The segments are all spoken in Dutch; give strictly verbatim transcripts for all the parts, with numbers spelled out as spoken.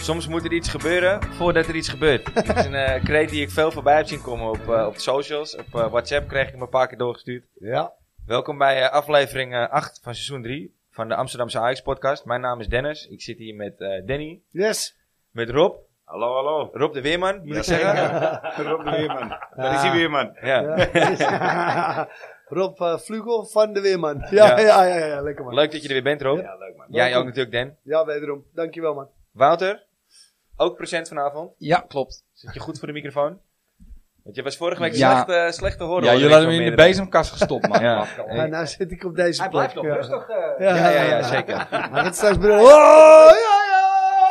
Soms moet er iets gebeuren voordat er iets gebeurt. Dit is een uh, kreet die ik veel voorbij heb zien komen op, uh, op de socials. Op uh, WhatsApp kreeg ik hem een paar keer doorgestuurd. Ja. Welkom bij uh, aflevering uh, acht van seizoen drie van de Amsterdamse Ajax podcast. Mijn naam is Dennis. Ik zit hier met uh, Danny. Yes. Met Rob. Hallo, hallo. Rob de Weerman, moet ja, ik zeggen. Ja. Rob de Weerman. Daar is hij Weerman. Ja. Ja. Rob uh, Vlugel van de Weerman. Ja, ja, ja, ja, ja, lekker man. Leuk dat je er weer bent, Rob. Ja, leuk man. Jij ook natuurlijk, Dan. Ja, wederom. Dankjewel man. Wouter, ook present vanavond. Ja, klopt. Zit je goed voor de microfoon? Want je was vorige week Ja. slecht, uh, slecht te horen. Ja, hoor, jullie ik hadden van hem in de meerdere- bezemkast gestopt, man. Ja. Ja, nou zit ik op deze Hij plek. blijft nog ja. rustig. Uh, Ja, Ja, ja, ja, zeker. Maar het straks bedoel. Oh, ja, ja.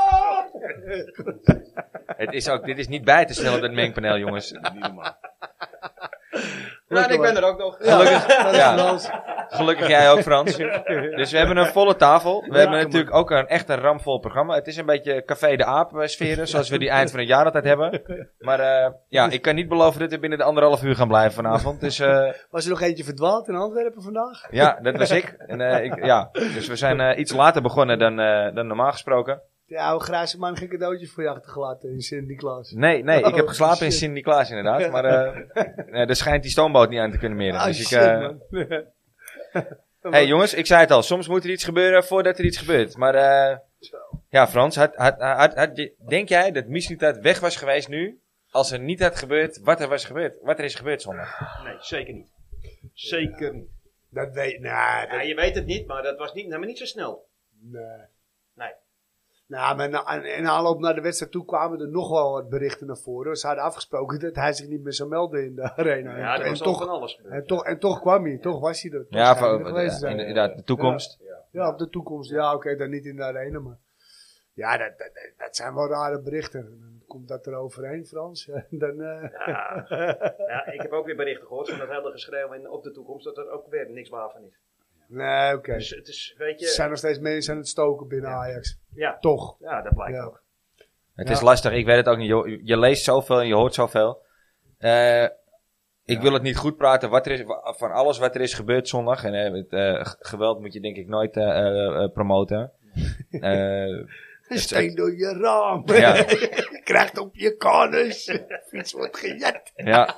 Het is ook, dit is niet bij te stellen op het mengpaneel, jongens. niet normaal. Lekker, en ik ben man. er ook nog. Gelukkig, Dat is ja. Frans. Gelukkig jij ook, Frans. Dus we hebben een volle tafel. We hebben man. natuurlijk ook een echt een ramvol programma. Het is een beetje Café de Aap eh, sferen, zoals we die eind van het jaar altijd hebben. Maar uh, ja, ik kan niet beloven dat we binnen de anderhalf uur gaan blijven vanavond. Dus uh, Was er nog eentje verdwaald in Antwerpen vandaag? ja, dat was ik. En, uh, ik ja. Dus we zijn uh, iets later begonnen dan, uh, dan normaal gesproken. De oude grijze man geen cadeautjes voor je achtergelaten in Sint-Niklaas. Nee, nee, ik heb Oh, geslapen in shit. Sint-Niklaas inderdaad. Maar uh, uh, er schijnt die stoomboot niet aan te kunnen meren. Ah, Dus ik, shit, uh, man. hey jongens, ik zei het al. Soms moet er iets gebeuren voordat er iets gebeurt. Maar uh, ja, Frans, had, had, had, had, denk jij dat Mislintat weg was geweest nu? Als er niet had gebeurd wat er was gebeurd? Wat er is gebeurd zondag? Nee, zeker niet. Zeker niet. Dat weet nee, Ja, dat, je weet het niet, maar dat was niet, nou, maar niet zo snel. nee. Nee. Nou, maar na, in aanloop naar de wedstrijd toe kwamen er nog wel wat berichten naar voren. Ze hadden afgesproken dat hij zich niet meer zou melden in de arena. Ja, en, er en was al toch, van alles gebeurd. en, toch, en toch kwam hij, toch was hij er. Toch Ja, zou hij voor, er geweest zijn. inderdaad, de toekomst. Ja, op de toekomst. Ja, oké, dan niet in de arena, maar... Ja, dat, dat, dat zijn wel rare berichten. Dan komt dat er overheen, Frans. Ja, dan, uh... Ja. Ja, ik heb ook weer berichten gehoord van dat hele geschreeuw in op de toekomst dat er ook weer niks waar van is. Nee, oké. Dus het is, weet Er je... zijn nog steeds mensen aan het stoken binnen Ja. Ajax. Ja, Toch. ja, dat blijkt Ja. ook. Het Ja. is lastig, ik weet het ook niet. Je, je leest zoveel en je hoort zoveel. Uh, ik Ja. wil het niet goed praten wat er is, van alles wat er is gebeurd zondag. En uh, het uh, g- geweld moet je denk ik nooit uh, uh, uh, promoten. Uh, Een het- steen door je raam. Ja. Je krijgt op je kanus. Fiets wordt gejet. ja,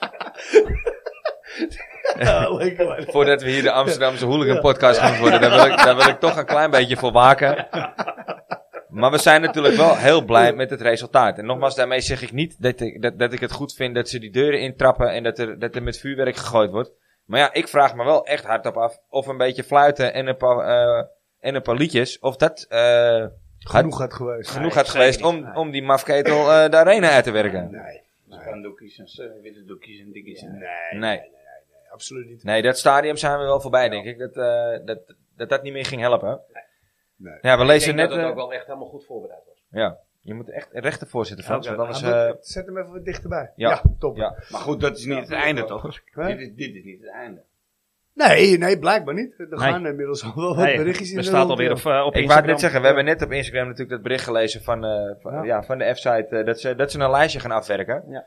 Ja, lekker man. voordat we hier de Amsterdamse Hooligan podcast gaan worden, daar wil, ik, daar wil ik toch een klein beetje voor waken. Maar we zijn natuurlijk wel heel blij met het resultaat. En nogmaals, daarmee zeg ik niet dat ik, dat, dat ik het goed vind dat ze die deuren intrappen en dat er, dat er met vuurwerk gegooid wordt. Maar ja, ik vraag me wel echt hardop af of een beetje fluiten en een paar, uh, en een paar liedjes, of dat uh, Genoeg had geweest. genoeg Nee, had zeker geweest niet. om, Nee. om die mafketel uh, de arena uit te werken. Nee. Spandoekjes en uh, witte doekjes en dikjes. Nee, En... nee, Nee. nee, nee, nee, absoluut niet. Nee, dat stadium zijn we wel voorbij, denk ik. Dat, uh, dat, dat dat niet meer ging helpen. Nee. Ja, we Ik lezen denk net... dat het uh, ook wel echt helemaal goed voorbereid was. Ja, je moet echt rechter voorzitten, Frans. Ja, Want anders... Ja, maar uh, zet hem even wat dichterbij. Ja. top. ja. Maar goed, dat is niet het einde, toch? Hè? Dit is, dit is niet het einde. Nee, nee, blijkbaar niet. Er Nee. gaan inmiddels al wel wat Nee, berichtjes in er de staat rond, alweer ja. op, uh, op Ik wou Instagram. het net zeggen, we hebben net op Instagram natuurlijk dat bericht gelezen van, uh, van, ja. Ja. van de F-site, uh, dat, ze, dat ze een lijstje gaan afwerken. Ja.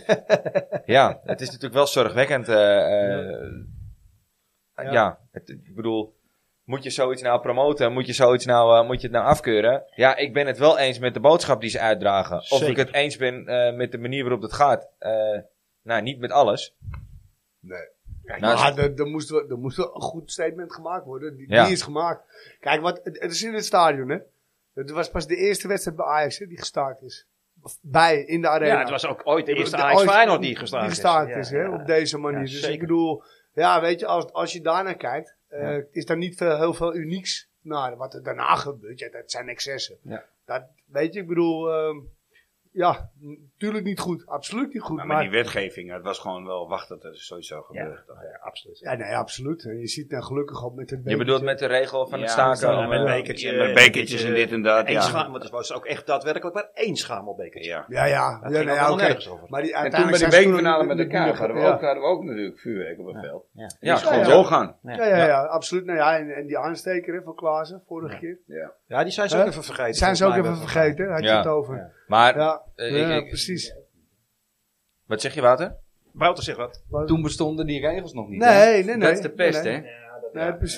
Ja, het is natuurlijk wel zorgwekkend. Uh, uh, ja, Ja. het, ik bedoel, moet je zoiets nou promoten? Moet je zoiets nou, uh, moet je het nou afkeuren? Ja, ik ben het wel eens met de boodschap die ze uitdragen. Of Zeker. ik het eens ben uh, met de manier waarop het gaat. Uh, nou, niet met alles. Nee. Nou, maar er, er, moest wel, er moest wel een goed statement gemaakt worden. Die, Ja. die is gemaakt. Kijk, wat, het, het is in het stadion, hè. Het was pas de eerste wedstrijd bij Ajax, hè, die gestaakt is. Of bij, in de arena. Ja, het was ook ooit de eerste De- Ajax ooit- Feyenoord die gestaakt die is. gestaakt Ja, is, hè, ja. op deze manier. Ja, dus zeker. ik bedoel, ja, weet je, als, als je daarnaar kijkt, uh, Ja. is daar niet veel, heel veel unieks naar wat er daarna gebeurt. Ja, dat zijn excessen. Ja. Dat, weet je, ik bedoel, ehm, ja, natuurlijk niet goed. Absoluut niet goed. Maar Maar, met die wetgeving, het was gewoon wel wachten dat er sowieso gebeurt. Ja, ja, absoluut. ja, nee, absoluut. En je ziet nou gelukkig al met het Je bedoelt met de regel van het Ja, staken? Ja, om, met uh, bekertje, Ja, met bekertjes en dit en dat, Eén ja. scha- want het was ook echt daadwerkelijk maar één schamelbekertje. Ja. Ja, ja. Dat ja, ging nee, ook ja helemaal oké. nergens over. Maar die, En toen bij uiteindelijk de zijn ze bekerfinale toen met de in Kuip hadden we, ja. ook, hadden we ook natuurlijk vuurwerk op het veld. Ja. Die Ja. is gewoon Ja, ja. doorgaan. Ja, ja, ja, absoluut. Nou ja, en, en die aansteker hè, van Klaassen, vorige keer. Ja. Ja, die zijn ze Huh? ook even vergeten. Zijn ze ook volgens even mij. vergeten, had je Ja. het over. Ja. Maar, Ja, uh, ja, ik, ik, precies. wat zeg je, Wouter? Wouter zegt wat. Toen bestonden die regels nog niet. hè? Nee, nee, nee. Dat is de pest, nee, hè? nee. Nee, precies.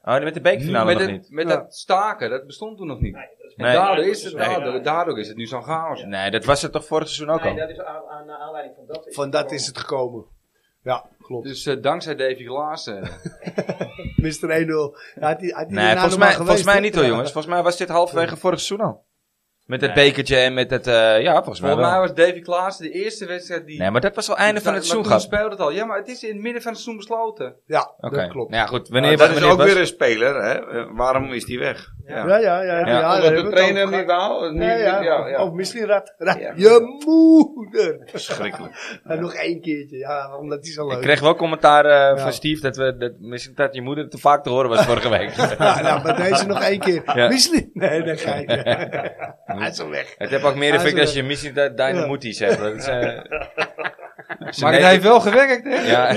Oh, met de bekerfinale met nog het, niet. Met Ja. dat staken, dat bestond toen nog niet. Nee, dat is En Nee. daardoor, is het, Nee. daardoor, daardoor is het nu zo'n chaos. Nee, dat was het toch vorig seizoen ook Nee, al? dat is aan, aan aan aanleiding van dat. Is Van dat is het gekomen. Ja, klopt. Dus uh, dankzij Davy Klaassen. mister één nul. Ja, had die, had die Nee, daarna volgens nog mij, maar volgens geweest, mij hè? niet hoor, jongens. Volgens mij was dit halverwege vorig seizoen al. Met het Nee. bekertje en met het... eh, ja, volgens mij Volgens mij wel. was Davy Klaassen de eerste wedstrijd die... Nee, maar dat was al einde van het Maar seizoen toen gehad. speelde het al. Ja, maar het is in het midden van het seizoen besloten. Ja, Oké. dat klopt. Nou ja, goed. Maar Wanneer, dat is wanneer ook was- weer een speler, hè? Eh, waarom is die weg? Ja. Ja, ja, ja. ja, Ja, ja, daar Omdat hebben de we het trainer over niet gehad. wou? Niet, Ja, ja. ja, ja. Of misschien rat, rat Ja. je moeder. Verschrikkelijk. En nog één keertje, ja, omdat die zo leuk Ik kreeg wel commentaar eh, Ja. van Steve dat, we, dat misschien dat je moeder te vaak te horen was vorige week. Ja, nou, maar deze nog één keer. Ja. Misschien. Nee, dat ga ik. Hij is al weg. Het heeft ook meer Hij is effect er als je misschien dat Dynamooti zegt. Dat is, eh, ze Maar neemt- het heeft wel gewerkt, hè? Ja,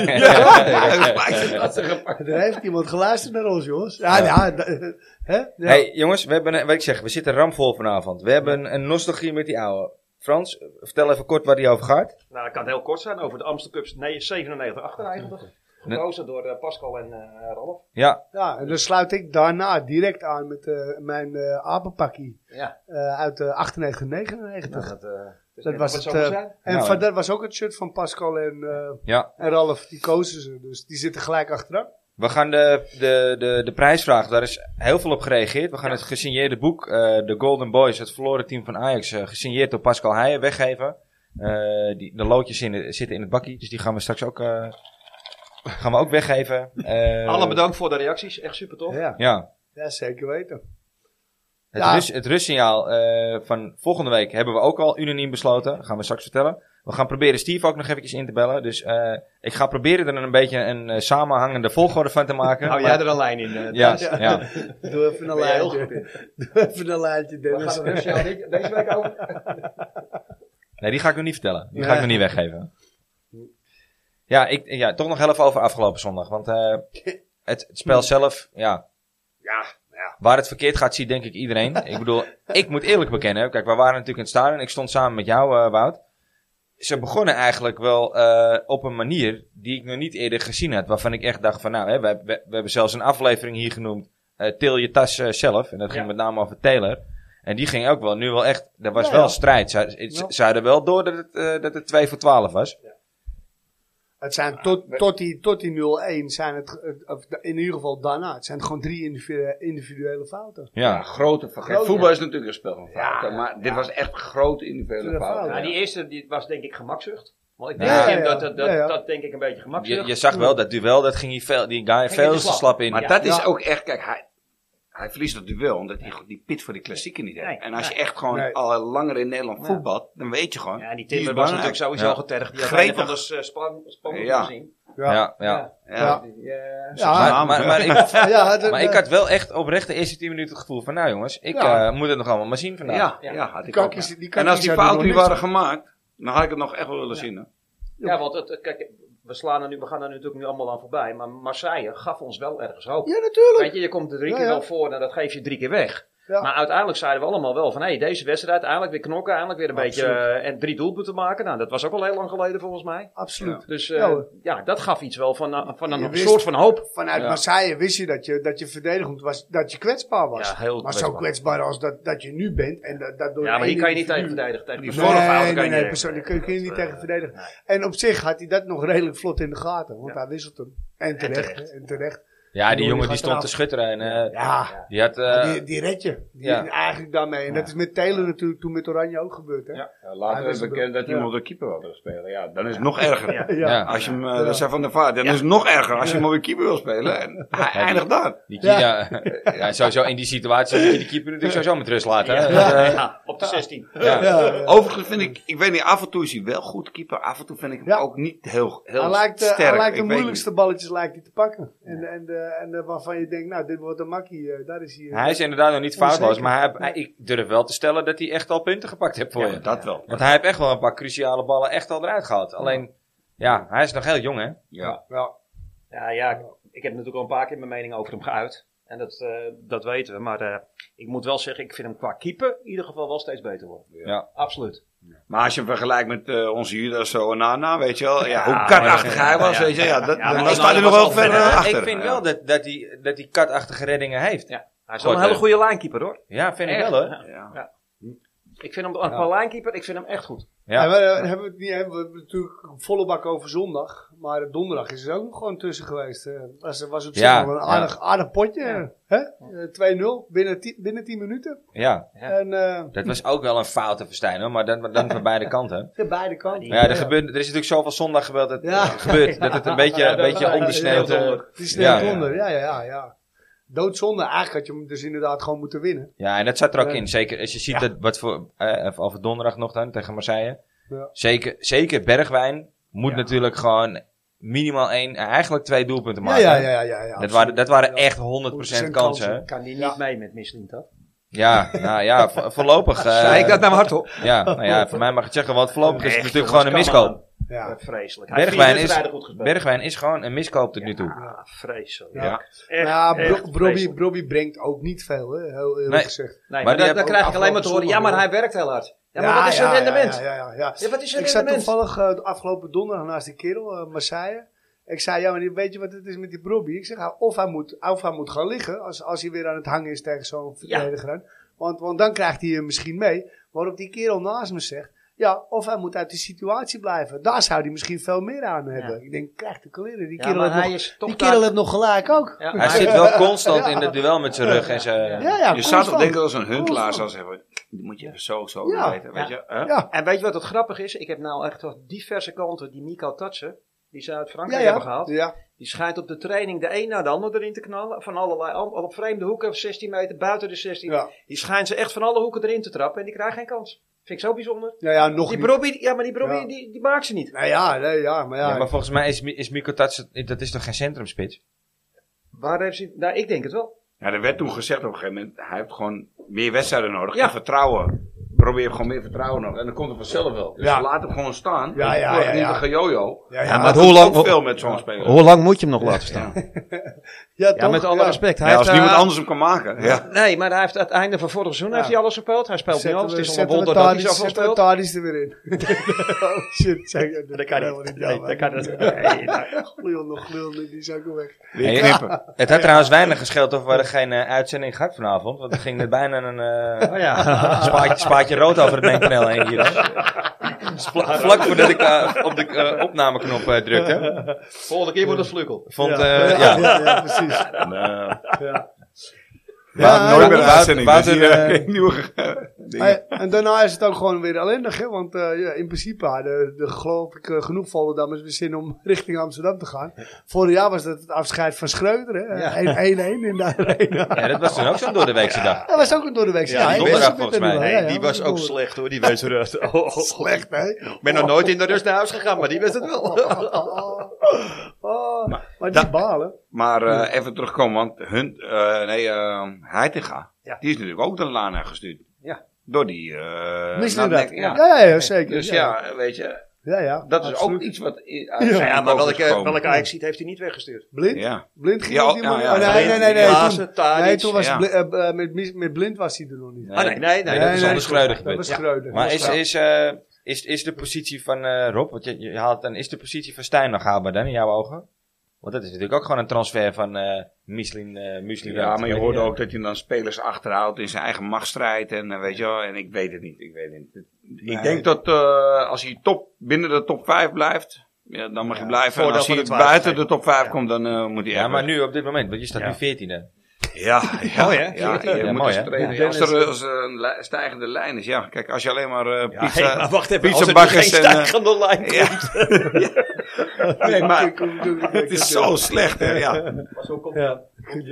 Er heeft iemand geluisterd naar ons, jongens. Ja, ja. d- hè? Ja. Hey jongens, we hebben, een- wat ik zeg, we zitten ramvol vanavond. We hebben een nostalgie met die oude. Frans, vertel even kort waar die over gaat. Nou, het kan heel kort zijn over de Amstel Cups nee, zevenennegentig achtennegentig. Gekozen door uh, Pascal en uh, Ralf. Ja, Ja, en dan sluit ik daarna direct aan met uh, mijn uh, apenpakkie Ja. uh, uit uh, achtennegentig negenennegentig. Nou, dat, uh, dus Dat net was of het, zo moet uh, zijn. en Nou, van, hè. dat was ook het shirt van Pascal en, uh, ja. en Ralf. Die kozen ze, dus die zitten gelijk achteraan. We gaan de, de, de, de prijsvraag, daar is heel veel op gereageerd. We gaan Ja. het gesigneerde boek, eh The Golden Boys, het verloren team van Ajax, eh, gesigneerd door Pascal Heijen, weggeven. Eh, die, de loodjes in de- zitten in het bakkie, dus die gaan we straks ook, eh, gaan we ook weggeven. Eh, Alle bedankt voor de reacties, echt super tof. Ja. Ja. Ja, zeker weten. Het, Ja. rust, het rustsignaal eh, van volgende week hebben we ook al unaniem besloten. Dat gaan we straks vertellen. We gaan proberen Steve ook nog eventjes in te bellen. Dus eh, ik ga proberen er een beetje een eh, samenhangende volgorde van te maken. Hou Maar- jij er een lijn in? Uh, Ja, ja. Doe even een Ben jij heel lijntje. Doe even een lijntje, We Dennis. gaan het Russia dit- deze week over. Nee, die ga ik nog niet vertellen. Die ga Nee. ik nog niet weggeven. Ja, ik, ja, toch nog heel even over afgelopen zondag. Want eh, het, het spel zelf, ja. Ja, ja. Waar het verkeerd gaat, ziet denk ik iedereen. Ik bedoel, ik moet eerlijk bekennen. Kijk, we waren natuurlijk in het stadion. Ik stond samen met jou, eh, Wout. Ze begonnen eigenlijk wel eh, op een manier die ik nog niet eerder gezien had. Waarvan ik echt dacht van, nou, hè, we, we, we hebben zelfs een aflevering hier genoemd. eh Til je tas eh, zelf. En dat ging Ja. met name over Taylor. En die ging ook wel, nu wel echt, er was Ja, wel ja. strijd. Ze, ze, Ja. ze hadden wel door dat het, eh, dat het twee voor twaalf was. Het zijn tot, tot die, tot die nul-één zijn het, het- of in ieder geval daarna, het zijn gewoon drie individuele, individuele fouten. Ja. Ja, grote fout. Grote. Voetbal is natuurlijk een spel van fouten, Ja, maar dit ja. was echt grote individuele Ja, fouten. fout. Ja, die eerste die was denk ik gemakzucht. Want ik Ja, denk ja, hem ja. dat, dat, dat, Ja, ja. dat denk ik een beetje gemakzucht. Je, je zag wel dat duel, dat ging hij veel, die guy hij veel te te slap. slap in. Maar Ja. dat is Ja. ook echt, kijk, hij, hij verliest dat duel omdat hij die pit voor die klassieker niet heeft. Nee, en als je nee. echt gewoon Nee. al langer in Nederland Ja. voetbalt, dan weet je gewoon. Ja, die die is Timmer was belangrijk. natuurlijk sowieso Ja. getergd. Die had Gretig. een van de uh, span, span Ja. gezien. Ja. Ja, ja. Ja. Ja. Die, eh, Ja. Maar, maar, maar, ik, Ja, dat- maar ik had wel echt oprecht de eerste tien minuten het gevoel van, nou jongens, ik Ja. eh, moet het nog allemaal maar zien vandaag. Ja, Ja. ja, had ik Die ook. kakjes- die En kakjes als die hadden fouten nog niet niks. waren gemaakt, dan had ik het nog echt wel willen zien. Hè? Ja, want het, het- kijk, we, slaan er nu, we gaan er natuurlijk nu allemaal aan voorbij. Maar Marseille gaf ons wel ergens hoop. Ja, natuurlijk. Weet je, je komt er drie Ja, keer ja. wel voor en dat geef je drie keer weg. Ja. Maar uiteindelijk zeiden we allemaal wel van, hé, deze wedstrijd, eindelijk weer knokken, eindelijk weer een Absoluut. beetje, eh, en drie doelpunten maken. Nou, dat was ook al heel lang geleden volgens mij. Absoluut. Dus eh, Ja, hoor. ja, dat gaf iets wel van, eh, van een Je wist- soort van hoop. Vanuit Ja. Marseille wist je dat je, dat je verdedigend was, dat je kwetsbaar was. Ja, heel maar zo kwetsbaar. kwetsbaar als dat, dat je nu bent. En dat, dat door Ja, maar één hier kan je niet tegen individu- verdedigen. Tegen Die die Nee, persoonlijke nee, fouten kan nee, je niet. persoonlijk kun je, kun je niet Dat, tegen eh, verdedigen. nee. En op zich had hij dat nog redelijk vlot in de gaten. Want Ja. hij wisselt hem. En terecht. terecht. En terecht. Ja, die Die jongen die gaat stond eraf. te schutteren en eh, Ja, die had... eh, die, die red je. Die, ja. Eigenlijk daarmee. En dat is met Taylor natuurlijk toen met Oranje ook gebeurd. Hè? Ja. Ja, later Hij is was bekend dat hij ja. hem op de keeper wilde spelen. Ja, dan is het nog erger. Ja. Ja. Ja. Als je hem, eh, Ja. dat zei Van der Vaart, dan is het nog erger als je hem op de keeper wil spelen. En hij die- eindigt daar. die, ja. Ja, ja, sowieso in die situatie moet je die keeper natuurlijk sowieso met rust laten. Hè? Ja, Dus, eh, ja, op de zestien. ja. Ja. Overigens vind ik, ik weet niet, af en toe is hij wel goed keeper. Af en toe vind ik hem Ja. ook niet heel, heel Hij lijkt, eh, sterk. hij lijkt de Ik weet moeilijkste balletjes lijkt hij te pakken. En, en, de, en de, waarvan je denkt, nou, dit wordt een makkie. eh, daar is hij. eh, Hij is inderdaad nog niet foutloos, Onzeker. maar hij, hij- ik durf wel te stellen dat hij echt al punten gepakt heeft voor niet. je. Ja, dat wel. Want hij heeft echt wel een paar cruciale ballen echt al eruit gehaald. Alleen, ja, hij is nog heel jong hè. Ja. ja. Ja, ja, ik heb natuurlijk al een paar keer mijn mening over hem geuit. En dat, uh, dat weten we. Maar uh, ik moet wel zeggen, ik vind hem qua keeper in ieder geval wel steeds beter worden. Ja. Absoluut. Maar als je hem vergelijkt met uh, onze Judas Onana, weet je wel. Ja, hoe katachtig hij was, weet je. Ja, dat, Ja, dan maar staat hij nog was wel al ver ver, uh, Ja, achter. ik vind Ja. wel dat, dat hij dat die katachtige reddingen heeft. Ja. Hij is Goed, wel een hele hè? goede linekeeper hoor. Ja, vind ik Echt? wel hoor. Ja. Ja. Ik vind hem, qua linekeeper, ik vind hem echt goed. Ja. Ja, maar, uh, hebben we het niet, hebben we het natuurlijk volle bak over zondag. Maar donderdag is er ook nog gewoon tussen geweest. Uh, was, was op zich Ja, wel een ja. aardig, aardig potje. Hè? Uh, twee nul binnen, ti- binnen tien minuten. Ja, Ja. En, uh, dat was ook wel een fout te verstijn hoor, maar dan, dan van beide kanten. de beide kanten. Maar ja, er, gebeurt, er is natuurlijk zoveel zondag gebeurd dat, Ja. gebeurt, dat het een beetje, een beetje ondersneeuwt. Ja, eh. Het is sneeuwt Ja. onder. Ja, ja, ja. ja. Doodzonde. Eigenlijk had je hem dus inderdaad gewoon moeten winnen. Ja, en dat zat er ook Ja. in. Zeker als je ziet dat wat voor, eh, over donderdag nog dan tegen Marseille. Ja. Zeker, zeker Bergwijn moet Ja. natuurlijk gewoon minimaal één, eh, eigenlijk twee doelpunten Ja, maken. ja, ja. ja, ja, ja Dat, absoluut. waren, dat waren Ja. echt honderd procent kansen. hè? Kan die Ja. niet mee met Michelin, toch? Ja, nou ja, vo- voorlopig. eh, Zei ik dat nou hardop? Ja, nou ja, voor mij mag ik het zeggen, want voorlopig is het Echt, natuurlijk gewoon een jongens, come miskoop. Ja. on. Vreselijk. Hij heeft Bergwijn vier is, wedstrijden goed gespeeld. Bergwijn is gewoon een miskoop tot nu toe. Ja, vreselijk. Ja. Ja. Echt, Ja, echt Bro- Brobby, vreselijk. Brobby brengt ook niet veel, hè? Heel eerlijk Nee. gezegd. Nee, Maar maar, die dan, dan hebben krijg ook ik alleen maar te horen, ja, maar afgelopen hij werkt heel hard. Ja, maar wat is zijn ja, rendement? Ja, ja, ja, ja. Ja, wat is zijn Ik zat rendement? toevallig uh, de afgelopen donderdag naast die kerel, uh, Marseille. Ik zei, ja, maar die- weet je wat het is met die Brobby? Ik zeg, ah, of hij moet, of hij moet gaan liggen, als, als hij weer aan het hangen is tegen zo'n verdediger. Want, want dan krijgt hij hem misschien mee. Waarop die kerel naast me zegt, ja, of hij moet uit die situatie blijven. Daar zou hij misschien veel meer aan hebben. Ik denk, krijg de kleren. Die Ja, kerel, maar heeft, hij nog, is toch die kerel daar- heeft nog gelijk ook. Ja, Hij zit wel constant in het duel met zijn rug en zijn... Ja, ja, Je zou toch constant. denken dat zo'n Huntelaar Constant. zou zeggen, die moet je even zo, zo Ja. weten, weet je. Hè? Ja, En weet je wat het grappig is? Ik heb nou echt wel diverse kanten die Miko Tatsen, die ze uit ja, Frankrijk hebben ja. gehaald. ja. Die schijnt op de training de een na de ander erin te knallen. Van allerlei, al op vreemde hoeken, zestien meter, buiten de zestien. Ja. Die schijnt ze echt van alle hoeken erin te trappen en die krijgen geen kans. Vind ik zo bijzonder. Ja, ja, nog Die niet. Brobby, ja, maar die Brobby, Ja. die, die maakt ze niet. Nou ja, nee, ja, maar ja. Ja, maar volgens mij is, Mi- is Mikko Tatsen, dat is toch geen centrumspits? Waar heeft ze, nou, ik denk het wel. Ja, er werd toen gezegd op een gegeven moment, hij heeft gewoon meer wedstrijden nodig. Ja. En vertrouwen. Probeer gewoon meer vertrouwen nodig. En dan komt het vanzelf wel. Dus Ja. laat hem gewoon staan. Ja, ja, ja, Niet ja. een gejojo. Ja, ja, Ja, maar maar Dat hoe doet lang- ook veel met zo'n speler. Hoe lang moet je hem nog laten staan? ja, Ja, toch? met alle Ja. respect. Hij Ja, als heeft, niemand eh, anders hem kan maken. Ja. Nee, maar hij heeft aan het einde van vorig seizoen Ja. heeft hij alles gespeeld. Hij speelt nu Zetten alles. Het we- is al een zetten we wonder dat hij Tadic- zoveel zetten we speelt. Tadic er weer in. oh shit, zeg je. Dat kan helemaal niet. Ja, Nee, maar- dat kan niet. Nee, nee. Glulende, glulende, die is ook al weg. Weer Hey, knippen. Het had trouwens weinig gescheeld of we hadden geen eh, uitzending gehad vanavond. Want er ging net bijna een eh, Oh ja. spaatje, spaatje rood over het mengpaneel heen hier. hè. Vla- Vlak voordat ik eh, op de eh, opnameknop eh, drukte. Volgende keer wordt het vlukkel. Vond, ja. eh, Ja, ja. ja, ja, precies. En, eh, Ja. ja, nooit meer een Wouter- uitzending. Wouter, dus, eh, eh, nieuwe dingen. Hey, en daarna is het ook gewoon weer ellendig, hè? Want eh, ja, in principe hadden de, geloof ik, eh, genoeg Vollendammers weer zin om richting Amsterdam te gaan. Vorig jaar was dat het afscheid van Schreuder, hè? Ja. één-één in de arena. Ja, dat was toen ook zo'n doordeweekse dag. Dat was ook een doordeweekse. Ja, die ik donderdag was er volgens met mij. hem, Nee, ja, die ja, was ook donderdag. slecht hoor, die wedstrijd. Oh, oh, oh. Slecht, hè? Ik ben nog nooit in de rust naar huis gegaan, maar die wist het wel. Oh, oh, maar die dat- balen. Maar eh, even terugkomen, want hun, eh, nee, eh Heitinga, Ja. die is natuurlijk ook de laan gestuurd. Ja. Door die... eh Misschien nou, dat. denk- Ja, ja, ja, zeker. Dus ja, weet je, ja, ja, dat is absoluut. ook iets wat i- uit Ja, zijn Ja, maar boven is welke, gekomen. welke Ajax-ziet heeft hij niet weggestuurd? Blind? Ja. Blind ging Ja, op die ja, man. ja, oh, nee, Blind, nee, nee, nee. Klaassen, Toen, Tadic, nee, toen was ja. Bli- eh, eh, met, met Blind was hij er nog niet. Nee. Ah, nee, nee, nee. dat is nee, onder Schreuder Dat was gebeurd. Schreuder. Maar Dat is, was- is, eh, is, is de positie van eh, Rob, want je, je haalt dan, is de positie van Stijn nog haalbaar dan in jouw ogen? Want dat is natuurlijk ook gewoon een transfer van eh Michelin. eh Michelin Ja, maar je hoorde Ja. ook dat je dan spelers achterhoudt in zijn eigen machtsstrijd en eh, weet je wel, en ik weet het niet, ik weet het niet. Nee. Ik denk dat eh, als hij top, binnen de top vijf blijft, ja, dan mag je Ja, blijven. En voordeel als van hij de twijfel. buiten de top vijf Ja. komt, dan uh, moet hij Ja, echt maar weg. nu op dit moment, want je staat Ja. nu veertiende. Ja, ja, Mooi, hè? ja, je Ja, moet mooi, als hè? trainer- Ja, als er als er een li- stijgende lijn is, ja, kijk, als je alleen maar uh, Ja, pizza... hey, maar wacht even, als er nu pizzabakkers geen en, eh, stijgende lijn komt. ja. Nee, maar het is zo slecht, hè, ja. Maar zo komt Ja.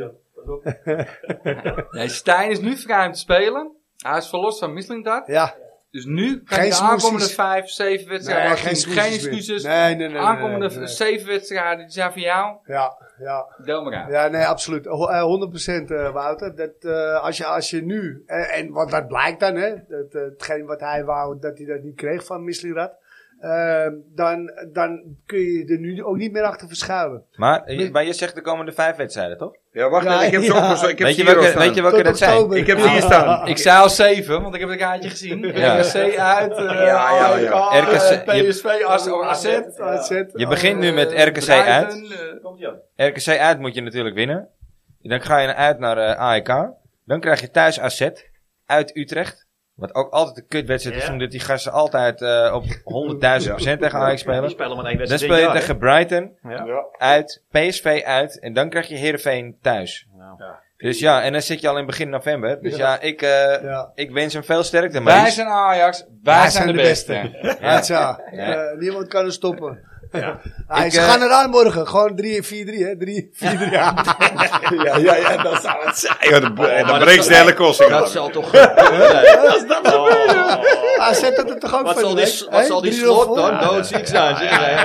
Nee, Stijn is nu vrij om te spelen. Hij is verlost van Mislintat. Ja, Dus nu kan Geen hij de smoesies. aankomende vijf, zeven wedstrijden... nee, wacht, geen geen smoesies meer. excuses. Nee, nee, nee. nee, aankomende nee, nee. zeven wedstrijden, die zijn voor jou. Ja, ja. Deel maar uit. Ja, nee, absoluut. Ho- eh, honderd procent eh, Wouter. Dat, eh, als, je, als je nu, eh, en wat dat blijkt dan, hè, dat, eh, hetgeen wat hij wou, dat hij dat niet kreeg van Mislintat. Uh, dan, dan kun je er nu ook niet meer achter verschuilen. Maar, uh, maar je zegt de komende vijf wedstrijden, toch? Ja, wacht Ja, even. Ik heb ja. zo ik heb Weet je vier welke, staan. weet je welke Tot dat zijn? oktober. Ik heb vier staan. Ik zei al zeven, want ik heb het kaartje gezien. Ja. R K C uit, uh, Ja, ja, ja. R K C, uh, P S V, AZ, AZ. A Z. Je begint nu met R K C uit. R K C uit moet je natuurlijk winnen. Dan ga je uit naar uh, A E K. Dan krijg je thuis A Z. Uit Utrecht. Wat ook altijd een kutwedstrijd is, Ja. omdat die gasten altijd uh, op honderdduizend procent tegen Ajax Die spelen. spelen maar één Dan wedstrijd. speel je in het tegen Brighton jaar, hè? Ja. uit, P S V uit en dan krijg je Heerenveen thuis. Ja. Dus ja, en dan zit je al in begin november. Dus ja, ik, uh, Ja. ik wens hem veel sterkte. Wij Maurice. zijn Ajax, wij, zijn de beste. Ja, zo. Ja. Uh, niemand kan er stoppen. Ja. Hij Ik, ze uh, gaan eraan morgen. Gewoon drie vier drie, hè? drie vier drie. Ja. Ja, ja, ja, dat zou het zijn. Ja, dan maar dan dat breekt is- de hele kosting Dat af. zal toch gebeuren. Hij zet het er toch ook Wat van zal de die, week, wat hè? zal die drie nul slot voor. dan doodziek zijn? zeg.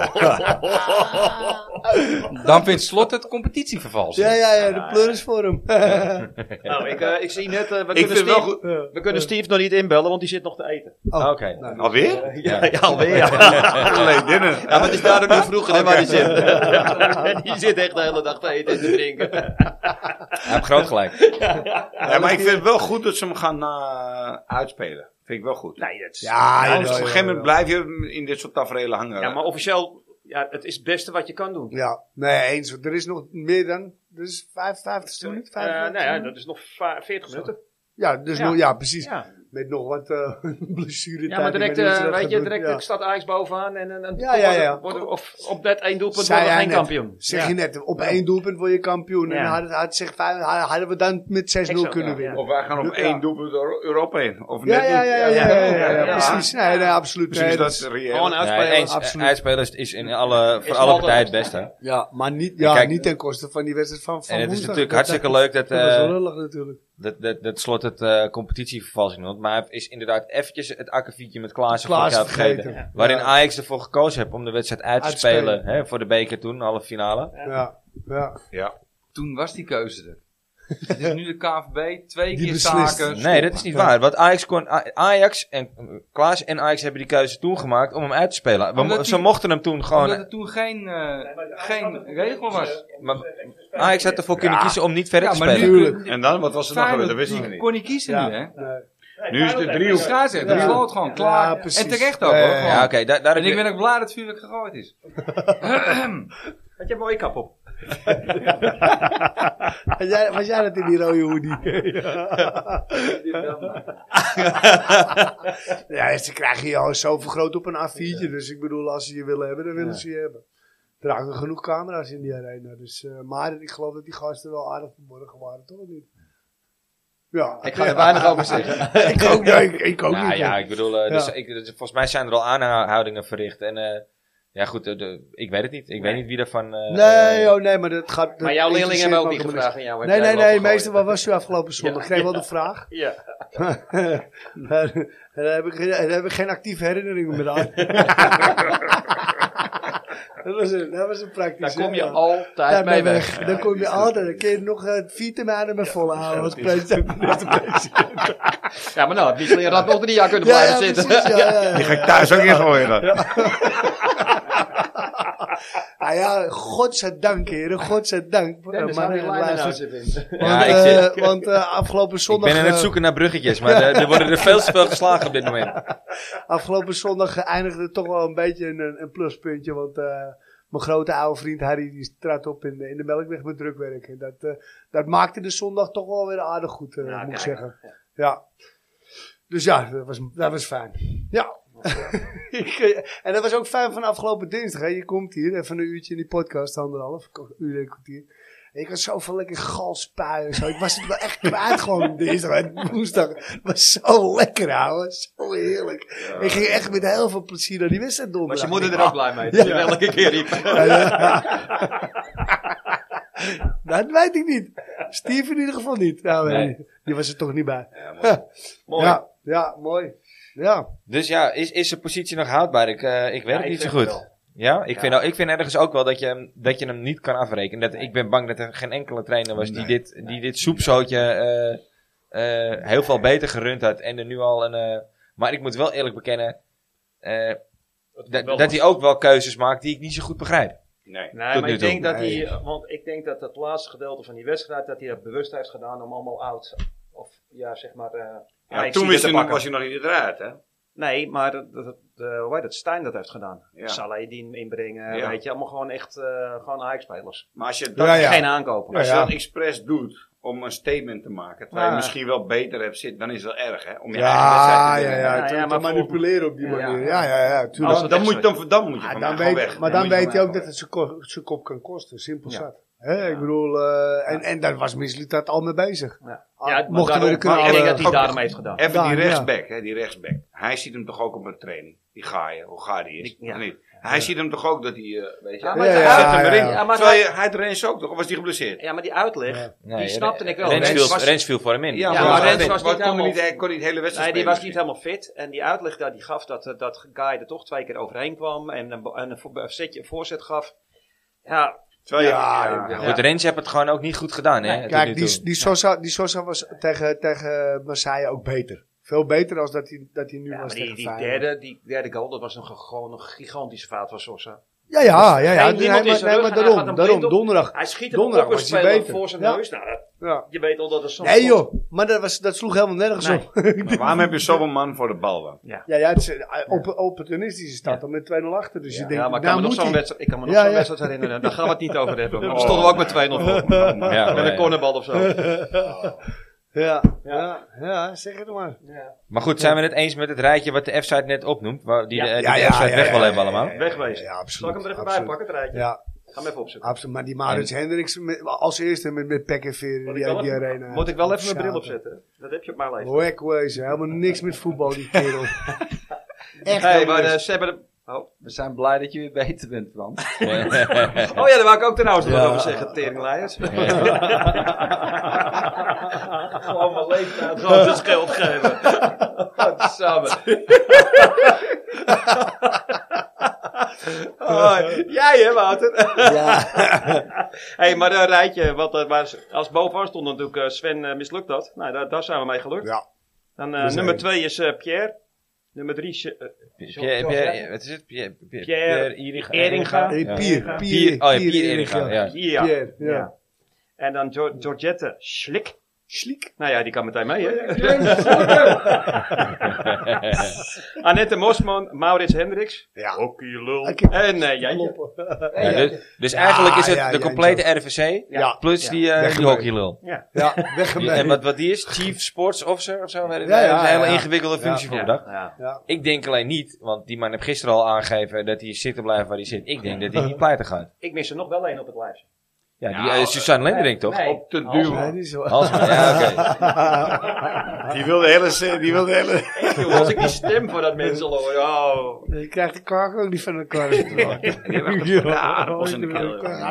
Dan vindt Slot het competitievervalsing. Ja, ja, ja. De pleuris voor hem. Nou, ik, uh, ik zie net, uh, we, Ik kunnen vind het wel Steve, goed. we kunnen Steve nog niet inbellen, want die zit nog te eten. Oh. Oké. Nou, Alweer? Ja, ja alweer. Ja. Alleen binnen. Ja, maar het is daardoor nu vroeger hè, waar die zit. Die zit echt de hele dag te eten en te drinken. Hij heeft groot gelijk. Ja, maar ik vind het wel goed dat ze hem gaan uh, uitspelen. Vind ik wel goed. Nee, dat is... Ja, Ja, ja, dus ja, op een ja, gegeven moment ja. blijf je in dit soort tafereelen hangen. Ja, maar officieel, ja, het is het beste wat je kan doen. Ja, nee, eens. Er is nog meer dan. Er is vijfenvijftig minuten. Uh, vijfenvijftig nou ja, minuten. dat is nog va- veertig minuten. Ja, dus Ja. Nog, ja, precies. Ja, Met nog wat uh, blessure. ja maar direct, uh, weet je, direct ja. staat Ajax bovenaan en, en, en Ja, ja, ja. Worden, worden, of op dat één doelpunt Zei worden we hij geen net. kampioen. Zeg Ja. je net, op één doelpunt word je kampioen. Ja. En had, had zich, vijf- hadden we dan met zes nul Exact, kunnen ja, winnen. Of wij gaan op Ja. één doelpunt Euro- Europa in. Of Ja, net ja, niet. ja, ja, ja, ja, ja, ja, Ja. precies. Nee, nee, absoluut. Misschien Nee, is dat dat is- reëel. Gewoon Nee, uitspelen. eens, absoluut. uitspelen is, is in alle, voor Is alle altijd partijen het best. beste. ja, maar niet, ja, Kijk, niet ten koste van die wedstrijd van, van En het is woensdag. natuurlijk Dat- hartstikke leuk dat, Dat was wel uh, lullig natuurlijk. dat, dat, dat Slot het uh, competitievervalsing noemt. Maar hij is inderdaad eventjes het akkefietje met Klaassen Klaassen vorig jaar vergeten. vergeten. Waarin Ja. Ajax ervoor gekozen heeft om de wedstrijd uit te Uitspelen. spelen. Hè, voor de beker toen, halve finale. Ja, ja. Ja. Toen was die keuze er. Het is nu de K V B, twee Die keer beslist. zaken. Nee, dat is niet waar. Want Ajax kon, A- Ajax en uh, Klaas en Ajax hebben die keuze toen gemaakt om hem uit te spelen. We, Omdat mo- die- ze mochten hem toen gewoon... Omdat er toen geen, uh, geen regel was. Maar Ajax had ervoor kunnen kiezen om niet verder Ja, te maar spelen. nu Tuurlijk. En dan, wat was er nog gebeurd? Dat Feyenoord, wist ik die niet. kon niet kiezen Ja. nu, hè? Nee. Nu is de De driehoek. scheidsrechter Ja. besloot gewoon klaar. Ja, precies. En terecht ook, Ja, hoor. ja, ja. gewoon. Ja, oké. daar, daar En heb ik je- ben ook blij dat het vuurwerk gegooid is. Had je een mooie kap op? Was jij, was jij dat in die rode hoodie? Ja, ze krijgen je al zo vergroot op een A viertje. Dus ik bedoel, als ze je willen hebben, dan willen ze je hebben. Er hangen genoeg camera's in die arena. Dus, uh, maar ik geloof dat die gasten wel aardig verborgen waren, toch of niet? Ja. Ik ga er weinig over zeggen. ik ook, nee, ik, ik ook Nou niet. ja, man. ik bedoel, uh, Ja. dus, ik, dus volgens mij zijn er al aanhoudingen verricht. En uh, ja, goed, uh, de, ik weet het niet. Ik weet niet wie daarvan... Uh, Nee, oh, nee, maar dat gaat... dat Maar jouw leerlingen interesseert hebben ook me niet helemaal gevraagd aan jou. niks. heb Nee, jij nee, wel nee, gegooid? meester, waar was u afgelopen zondag? Ik kreeg wel de vraag. Ja. daar, daar, heb ik, geen- daar heb ik geen actieve herinneringen meer aan. dat, was een, dat was een praktisch. Daar kom je ja. altijd Daar mee ben weg. weg. Dan kom je altijd. Dan kun je nog uh, vier termijnen met volle houden als president. Ja, maar nou, het Michelin had nog drie jaar kunnen Ja, blijven ja, zitten. precies. Ja, ja, ja. Die ga ik thuis ook ingooien dan. Ah ja, godzijdank heren, godzijdank. Dennis, Uh, hou die maar, lijnen nou luister, eens even in. want, Ja, ik eh, zit- want uh, afgelopen ik zondag... ben aan het uh, zoeken naar bruggetjes, maar er, er worden er veel te veel geslagen op dit moment. Afgelopen zondag eindigde toch wel een beetje een, een pluspuntje. Want uh, mijn grote oude vriend Harry die trad op in de, in de Melkweg met drukwerk. En dat, uh, dat maakte de zondag toch wel weer aardig goed, uh, Ja, moet ik kijk. zeggen. Ja. Dus ja, dat was, dat was fijn. Ja. Ik, uh, en dat was ook fijn van afgelopen dinsdag. Hè. Je komt hier, even een uurtje in die podcast, anderhalf, een uur en een kwartier. En ik had zoveel lekker galspuien en zo. Ik was het wel echt kwijt gewoon dinsdag en woensdag. Het was zo lekker, ouwe. Zo heerlijk. Ik ging echt met heel veel plezier naar die wedstrijd Was donderdag. je moeder er Ja. ook blij mee? Dat je Ja. elke keer riep. Ja, ja. Dat weet ik niet. Steve in ieder geval niet. Nou, Nee. nee. Die was er toch niet bij. Mooi. Ja, ja, mooi. Ja. Dus ja, is, is zijn positie nog houdbaar? Ik, uh, ik weet Ja, het ik niet zo vind goed. het wel. Ja, ik, Ja. Vind, ook- ik vind ergens ook wel dat je, hem- dat je hem niet kan afrekenen. Dat, ik ben bang dat er geen enkele trainer was die Nee. dit, die dit soepzootje uh, uh, heel veel beter gerund had. En er nu al een... Uh, maar ik moet wel eerlijk bekennen... Uh, het dat, wel dat was. hij ook wel keuzes maakt die ik niet zo goed begrijp. Nee. Nee, Tot maar nu ik toe. denk dat Nee. hij, want ik denk dat het laatste gedeelte van die wedstrijd, dat hij dat bewust heeft gedaan om allemaal oud, of ja, zeg maar... Uh, Ja, ik toen zie wist dit hij te nog, was pakken. hij nog niet eruit, hè? Nee, maar dat, dat, dat, hoe heet het, Stijn dat heeft gedaan. Ja. Saleh die inbrengen, Ja. weet je, allemaal gewoon echt, uh, gewoon Ajax-spelers. Maar als je dat, Ja, ja. Geen aankopen. als je Ja, ja. dat expres doet om een statement te maken, terwijl Ja. je misschien wel beter hebt zitten, dan is dat erg, hè? Om je Ja, eigen wedstrijd te ja, winnen. ja, Ja, te, ja, te maar voor- manipuleren op die Ja. manier. Ja, ja, ja, tuurlijk. Als Dan, het dan, echt moet, zo dan, dan moet je Ja, van dan mij gewoon weet, weg. maar Dan dan moet je weet van je ook mij dat gewoon het zijn ko- zijn kop kan kosten. Simpel Ja. zat. Hè, ik bedoel, eh, en, en daar was Misliet dat al mee bezig. Ja. Ah, Ja, maar mochten we daarom- er kunnen maar ik denk alle- dat hij het ook- daarom heeft gedaan. Even Daan, die ja. rechtsback, hè, die rechtsback. Hij ziet hem toch ook op een training. Die Gaaien, hoe gaar die is. Die- ja. Of niet? Hij ziet hem toch ook dat hij, eh, weet je... Ja, hij maar Ja, hij- ja, zet hem ja, erin. ja. Ja, maar Terwijl hij- je, hij traint ook toch? Of was die geblesseerd? Ja, maar die uitleg, Nee, die snapte ik wel. Rens Rens viel, was- Rens viel voor hem in. Ja, Ja, maar, maar Rens Rens was niet kon hij helemaal- niet, hij kon niet de hele wedstrijd Nee, die was spelen niet helemaal fit. En die uitleg dat hij gaf dat, eh, dat Guy er toch twee keer overheen kwam. En een, en een, vo- een, setje, een voorzet gaf. Ja, Terwijl je, Ja, ja, ja. Goed, Rens heeft het gewoon ook niet goed gedaan, hè? Nee, tot nu Kijk, toe. die, die, Sosa, die Sosa was tegen, tegen Marseille ook beter. Veel beter dan dat hij, dat hij nu ja, maar was die, tegen die, Feyenoord. derde, die derde goal, dat was een, ge- gewoon een gigantische fout van Sosa. Ja, ja, ja. ja. Geen Nee, niemand maar, in zijn nee, rug maar en hij gaat daarom, hem daarom, blind op. donderdag. Hij schiet hem Donderdag op een was hij speler beter. voor zijn Ja. neus. Nou, dat- Ja. je weet al dat het soms... Nee joh, maar dat, was, dat sloeg helemaal nergens Nee. op. maar waarom heb je zoveel man voor de bal dan? Ja. Ja, ja, het is eh, op, opportunistische staat dan met twee nul achter. Dus je denkt, Ja, maar ik nou kan me nog moet zo'n hij. wedstrijd, ik kan me nog Ja, zo'n ja. wedstrijd herinneren. Daar gaan we het niet over hebben. Dan Oh. stonden we ook met twee nul voor. Ja, Met maar, een ja. cornerbal of zo. Ja, ja, ja, zeg het maar. Maar goed, zijn we het eens met het rijtje wat de F-site net opnoemt? Waar die Ja. de, die Ja, de ja, F-site ja, weg ja, wil ja, hebben ja, allemaal? ja, ja. Wegwezen. Ja, absoluut. Zal ik hem er even bij absoluut. pakken, het rijtje? Ja, Ga hem even opzoeken. absoluut. Maar die Maurits Hendricks met, als eerste met, met pek en veer in Moet die, ik wel die even- arena. Moet ik wel even mijn bril Zaten. opzetten? Dat heb je op mijn leeftijd. Wek wezen, helemaal niks met voetbal die kerel. Echt Hey, helemaal maar de, niks. ze hebben de... Oh. We zijn blij dat je weer beter bent, Frans. oh ja, daar wou ik ook trouwens nog Ja. over zeggen, teringleiers. Gewoon mijn leeftijd gewoon het schuld geven. Samen. Oh, jij hè, Wouter? Ja. Hey, maar een rijtje, wat, eh, waar, als bovenaan stond natuurlijk uh, Sven uh, mislukt dat. Nou, daar, daar zijn we mee gelukt. Ja. Dan, uh, Dat is nummer één. twee is uh, Pierre. Nummer drie is... Uh, Pierre, Pierre, wat is het? Pierre, Pierre, Pierre Eringa. Eringa. Hey, Ja. Pier, Ja. Pier, Oh ja, Pier Pierre Eringa. Eringa, ja. ja. Pierre, ja. Ja. En dan Gio- Georgette Schlik. Schliek. Nou ja, die kan meteen mee, hè? Annette Mosman, Maurits Hendricks. Ja. Hockeylul. Ik heb- En uh, Jantje. Kloppen. Ja, dus, dus eigenlijk is het ja, de ja, complete R V C Ja. plus Ja. die, eh Weg die ermee. hockeylul. Ja. Ja, weg Die- ermee. En wat, wat die is? Chief Sports Officer of zo? Ja, ja, dat is een hele ja. ingewikkelde functie voor Ja. bedacht. Ja. Ja. Ik denk alleen niet, want die man heeft gisteren al aangegeven dat hij zitten blijft waar hij zit. Ik denk dat hij niet pleiten gaat. Ik mis er nog wel één op het lijstje. Ja, die Nou, uh, Suzanne Lendering toch? Nee. Op de Halsman. duw. Nee, die is wel. Halsman, ja, oké. Die wil de hele... se- Die wil de hele... Echt, joh, als ik die stem van dat mensen hoor. Oh. Je krijgt de kaak ook niet van elkaar. Die hebben echt een aardappels in de keel.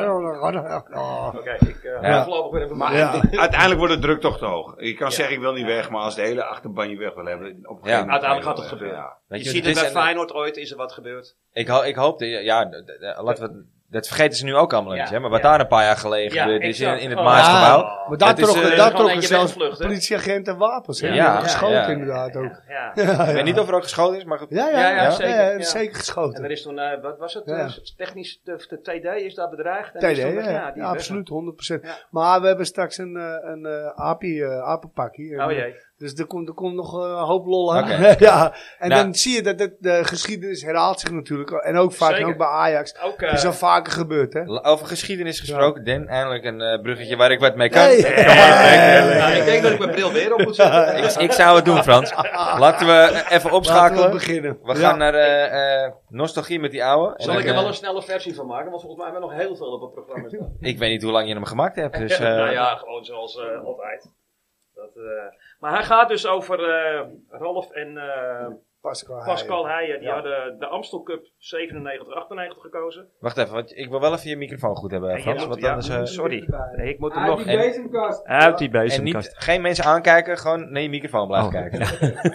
Oké, ik uh, Ja. ga voorlopig weer even Maar Ja. uiteindelijk wordt de druk toch te hoog. Je kan zeggen, ik wil niet weg, maar als de hele achterban je weg wil hebben... Op een gegeven moment uiteindelijk ga gaat je het wel gebeuren. weg, ja. Weet Je je, ziet dit het is bij een- Feyenoord ooit, is er wat gebeurd. Ik, ho ik hoop, dat, ja, d- d- laten we, dat vergeten ze nu ook allemaal eens, Ja, hè? Maar wat ja. daar een paar jaar geleden Ja, gebeurd is in, exact. in het Oh. Maasgebouw. Maar daar Het is, trokken, eh, daar gewoon trokken eentje zelfs wegvlucht, hè? politieagenten wapens. Hè? Ja, Die hebben ja, geschoten ja. inderdaad ook. Ja. Ik weet niet of er ook geschoten is, maar goed. Ja, ja, Ja, ja, ja, ja, zeker, ja, ja. zeker En geschoten. er is toen, uh, wat was het? Ja. Uh, technisch, de, de T D is daar bedreigd. En T D, is toen ja, weg- ja, die ja, is weg. absoluut, honderd procent. Ja. Maar we hebben straks een, uh, een uh, apie, uh, apenpakkie. En, Oh jee. Dus er komt, er komt nog uh, een hoop lol aan. Oké. ja. En Nou. dan zie je dat het, de geschiedenis herhaalt zich natuurlijk. En ook vaak Zeker. ook bij Ajax. Ook, uh, Het is al vaker gebeurd, hè? L- Over geschiedenis gesproken, Dan, eindelijk een eh, bruggetje waar ik wat mee kan. Nee. nou, ik denk dat ik mijn bril weer op moet zetten. Ik, ik zou het doen, Frans. Laten we even Laten we opschakelen. beginnen. We Ja. gaan naar eh, eh, nostalgie met die ouwe. En Zal dan, ik er wel eh, een snelle versie van maken? Want volgens mij hebben we nog heel veel op het programma staan. ik weet niet hoe lang je hem gemaakt hebt. Dus, eh, nou ja, gewoon zoals uh, altijd. Dat, uh, maar hij gaat dus over uh, Ralf en uh, Pascal, Pascal Heijen. Die Ja. hadden de Amstel Cup zevenennegentig achtennegentig gekozen. Wacht even, want ik wil wel even je microfoon goed hebben, En Frans. je moet- Want anders, ja, eh, sorry. Nee, ik moet hem Uit nog... die en- bezemkast. Uit die en bezemkast. niet, geen mensen aankijken, gewoon naar je microfoon blijven Oh. kijken.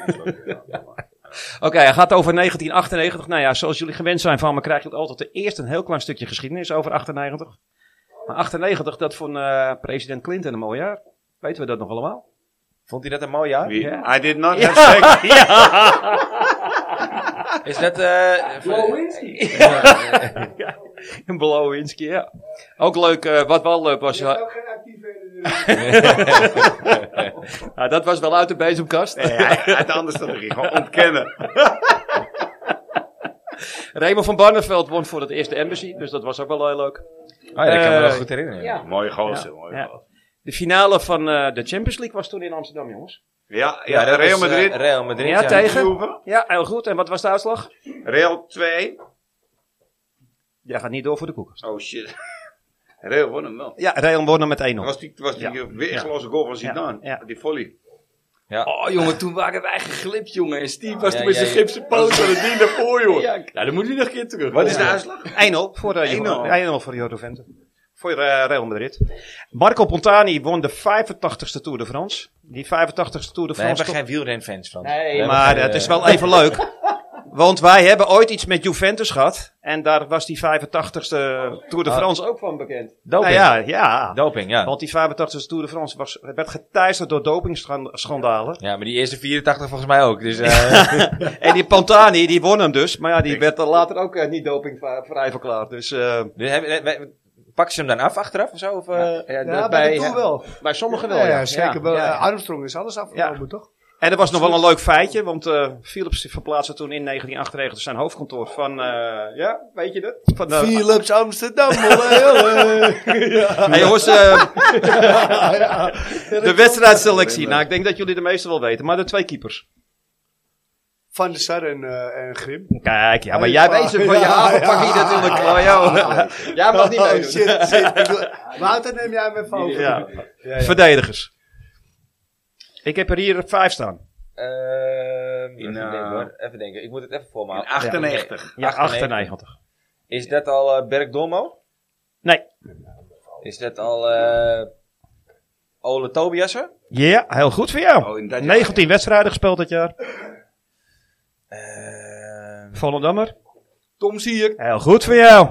Oké, hij gaat over negentien achtennegentig. Nou ja, zoals jullie gewend zijn van me, krijg je altijd eerst een heel klein stukje geschiedenis over achtennegentig. Maar achtennegentig, dat vond uh, president Clinton een mooi jaar. Weten we dat nog allemaal? Vond hij dat een mooi jaar? Wie? Ja. I did not Ja. have sex. Ja. Is dat... eh Lewinsky. Een Blowinski, ja. Ook leuk, uh, wat wel leuk was... Je Uh, hebt ook geen actieve... uh, dat was wel uit de bezemkast. Nee, hij, hij had anders dan gewoon ontkennen. Raymond van Barneveld won voor het eerste Embassy, dus dat was ook wel heel leuk. Oh ja, dat kan me Uh, wel goed herinneren. ja. Mooie gozer, Ja, mooie ja. gozer. De finale van uh, de Champions League was toen in Amsterdam, jongens. Ja, ja, dat Real was, eh, Madrid. Real Madrid, Ja, ja. tegen? Ja, heel goed. En wat was de uitslag? Real twee. Jij gaat niet door voor de koekers. Oh shit. Real won hem wel. Ja, Real won met één nul. Was die, was die Ja. weergeloze goal van Zidane. Ja, ja. Die volley. Oh jongen, toen waren wij geglipt jongen. En Steve was Ja, toen met ja, zijn ja. gipsen poot van het ding daarvoor joh. Ja. Nou, dan moet hij nog een keer terug. Wat is de uitslag? één nul voor, uh, één nul. één nul voor Jordo Vente. Voor uh, Real Madrid. Marco Pontani won de vijfentachtigste Tour de France. Die vijfentachtigste Tour de We France... hebben geen wielrenfans, Frans. We Nee, hebben maar geen, het eh, is wel even leuk. Want wij hebben ooit iets met Juventus gehad. En daar was die vijfentachtigste Tour de Ah. France ook van bekend. Doping. Nou ja, ja. Doping, ja. Want die vijfentachtigste Tour de France was, werd geteisterd door dopingschandalen. Ja, maar die eerste vierentachtig volgens mij ook. Dus, eh En die Pantani, die won hem dus. Maar ja, die werd dan later ook uh, niet dopingvrij verklaard. Dus uh, dus hebben- we- we- pakken ze hem dan af achteraf of zo? Of, eh? ja, Ja, dat bij de Tour wel. bij sommigen wel, Ja, ja. ja, zeker wel. Ja, ja. Uh, Armstrong is alles afgenomen, toch? En er was nog wel een leuk feitje, want uh, Philips verplaatste toen in negentien achtennegentig zijn hoofdkantoor van, uh, ja, weet je dat? Van, uh, Philips Amsterdam, olé, olé. Hey jongens, uh, de wedstrijdselectie. Nou, ik denk dat jullie de meeste wel weten, maar de twee keepers. Van der Sar en, uh, en Grim. Kijk, ja, maar jij weet ze van je Ja, havenpakkie ja. natuurlijk. Oh, joh. Jij mag niet Oh, meedoen. shit, shit. Ik bedoel, Wouter, neem jij me van over. Ja. Ja, ja. Verdedigers. Ik heb er hier vijf staan. Ehm, In, even, eh, denken, hoor. even denken, ik moet het even voor me In houden. achtennegentig. Ja, achtennegentig. Is dat al uh, Berk Dolmo? Nee. Is dat al uh, Ole Tobiassen? Ja, heel goed voor jou. Oh, in dat jaar. negentien wedstrijden gespeeld dit jaar. Uh, Volendammer. Tom Sier. Heel goed voor jou.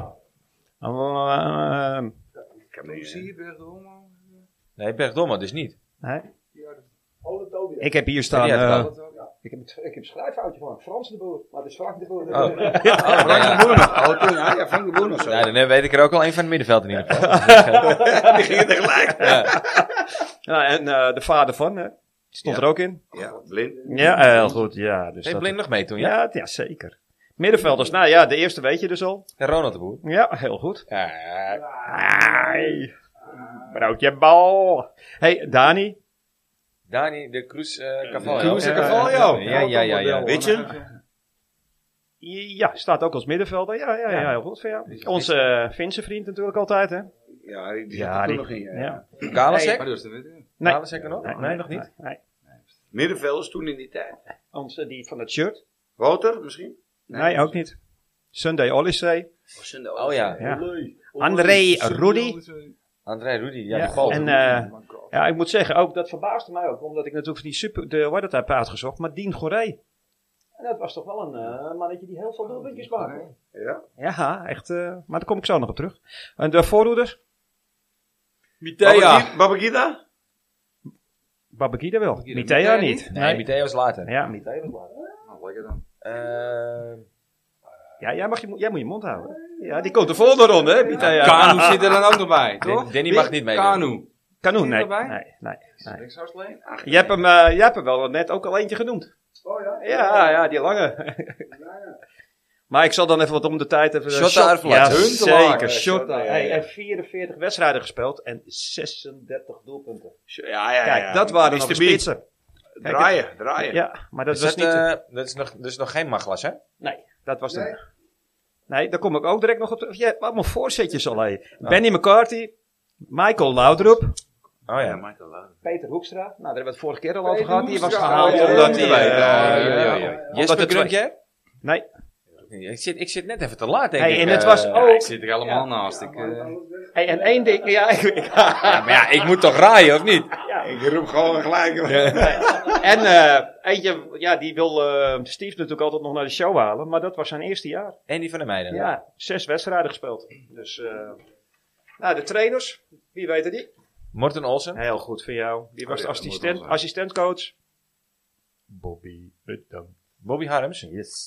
Uh, Ik heb niet gezien. nee, Berk Dolmo dus niet. nee. Ole Tobias. Ik heb hier staan. Ja, die had Uh, het ik heb, ik heb een schrijffoutje van Frans de Boer. Maar het is Frank de Boer. Oh. Oh, Frank de Boer nog. Oh, toen, ja, ja, Frank de Boer nog zo. Ja, dan weet ik er ook al één van het middenveld in ieder geval. Die gingen tegelijk. Ja. Ja, en uh, de vader van, hè? Stond Ja. er ook in. Ja, blind. Ja, heel goed. Ja, dus Deed dat- Blind nog mee toen, ja? Ja, ja, zeker. Middenvelders, nou ja, de eerste weet je dus al. En Ronald de Boer. Ja, heel goed. Ja, Ai. Broodje bal. Hey, Dani. Dani de Cruz uh, Cavallo. Cruz de Cavallo. Ja, ja, ja. ja. Weet je? Ja, staat ook als middenvelder. Ja, ja, ja, heel goed voor jou. Onze uh, Finse vriend natuurlijk altijd, hè? Ja, die, die Ja, zat er die- toen nog in. Ja. Ja. Galasek? Maar dus, dat weet ik. Nee. Galasek er nog? Nee, nog niet. Nee. Middenvelders toen in die tijd. Onze die van het shirt. Wouter misschien? Nee, ook niet. Sunday Odyssey. Oh ja. Ja. André Rudy. André Rudy, ja, Ja, die valt. en uh, ja, ik moet zeggen, ook dat verbaasde mij ook, omdat ik natuurlijk die super, de, hoe heet dat heb uitgezocht, maar Dien Goré. En dat was toch wel een uh, mannetje die heel veel doelpuntjes maakte. Ja. Ja, echt, uh, maar daar kom ik zo nog op terug. En de voorhoeders? Mitea. Babagida? Babakida wel. Babakida. Mitea Mitea niet. niet? Nee, Mitea was later. Ja, Mitea was later. Oh, lekker dan. Eh, Ja, jij, mag je, jij moet je mond houden. Ja, die komt er vol door hè, Mitea. Kanu zit er dan ook nog bij, toch? Danny mag niet meedoen. Kanu. Kanoen, Zit nee. erbij? Nee, nee, nee. Ik zou het alleen. Je hebt hem, uh, je hebt hem wel net ook al eentje genoemd. Oh ja? Ja, ja, die lange. Maar ik zal dan even wat om de tijd even... Shotta Shot- Arvelaars. Ja, Huntelaar. zeker. Ja, Shot. Shotta, ja, Hey, ja. en vierenveertig wedstrijden gespeeld en zesendertig doelpunten. Ja, ja, ja. Kijk, dat waren nog de mister B. spitsen. Kijk, Draaien, draaien. Ja, maar dat Is was dat, niet... eh, dat, is nog, dat is nog geen Maglas, hè? Nee, dat was Nee? de... Nee, daar kom ik ook direct nog op terug. Ja, allemaal voorzetjes al, hé. Benny McCarthy, Michael Laudrup, Oh Ja, ja. Michael Laudrup. Peter Hoekstra. Nou, daar hebben we het vorige keer al over Peter gehad. Die was Hoekstra. gehaald Oh, ja, omdat ja, hij... ja, ja, eh, ja, ja, ja. omdat Jesper het twee- Gruntje? Nee. Ik zit, ik zit net even te laat, denk Hey, ik. en het eh. was Ja, ook... ik zit er helemaal naast. Ik, eh, Hey, en één ding... Ja, ik, ik- Ja, maar ja, ik moet toch raaien, of niet? Ik roep gewoon gelijk. En eh, eentje, ja, die wil eh, Steve natuurlijk altijd nog naar de show halen. Maar dat was zijn eerste jaar. En die van de meiden. Ja, zes wedstrijden gespeeld. Dus, eh nou, de trainers, wie weten die? Morten Olsen. Heel goed voor jou. Die was Oh ja, assistent, Morten Olsen. assistentcoach. Bobby Hutton. Bobby Harms. Yes.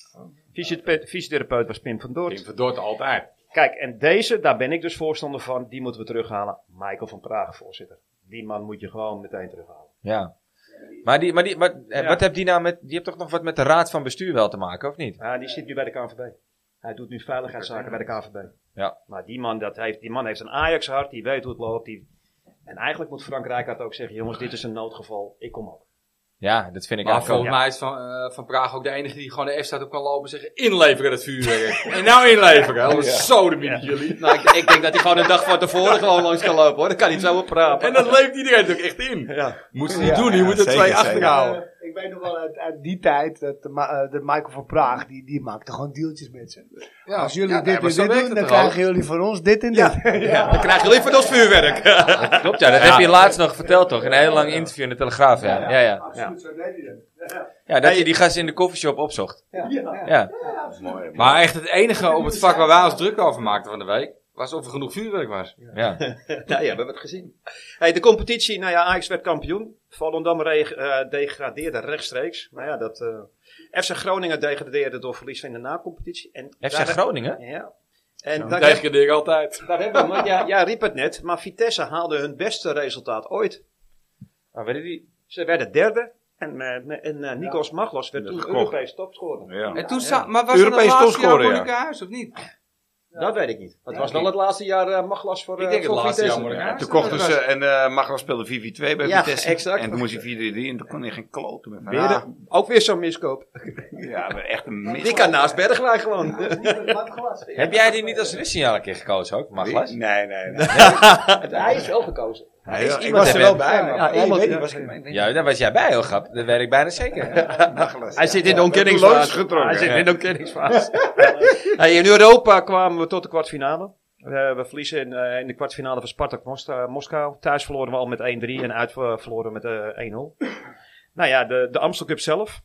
Fysiotherapeut, fysiotherapeut was Pim van Dort. Pim van Dort altijd. Kijk, en deze, daar ben ik dus voorstander van. Die moeten we terughalen. Michael van Praag, voorzitter. Die man moet je gewoon meteen terughalen. Ja. Maar, die, maar, die, maar Ja. wat heeft die nou met... Die heeft toch nog wat met de raad van bestuur wel te maken, of niet? Ja, die zit nu bij de K N V B. Hij doet nu veiligheidszaken bij de K N V B. Ja. Maar die man, dat heeft, die man heeft een Ajax-hart. Die weet hoe het loopt. Die... En eigenlijk moet Frank Rijkaard ook zeggen... Jongens, dit is een noodgeval. Ik kom ook. Ja, dat vind ik Maar eigenlijk volgens ook. mij is Van, uh, van Praag ook de enige die gewoon de F-staat op kan lopen en zeggen... Inleveren het vuurwerk. En nou inleveren. Anders zo de binnen jullie. Nou, ik, ik denk dat hij gewoon een dag van tevoren gewoon langs kan lopen, hoor. Dat kan niet zo op praten. En dat leeft iedereen ook echt in. Ja. Moet ze niet doen, je moet er zeker, twee zeker. achterhouden. Eh, ik weet nog wel uit, uit die tijd dat, de Ma- eh, dat Michael van Praag, die, die maakte gewoon deeltjes met ze. Ja. Als jullie Ja, dit nee, maar en zo dit werkt doen, het dan toch ook? krijgen jullie van ons dit en dit. Ja, dan krijgen jullie van ons vuurwerk. Klopt, ja. Dat heb je laatst nog verteld, toch? In een heel lang interview in de Telegraaf, ja. Ja, ja. Absoluut, zo deed hij dat. Ja, dat je die gast in de koffieshop opzocht. Ja. Mooi. Maar echt het enige op het vak waar wij ons druk over maakten van de week... was of er genoeg vuurwerk was. Ja. Nou ja, we hebben het gezien. Hey, de competitie, nou ja, Ajax werd kampioen. Volendam re- uh, degradeerde rechtstreeks. Nou ja, dat... Uh, F C Groningen degradeerde door verlies in de na-competitie. En F C daar- Groningen? Ja. En Dat daar, heb, degradeer ik altijd. daar hebben we, maar ja, ja, riep het net, maar Vitesse haalde hun beste resultaat ooit. Oh, weet je die? Ze werden derde. En, uh, en uh, Nikos Maglos werd Dat toen is gekocht. Europees topscorer. Ja. En toen sta- maar was Europees het het laatste jaar topscorer, ja. Monica Huis of niet? Dat weet ik niet. Het was wel het laatste jaar uh, Maglas voor, uh, Ik denk het voor laatste Vitesse. jaar Monica Huis. Toen kochten ze en uh, Maglas speelde vier vier twee bij Ja, Vitesse. exact. En toen moest hij vier drie drie en toen kon hij geen kloten meer. Weer de- ook weer zo'n miskoop. Ja, maar echt een mis. Die kan naast Bergwijn gewoon. Heb jij die niet als rustsignaal een keer gekozen ook, Maglas? Nee, nee, nee. Hij is wel gekozen. nee is ik iemand was er heeft- wel bij, maar Ja, ja, iemand- weet niet, was ik Ja, daar was jij bij, heel grap. Dat weet ik bijna zeker. Maglas. Hij zit in de Ja, ontkenningsfase. loodjes getrokken. Hij zit Ja. in de ontkenningsfase. Hey, in Europa kwamen we tot de kwartfinale. Uh, we verliezen in, uh, in de kwartfinale van Spartak Mos- uh, Moskou. Thuis verloren we al met één drie en uit uh, verloren met uh, één nul. Nou ja, de, de Amstel Cup zelf.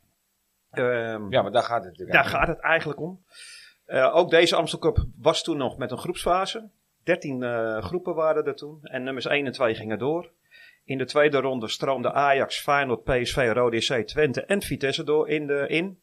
Um, Ja, maar daar gaat het natuurlijk Daar aan. gaat het eigenlijk om. Uh, ook deze Amstel Cup was toen nog met een groepsfase. dertien uh, groepen waren er toen. En nummers één en twee gingen door. In de tweede ronde stroomden Ajax, Feyenoord, P S V, Rode J C, Twente en Vitesse door in. De, in.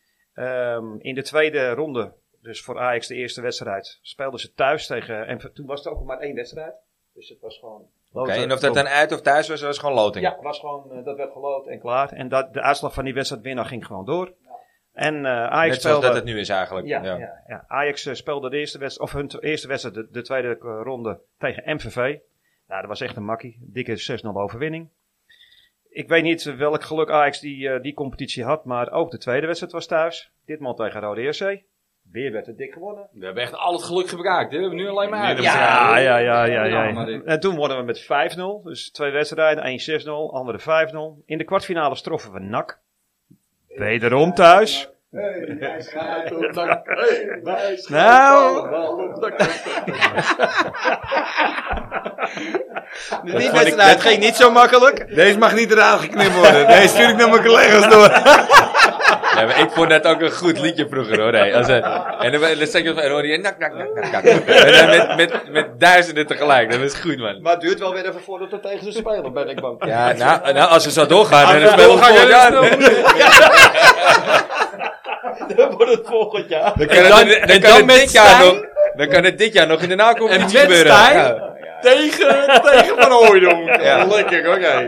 Um, in de tweede ronde, dus voor Ajax de eerste wedstrijd, speelden ze thuis tegen... En toen was het ook maar één wedstrijd. Dus het was gewoon... Oké, en of dat dan uit of thuis was, was gewoon loting. Ja, was gewoon, uh, dat werd geloot en klaar. En dat, de uitslag van die wedstrijd winnaar ging gewoon door. En uh, Ajax Net zoals speelde... dat het nu is eigenlijk. Ja, Ja. ja. Ja, Ajax uh, speelde de eerste wedstrijd, of hun t- eerste wedstrijd, de, de tweede uh, ronde tegen M V V. Nou, dat was echt een makkie. Dikke zes nul overwinning. Ik weet niet uh, welk geluk Ajax die, uh, die competitie had, maar ook de tweede wedstrijd was thuis. Ditmaal tegen Rode J C. Weer werd het dik gewonnen. We hebben echt al het geluk gebruikt. Hè? We hebben nu alleen maar uit. Ja, ja, ja, ja, Ja, maar ja. dit- En toen wonnen we met vijf nul. Dus twee wedstrijden, één zes nul, andere vijf nul. In de kwartfinale troffen we N A C. Wederom thuis. Hey, hij schijnt op dat- hey, wij schijnt Nou. allemaal op dat- Die wedstrijd ging niet zo makkelijk. Deze mag niet eruit geknipt worden. Deze stuur ik naar mijn collega's door. Ja, maar ik vond dat ook een goed liedje vroeger hoor. Hey. Als, uh, en dan, dan zeg je en hoor je nak, nak, nak, nak, nak. En dan met, met, met duizenden tegelijk. Dat is goed man. Maar het duurt wel weer even voordat we tegen ze spelen, ben ik bang. Ja, nou, nou als we zo doorgaan, dan Als we spelen we doorgaan, volgend ja, jaar. Dan wordt het volgend jaar. Dan kan het, dan- dan, en kan dan het met dit jaar Stijn? nog, dan kan het dit jaar nog in de nacompetitie En met gebeuren. Stijn? Ja. Tegen, tegen Van Hooijdonk. Ja. Lekker, oké.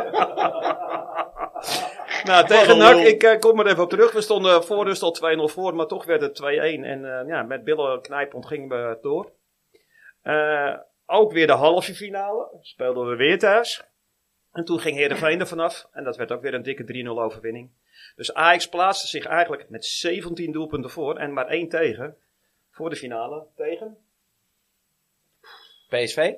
Nou, tegen N A C, ik uh, kom er even op terug. We stonden voor rust al twee nul voor, maar toch werd het twee een. En uh, ja, met billen knijp ontgingen we het door. Uh, ook weer de halve finale. Speelden we weer thuis. En toen ging Heerenveen er vanaf. En dat werd ook weer een dikke drie nul overwinning. Dus Ajax plaatste zich eigenlijk met zeventien doelpunten voor. En maar één tegen. Voor de finale tegen. P S V?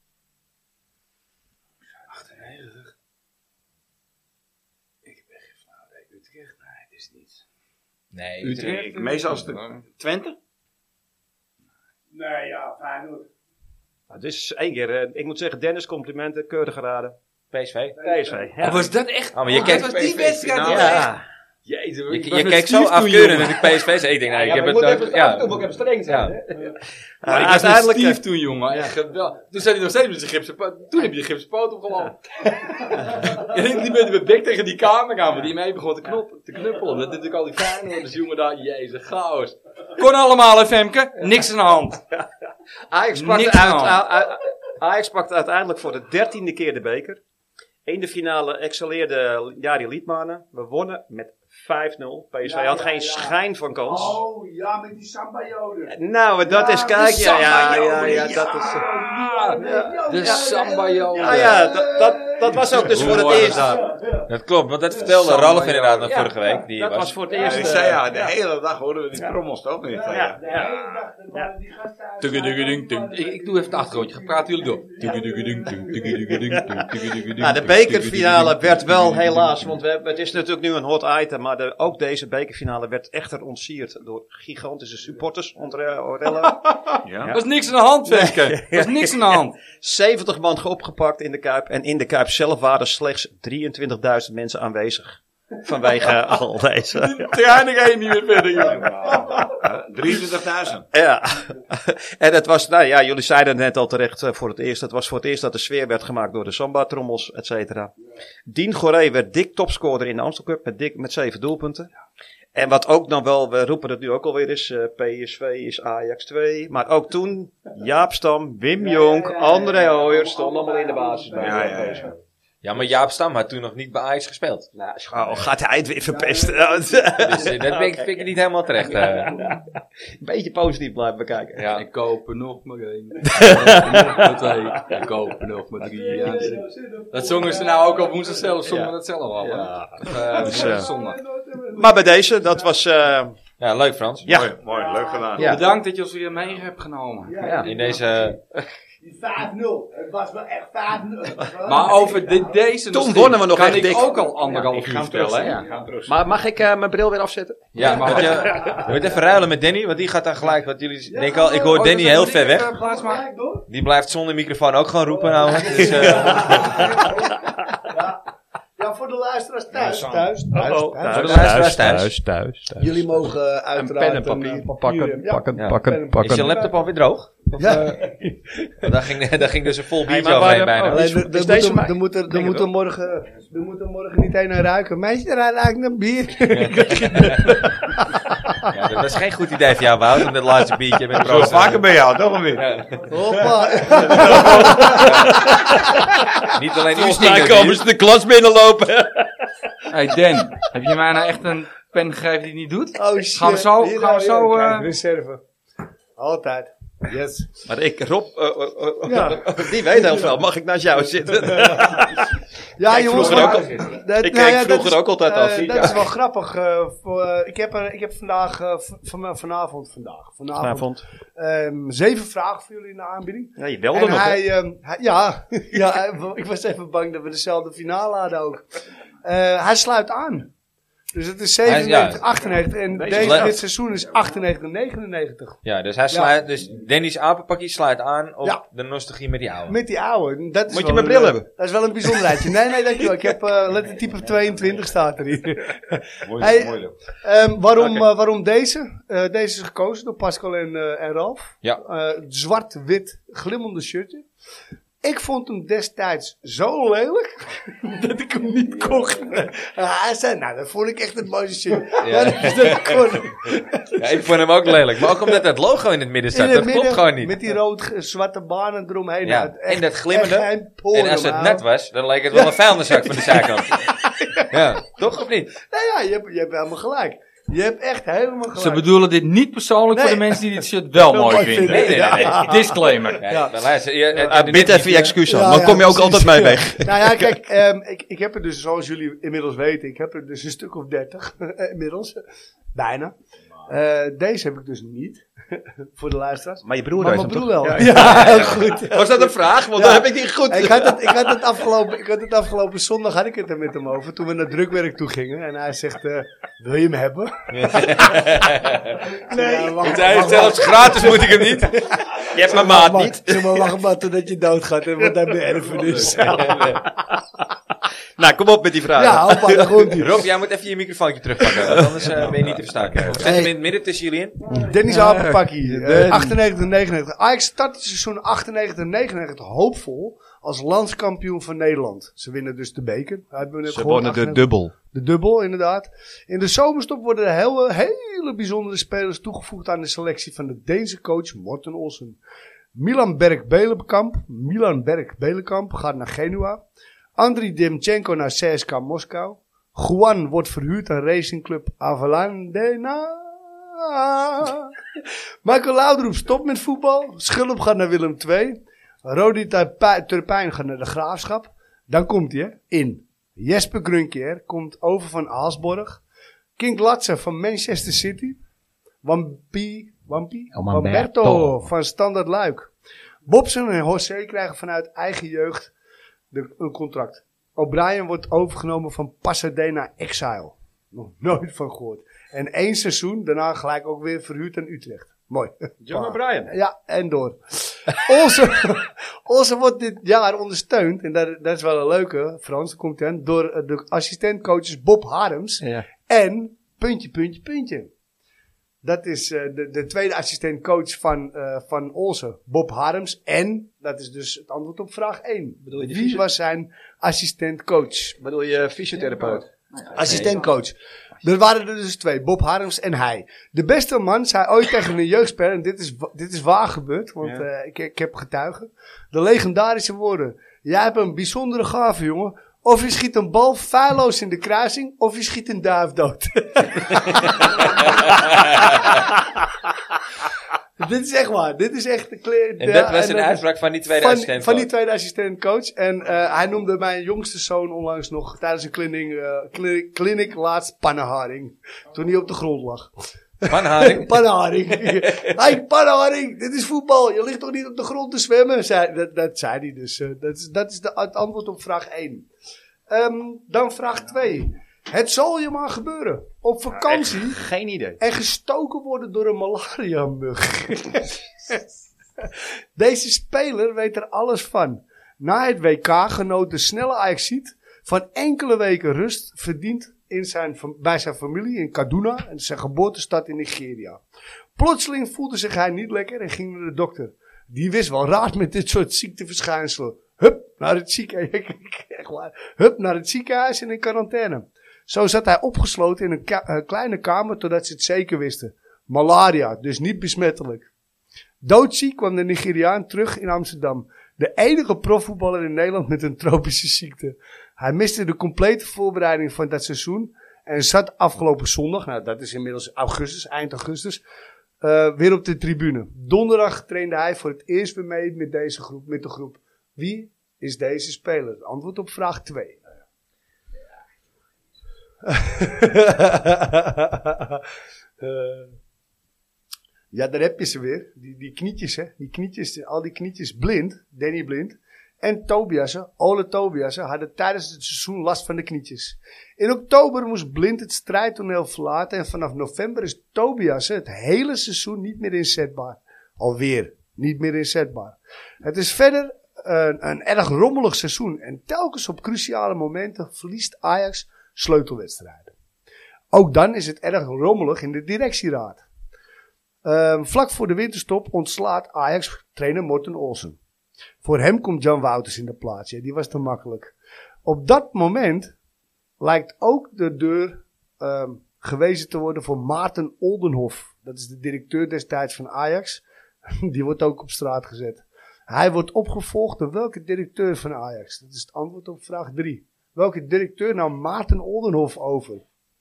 Utrecht? Nee, het is niet. Nee, Utrecht. Ik, meestal als het Twente? Nee, ja, Feyenoord. Nou, dit is één keer. Uh, ik moet zeggen, Dennis, complimenten. Keurig geraden. P S V. P S V. Ja. Oh, was dat echt? Oh, maar je Oh, kent dat was die P S V wedstrijd. finale. die was echt- Ja. Jezus, Je, ik je was met keek zo Steve toen, afkeurend jongen. dat ik P S V zei. Ik denk, nou, ik Ja, heb maar het ik moet nooit... even, Ja. af en toe moet ik even streng zijn. Ja. hè. Maar ik was met uiteindelijk, Steve toen, jongen. Echt geweldig. Toen zei hij nog steeds met zijn gipsen poot. Toen heb je je gipsen poot opgelopen. En ik liep met mijn bek tegen die kamer aan, maar die mee begon te, knop, te knuppelen. Dat natuurlijk al die Feyenoorders, jongen daar. Jezus, chaos. Kon allemaal, hè, Femke? Niks aan de hand. Ajax pakte, Niks uit, aan. a- a- Ajax pakte uiteindelijk voor de dertiende keer de beker. In de finale excelleerde Jari Liedmanen. We wonnen met vijf nul. P S V Ja, had ja, geen ja. schijn van kans. Oh, ja, met die Samba-joden. Nou, maar dat Ja, is, kijk, die ja, ja, ja, Samba-joden, ja, dat is... ja. De Samba-joden. Ja, ja, dat, dat, dat was ook dus Hoe voor het mooi was eerst. dat? Dat klopt, want dat vertelde Samba, Ralf ja. inderdaad nog Ja, vorige week. Die dat was, was voor het Ja, eerst. ik eh, zei ja, de hele dag hoorden we die trommels toch niet. ja, Ja. ja. Tuggeduggedung-dung. Ik, ik doe even het achtergrondje. Praten jullie door. Tuggeduggedung-dung, tuggeduggedung-dung, tuggeduggedung. Nou, de bekerfinale werd wel helaas, want we hebben, het is natuurlijk nu een hot item, maar de, ook deze bekerfinale werd echter ontsierd door gigantische supporters onder uh, Orella. Ja. Er was niks aan de hand, Femke. Er was niks aan de hand. zeventig man opgepakt in de Kuip en in de Kuip zelf waren slechts drieëntwintigduizend mensen aanwezig. Vanwege al deze. Trein ik één niet meer verder, jongen. drieëntwintigduizend. Ja. En het was, nou ja, jullie zeiden het net al terecht uh, voor het eerst. Het was voor het eerst dat de sfeer werd gemaakt door de Samba-trommels, et cetera. Dien Goré werd dik topscorer in de Amstel Cup met, dik, met zeven doelpunten. En wat ook nog wel, we roepen het nu ook alweer eens, uh, P S V is Ajax twee. Maar ook toen, Jaap Stam, Wim Jonk, André Ooyer stonden allemaal in de basis. bij Ja, ja, ja. P S V. ja, maar Jaap Stam had toen nog niet bij Ajax gespeeld. Nou, oh, gaat hij het weer verpesten? Dus eh, dat vind ik, vind ik niet helemaal terecht. eh. Een beetje positief blijven bekijken. Ja. Ik koop er nog maar één. Ik koop er nog maar twee. Ik koop er nog maar drie. Ja, dat zongen ze nou ook al woensdag zelf. Zongen Ja. we dat zelf al. hè? Ja. Uh, Dus, eh, zondag. Maar bij deze, dat was... uh, Ja, leuk Frans. ja, Mooi, mooi, leuk gedaan. Ja. Bedankt dat je ons weer mee hebt genomen. Ja, in deze... Die vijf nul. Het was wel echt vijf nul. Maar over de, deze Toen nog wonnen we nog kan echt ik dik. ook al anderhalf Ik uur ga hem vertellen. hè? terugzetten. maar mag ik uh, mijn bril weer afzetten? Ja, maar- want je, je moet even ruilen met Danny, want die gaat dan gelijk, wat jullie denken al, ik hoor Oh, Danny dus heel moet ik ver weg. even plaats maken? Die blijft zonder microfoon ook gewoon roepen nou. Dus, eh, Ja, voor de luisteraars thuis. Ja, Thuis, thuis, Oh, thuis. voor de luisteraars thuis. thuis, thuis. Jullie mogen uh, uiteraard pen en papier een, uh, pakken, ja, pakken, Ja. pakken, Pen en pakken. Is je laptop alweer droog? Of, Ja. eh, daar, ging, daar ging dus een vol Hey, biertje maar waar overheen de- bijna. oh, Alleen, is- er- is er deze moet- mij? er moet er- er Denk moet het er morgen, er moet er morgen niet een naar ruiken. Meisje, daar ruikt een bier. Ja, dat was geen goed idee voor jou, Wout, om dat laatste biertje met Zo proost. vaker bij jou, toch of niet? Ja. Hoppa. Niet alleen Volgens uw mij stinker komen ze de klas binnenlopen. Hey Dan, heb je mij nou echt een pen gegeven die het niet doet? Oh shit. Gaan we zo- Hier, gaan we nou, zo, hier, kijk, eh, reserve. Altijd. Yes. Maar ik, Rob, uh, uh, uh, Ja. die weet heel veel. Mag ik naast jou zitten? Ja, Kijk, jongens. vroeger maar- ook dat- Ik nou keek ja, dat vroeger is- ook altijd eh, af. Dat is wel grappig. eh, voor, eh, ik, heb er, ik heb vandaag, eh, v- van, vanavond, vandaag, vanavond, Vanavond. ehm, zeven vragen voor jullie in de aanbieding. Ja, je belde En nog. hè? hij, ehm, hij- ja, ja hij- ik was even bang dat we dezelfde finale hadden ook. Eh, hij sluit aan. Dus het is zevenennegentig, ja. achtennegentig en Deze deze, leuk. dit seizoen is achtennegentig, negenennegentig. Ja, dus hij sluit, dus Danny's apenpakje sluit aan op Ja. de nostalgie met die oude. Met die oude. Dat is Moet je wel mijn een, bril eh, hebben? Dat is wel een bijzonderheidje. Nee, nee, dankjewel. Ik heb uh, lettertype tweeëntwintig staat er hier. Moeilijk, Hey, moeilijk. Ehm, waarom, Oké. eh, waarom deze? Eh, deze is gekozen door Pascal en, eh, en Ralf. Ja. Eh, zwart-wit glimmende shirtje. Ik vond hem destijds zo lelijk dat ik hem niet kocht. Uh, hij zei, nou, dat vond ik echt het mooiste shirtje. Ja. Ja, dus dat kon. Ja, ik vond hem ook lelijk. Maar ook omdat het logo in het midden In staat. het Dat klopt midden, gewoon niet. met die rood-zwarte banen eromheen. Ja, Nou, het echt- en dat glimmende. echt geen poren, En als het man. net was, dan leek het wel een vuilniszak van de zijkant. Ja, toch of niet? Nou ja, je hebt, je hebt helemaal gelijk. Je hebt echt helemaal gelijk. Ze bedoelen dit niet persoonlijk voor Nee. de mensen die dit shirt wel mooi mooi vinden. vinden. Nee, nee, nee. Ja. Disclaimer. Ja, Ja. dan luister, je, je, Ah, bied even je excuus aan, Ja, dan ja, kom je ook precies. altijd mee Ja. weg. Nou ja, kijk, ehm, ik, ik heb er dus, zoals jullie inmiddels weten, ik heb er dus een stuk of dertig inmiddels. Bijna. Eh, deze heb ik dus niet. Voor de luisteraars. Maar je broer Maar heeft mijn hem broer toch? wel. Ja, heel goed. Was dat een vraag? Want Ja. dan heb ik die goed. Ik had, het, ik, had het afgelopen, ik had het afgelopen zondag had ik het er met hem over. Toen we naar drukwerk toe gingen. En hij zegt, eh, wil je hem hebben? nee. Moet hij zelfs gratis moet ik hem niet. Je hebt mijn maat niet. Zeg maar, wacht maar totdat je doodgaat. En wat heb je erfenis? Nou Nou, kom op met die vraag. Ja, hoppa, daar komt ie. Rob, jij moet even je microfoontje terugpakken, want anders uh, ben je niet te verstaan. Zet hem in het midden tussen jullie in. Dennis Apenpakkie, uh, achtennegentig negenennegentig. Ajax start het seizoen achtennegentig negenennegentig hoopvol als landskampioen van Nederland. Ze winnen dus de beker. Hebben we net Ze gehoord, wonnen de achtennegentig dubbel. De dubbel, inderdaad. In de zomerstop worden er hele, hele bijzondere spelers toegevoegd aan de selectie van de Deense coach Morten Olsen. Milan Berg-Belenkamp, Milan Berg-Belenkamp gaat naar Genua. Andriy Demchenko naar C S K A Moskou. Juan wordt verhuurd aan racingclub Avalandena. Michael Laudrup stopt met voetbal. Schulp gaat naar Willem twee. Rodi Turpijn gaat naar de Graafschap. Dan komt hij, hè, in. Jesper Grunkeer komt over van Aalsborg. King Latze van Manchester City. Wampi, Wampi? Oh, Wamberto Wamberto van Standard Luik. Bobson en José krijgen vanuit eigen jeugd de, een contract. O'Brien wordt overgenomen van Pasadena Exile. Nog nooit van gehoord. En één seizoen, daarna gelijk ook weer verhuurd aan Utrecht. Mooi. John O'Brien. Ja, en door. Olsen, Olsen wordt dit jaar ondersteund, en dat, dat is wel een leuke, Frans, dat komt aan, door uh, de assistentcoaches Bob Harms Ja. en puntje, puntje, puntje. Dat is uh, de, de tweede assistentcoach van, uh, van Olsen, Bob Harms. En, dat is dus het antwoord op vraag één. Bedoel je de Wie fysio- was zijn assistentcoach? Bedoel je fysiotherapeut? Assistentcoach. Er waren er dus twee, Bob Harms en hij. De beste man zei ooit tegen een jeugdspeler, en dit is, wa- dit is waar gebeurd, want Ja. uh, ik, ik heb getuigen. De legendarische woorden. Jij hebt een bijzondere gave, jongen. Of je schiet een bal feilloos in de kruising, of je schiet een duif dood. Dit is echt waar. Dit is echt de kle- En dat was en een dat- uitspraak van die tweede van, assistent. van die tweede assistentcoach. En uh, hij noemde mijn jongste zoon onlangs nog tijdens een clinic, uh, clinic, clinic laatst pannenharing. Toen hij op de grond lag. Van Haring. Pannenharing. Hey, pannenharing, dit is voetbal. Je ligt toch niet op de grond te zwemmen? Zei, dat, dat zei hij dus. Uh, dat is, dat is de, het antwoord op vraag één. Um, dan vraag twee. Het zal je maar gebeuren. Op vakantie Geen idee. en gestoken worden door een malaria-mug. Deze speler weet er alles van. Na het W K genoot de snelle Ajaxiet van enkele weken rust verdient in zijn, bij zijn familie in Kaduna, zijn geboortestad in Nigeria. Plotseling voelde zich hij niet lekker en ging naar de dokter. Die wist wel raad met dit soort ziekteverschijnselen. Hup, naar het ziekenhuis. Echt waar. Hup, naar het ziekenhuis en in quarantaine. Zo zat hij opgesloten in een ka- uh, kleine kamer totdat ze het zeker wisten. Malaria, dus niet besmettelijk. Doodziek kwam de Nigeriaan terug in Amsterdam. De enige profvoetballer in Nederland met een tropische ziekte. Hij miste de complete voorbereiding van dat seizoen. En zat afgelopen zondag, nou dat is inmiddels augustus, eind augustus, uh, weer op de tribune. Donderdag trainde hij voor het eerst weer mee met deze groep, met de groep. Wie is deze speler? Antwoord op vraag twee. uh, ja, daar heb je ze weer. Die, die knietjes, hè. Die knietjes, al die knietjes blind. Danny Blind. En Tobiasen, Ole Tobiasen, hadden tijdens het seizoen last van de knietjes. In oktober moest Blind het strijdtoneel verlaten. En vanaf november is Tobiasen het hele seizoen niet meer inzetbaar. Alweer niet meer inzetbaar. Het is verder een, een erg rommelig seizoen. En telkens op cruciale momenten verliest Ajax sleutelwedstrijden. Ook dan is het erg rommelig in de directieraad. Um, vlak voor de winterstop ontslaat Ajax trainer Morten Olsen. Voor hem komt Jan Wouters in de plaats. Ja, die was te makkelijk. Op dat moment lijkt ook de deur um, gewezen te worden voor Maarten Oldenhof. Dat is de directeur destijds van Ajax. Die wordt ook op straat gezet. Hij wordt opgevolgd door welke directeur van Ajax? Dat is het antwoord op vraag drie. Welke directeur nam Maarten Oldenhof over?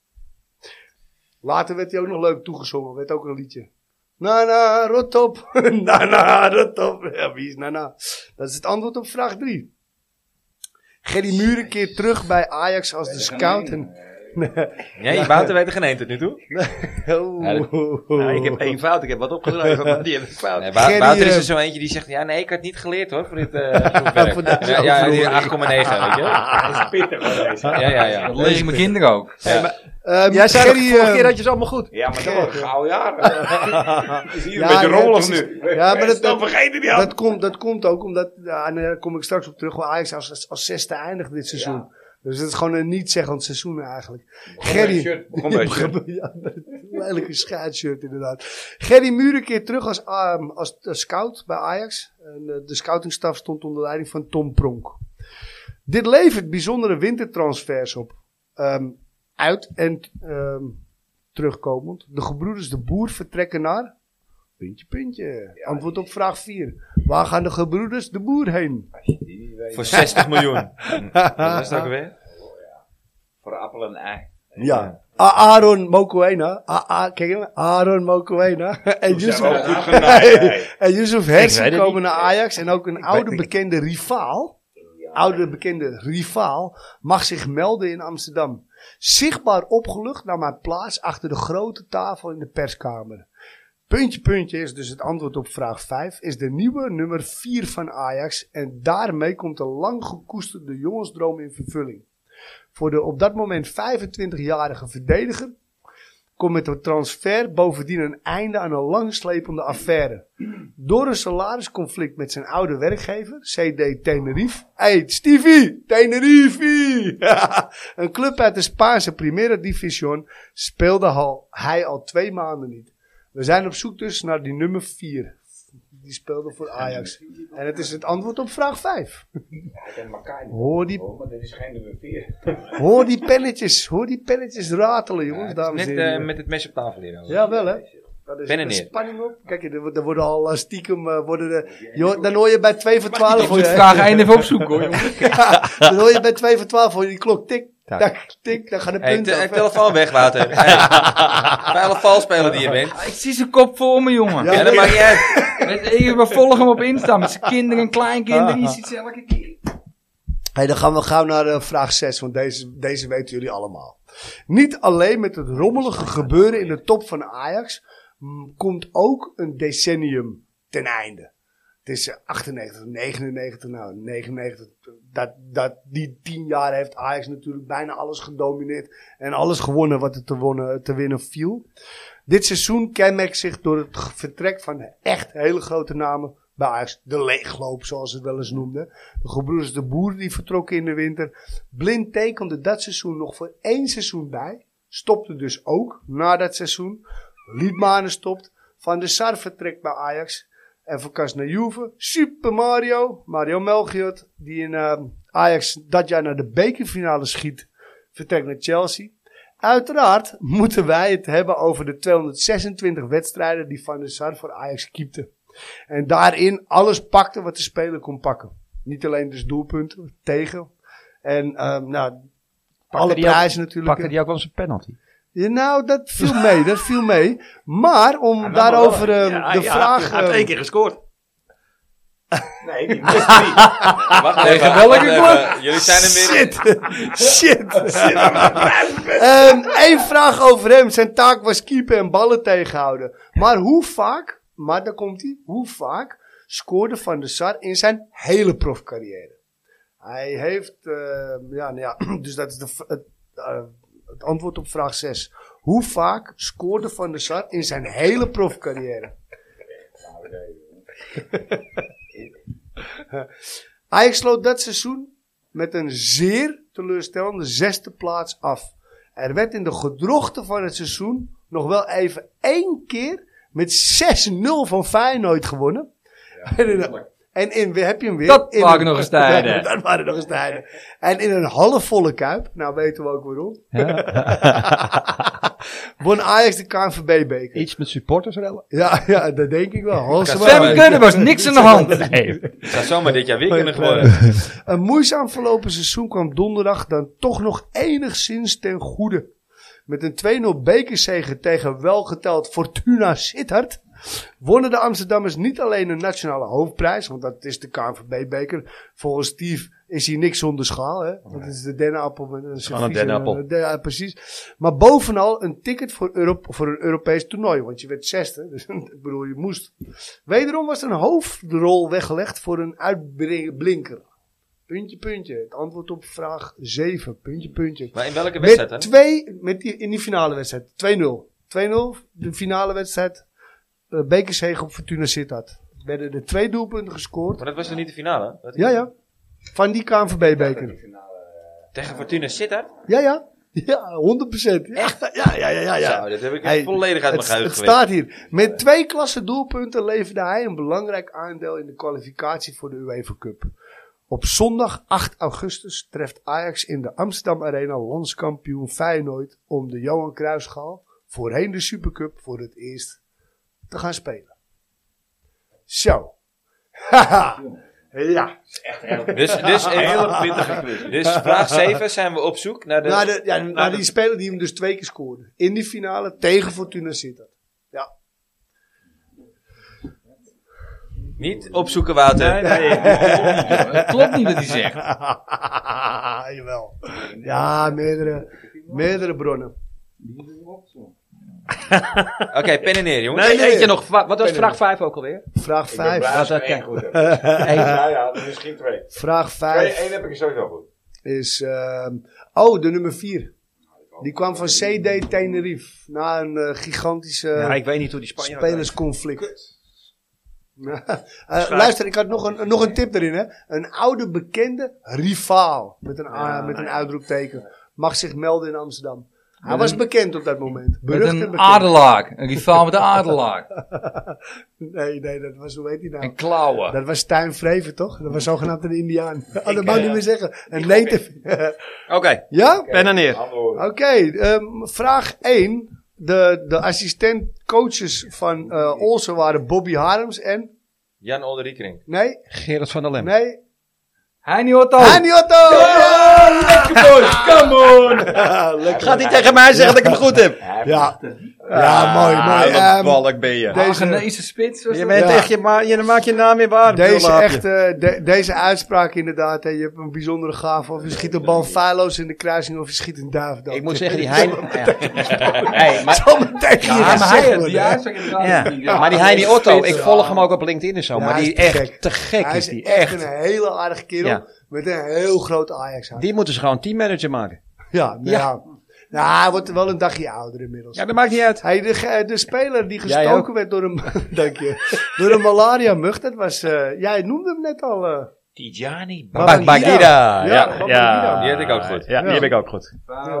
Later werd hij ook nog leuk toegezongen. Werd ook een liedje. Nana, rot op. Nana, rot op. Ja, wie is Nana? Dat is het antwoord op vraag drie. Gerry Muren keert terug bij Ajax als de scout. En... Ja, je buiten weet er geen één tot nu toe. oh. Ja, dat- Nou, ik heb één fout, ik heb wat opgeschreven, maar die heb ik fout. Nee, Wa- Gerry, Wouter is eh, er zo eentje die zegt, ja nee, ik had niet geleerd hoor, voor dit uh, proefwerk. Voor deze ja, ja, die overwinning. acht komma negen, weet je wel. Dat is pittig hoor, deze. Ja, ja, ja. Dat leer ik mijn kinderen ook. Ja. Um, Jij zei Gerry, nog, vorige eh, keer dat je ze allemaal goed. Ja, maar dat was een gauw jaar. Het is hier Ja, een beetje ja, rommelig precies. nu. Ja, maar dat- Dan dat- vergeten die al. Dat komt, dat komt ook omdat, ja, en daar kom ik straks op terug, waar Ajax als, als, als zesde eindigt dit seizoen. Dus het is gewoon een niet-zeggend seizoen eigenlijk. Gerry, Begon bij het shirt. ja, met een lelijke schaatsshirt inderdaad. Gerry Muren keert terug als, um, als, als scout bij Ajax. En, uh, de scoutingstaf stond onder leiding van Tom Pronk. Dit levert bijzondere wintertransfers op. Um, uit en um, terugkomend. De gebroeders De Boer vertrekken naar... Puntje, puntje. Ja, antwoord op vraag vier. Waar gaan de gebroeders De Boer heen? Voor zestig miljoen. Wat is dat ook weer? Voor appel en ei. Ja. A- Aaron Mokoena. A- A- Kijk even. Aaron Mokoena. en Yusuf, en Yusuf Hersen komen naar Ajax. En ook een oude bekende rivaal. Oude bekende rivaal. Mag zich melden in Amsterdam. Zichtbaar opgelucht naar mijn plaats achter de grote tafel in de perskamer. Puntje, puntje is dus het antwoord op vraag vijf. Is de nieuwe nummer vier van Ajax. En daarmee komt de lang gekoesterde jongensdroom in vervulling. Voor de op dat moment vijfentwintigjarige verdediger komt met de transfer bovendien een einde aan een langslepende affaire. Door een salarisconflict met zijn oude werkgever, C D Tenerife. Hey, Stevie, Tenerife! Een club uit de Spaanse Primera División speelde al, hij al twee maanden niet. We zijn op zoek dus naar die nummer vier. Die speelde voor Ajax. En het is het antwoord op vraag vijf. Hoor die, maar dit is geen nummer vier. hoor die pennetjes, hoor die pennetjes ratelen, jongens, Ja, dames en net heren. uh, met het mes op tafel hier. Ja, wel hè. Dat is Pen en de neer. spanning op. Kijk, er, wordt- er worden al uh, stiekem, uh, worden de, joh, dan hoor je bij twee voor twaalf. Ik hoor moet je- vraag één even opzoeken hoor, jongen. Ja, dan hoor je bij twee voor twaalf hoor je die klok tik, tak, tik, dan gaan de Hey, punten te- af. telefoon weg, Wouter. Hey. Vuile valspeler die je bent. Ik zie zijn kop voor me, jongen. Ja, Ja, dat maakt niet uit. Met, ik, we volgen hem op Insta met zijn kinderen en kleinkinderen. Je ziet ze elke keer. Hey, dan gaan we gauw naar uh, vraag zes, want deze, deze weten jullie allemaal. Niet alleen met het rommelige gebeuren in de top van Ajax, m, komt ook een decennium ten einde. Het is uh, achtennegentig, negenennegentig, nou negenennegentig, dat, dat, die tien jaar heeft Ajax natuurlijk bijna alles gedomineerd en alles gewonnen wat er te, wonnen, te winnen viel. Dit seizoen kenmerkt zich door het vertrek van echt hele grote namen bij Ajax. De leegloop, zoals ze het wel eens noemden. De gebroeders De Boer die vertrokken in de winter. Blind tekende dat seizoen nog voor één seizoen bij. Stopte dus ook na dat seizoen. Liedmanen stopt. Van der Sar vertrekt bij Ajax. En verkast naar Juve. Super Mario. Mario Melchiot. Die in uh, Ajax dat jaar naar de bekerfinale schiet. Vertrekt naar Chelsea. Uiteraard moeten wij het hebben over de tweehonderdzesentwintig wedstrijden die Van der Sar voor Ajax keepte. En daarin alles pakte wat de speler kon pakken. Niet alleen dus doelpunten, tegen. En um, nou, alle die ook- prijzen natuurlijk. Pakte die ook wel eens een penalty? Ja, nou, dat viel mee, dat viel mee. Maar om daarover uh, Ja, de ja, vraag... Hij heeft uh, één keer gescoord. Nee, die mist niet. Wacht even, welke wacht even. Jullie zijn er weer. Shit. Shit. um, Eén vraag over hem. Zijn taak was keeper en ballen tegenhouden. Maar hoe vaak, maar daar komt hij, hoe vaak scoorde Van der Sar in zijn hele profcarrière? Hij heeft, uh, ja, nou ja, dus dat is de, v- het, uh, het antwoord op vraag zes. Hoe vaak scoorde Van der Sar in zijn hele profcarrière? Ajax sloot dat seizoen met een zeer teleurstellende zesde plaats af. Er werd in de gedrochten van het seizoen nog wel even één keer met zes nul van Feyenoord gewonnen. En in, en in, heb je hem weer. Dat in waren een- nog eens tijden. Ja, dat waren nog eens tijden. En in een halfvolle kuip, nou weten we ook waarom, won Ajax de K N V B-beker. Iets met supporters rellen? Ja, ja, dat denk ik wel. Hans Kan wel. Femke, er was niks aan de hand. Nee. Het zou zomaar dit jaar weer kunnen worden. Een moeizaam verlopen seizoen kwam donderdag dan toch nog enigszins ten goede. Met een twee nul bekerzege tegen welgeteld Fortuna Sittard wonnen de Amsterdammers niet alleen een nationale hoofdprijs, want dat is de K N V B-beker. Volgens Steve is hier niks zonder schaal, hè? Dat is de dennenappel met een Gewoon een dennenappel. Ja, precies. Maar bovenal een ticket voor, Europe, voor een Europees toernooi, want je werd zesde, dus ik bedoel, je moest. Wederom was er een hoofdrol weggelegd voor een uitblinker. Puntje, puntje. Het antwoord op vraag zeven. Puntje, puntje. Maar in welke wedstrijd Met dan? twee, met die, in die finale wedstrijd. twee nul. twee nul, de finale wedstrijd. Uh, bekerzege op Fortuna Sittard. Er werden er twee doelpunten gescoord. Maar dat was toch niet de finale? Wat- Ja, ja. Van die K N V B-beker. Tegen Fortuna Sittard? Ja, ja. Ja, honderd procent. Ja, ja, ja, ja. ja, ja. Zo, dat heb ik Hey, volledig uit mijn het, geheugen het geweest. staat hier. Met twee klasse doelpunten leverde hij een belangrijk aandeel in de kwalificatie voor de UEFA Cup. Op zondag acht augustus treft Ajax in de Amsterdam Arena landskampioen Feyenoord om de Johan Cruijffschaal, voorheen de Supercup, voor het eerst te gaan spelen. Zo. Haha. Ja. Dus, dus, even, dus vraag zeven zijn we op zoek naar de... Naar, de, ja, naar die speler die hem dus twee keer scoorde. In die finale tegen Fortuna Sittard. Ja. Niet opzoeken, Wouter. Het klopt niet wat hij zegt. Jawel. Ja, meerdere, meerdere bronnen. Oké, okay, pen en neer, jongens. Nee, nee, eentje nee. nog. Va- Wat was vraag vijf ook alweer? Vraag vijf. Wat, uh, kijk. Ja, ja, misschien twee. Vraag Twee, vijf één heb ik sowieso goed. is... Uh, oh, de nummer vier. Die kwam van C D Tenerife. Na een uh, gigantische Ja, ik weet niet hoe die Spanjaard spelersconflict. uh, luister, ik had nog een, nog een tip erin. Hè. Een oude bekende rivaal. Met een, Ja, uh, met een ja. uitroepteken. Mag zich melden in Amsterdam. Hij was bekend op dat moment. Met Berucht en een bekend. adelaar. Een rivaal met een adelaar. Nee, nee, dat was, hoe heet die nou? En klauwen. Dat was Stijn Vreven, toch? Dat was zogenaamd een Indiaan. Oh, dat Ik, mag uh, niet meer zeggen. Een native. Oké, Ja? pen en neer. Oké, okay, um, vraag één. De, de assistent-coaches van uh, Olsen waren Bobby Harms en... Jan Olderikering. Nee, Gerard van der Lem. nee. Heini Otto. Hani Otto! Lekker boys, come on! Lekker. Gaat hij tegen mij zeggen dat ik hem goed heb? Ja, ja mooi, mooi. Wat Um, balk ben je. deze- Hagenese spits. was Je dat? bent Ja. echt, je, ma je maakt je naam weer waar. Deze, Dullaapje. echt, uh, de, deze uitspraak inderdaad. Hè, je hebt een bijzondere gave. Of je schiet de bal feilloos in de kruising of je schiet een duifdood. Ik moet zeggen, die Hein... Ja. Hey, maar, Zometeen Ja, hier maar gezegd hij, worden, die hè. uitspraak inderdaad. ja. maar die Heini Otto, ik volg hem ook op LinkedIn en zo. Ja, Maar hij die is te echt gek. te gek Hij is is die. echt Echt. een hele aardige kerel. Ja. Met een heel groot Ajax-hart. Die moeten ze gewoon teammanager maken. Ja, nou, ja. Nou, hij wordt wel een dagje ouder inmiddels. Ja, dat maakt niet uit. Hij, de, ge- de speler die Jij gestoken ook. werd door een, dank je, door een malaria-mug, dat was, uh, jij noemde hem net al. Uh, Tijani Babangida. Babangida. Ja, Babangida. Die had ik ook goed. Ja, die heb ik ook goed.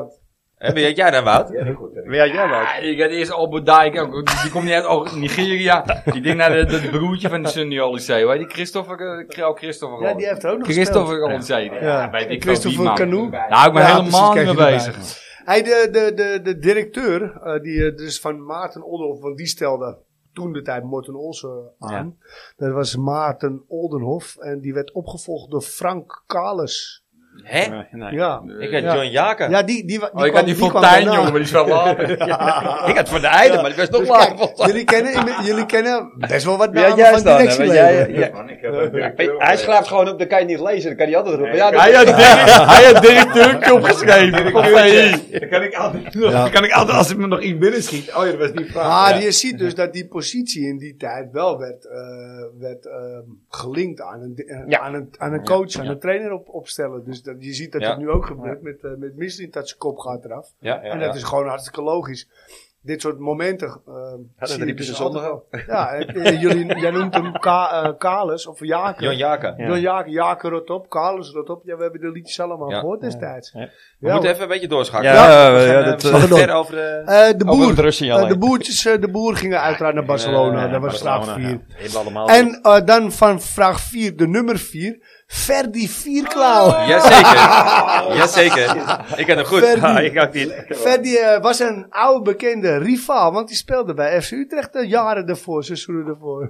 En wie had jij dan, Wout? Wie had jij wat? Ja, ik had eerst Albodijk, ook, die, die komt niet uit oh, Nigeria. Die ding naar de, de, de broertje van de Sunny Odyssee, weet je? Die Christopher, uh, Christopher Ja, die heeft er ook nog Christopher gespeeld. Odyssee. Ja, Ja. weet ik Christopher veel, die Canoe. man. Nou, ik ben Ja, helemaal precies, niet kijk mee je bezig. Hij, de, de, de, de directeur, uh, die uh, dus van Maarten Oldenhof, want die stelde toen de tijd Morten Olsen aan. Dat was Maarten Oldenhof en die werd opgevolgd door Frank Kalis. Hè? Nee, nee. Ja. Ik had Ja. John Jaken. Ja, die, die, die, Oh, ik kwam, had die kwam Fontijn, daarna. jongen, maar die is wel later. Ik had voor de einde, maar die was nog Dus later. kijk, jullie kennen, jullie kennen best wel wat Wie had namen jij van staan? hè? directieleden. Jij- jij- Hij schrijft gewoon op, dan kan je niet lezen, dan kan hij altijd roepen. Ja, Hij had, direct, hij had directeurtje opgeschreven. Van V I. Dan kan ik altijd, dan kan ik altijd als ik me nog iets binnen schiet. Oh ja, dat was die vraag. Maar Ja. je ziet dus dat die positie in die tijd wel werd, uh, werd uh, gelinkt aan een, uh, Ja. aan een, aan een coach, aan een trainer op, opstellen. Dus dat, je ziet dat Ja. het nu ook gebeurt met, uh, met Misrin, dat zijn kop gaat eraf. Ja, ja, en dat ja. is gewoon hartstikke logisch. Dit soort momenten. Uh, dat zie je riep je dus de zondag altijd wel. Ja, en, en jullie, jij noemt hem Ka, uh, Kalis of Jaken. John Jaken. Ja. John Jaken, Jaken rot op, Kalis rot op. Ja, we hebben de liedjes allemaal Ja. gehoord destijds. Ja. We moeten even een beetje doorschakelen. Ja, we ja, gaan, ja, eh, dat, we eh, gaan door. ver over de... Uh, de Over boer. het Russië Uh, alleen. de, boertjes, uh, de boer gingen uiteraard naar Barcelona. Ja, dat was vraag vier. Die hebben allemaal. En uh, dan van vraag vier, de nummer vier. Ferdi Vierklauw. Jazeker. Jazeker. Ik had hem goed. Ferdi. Ja, ik ook niet. Ferdi uh, was een oude bekende rivaal, want die speelde bij F C Utrecht de jaren daarvoor, seizoenen daarvoor.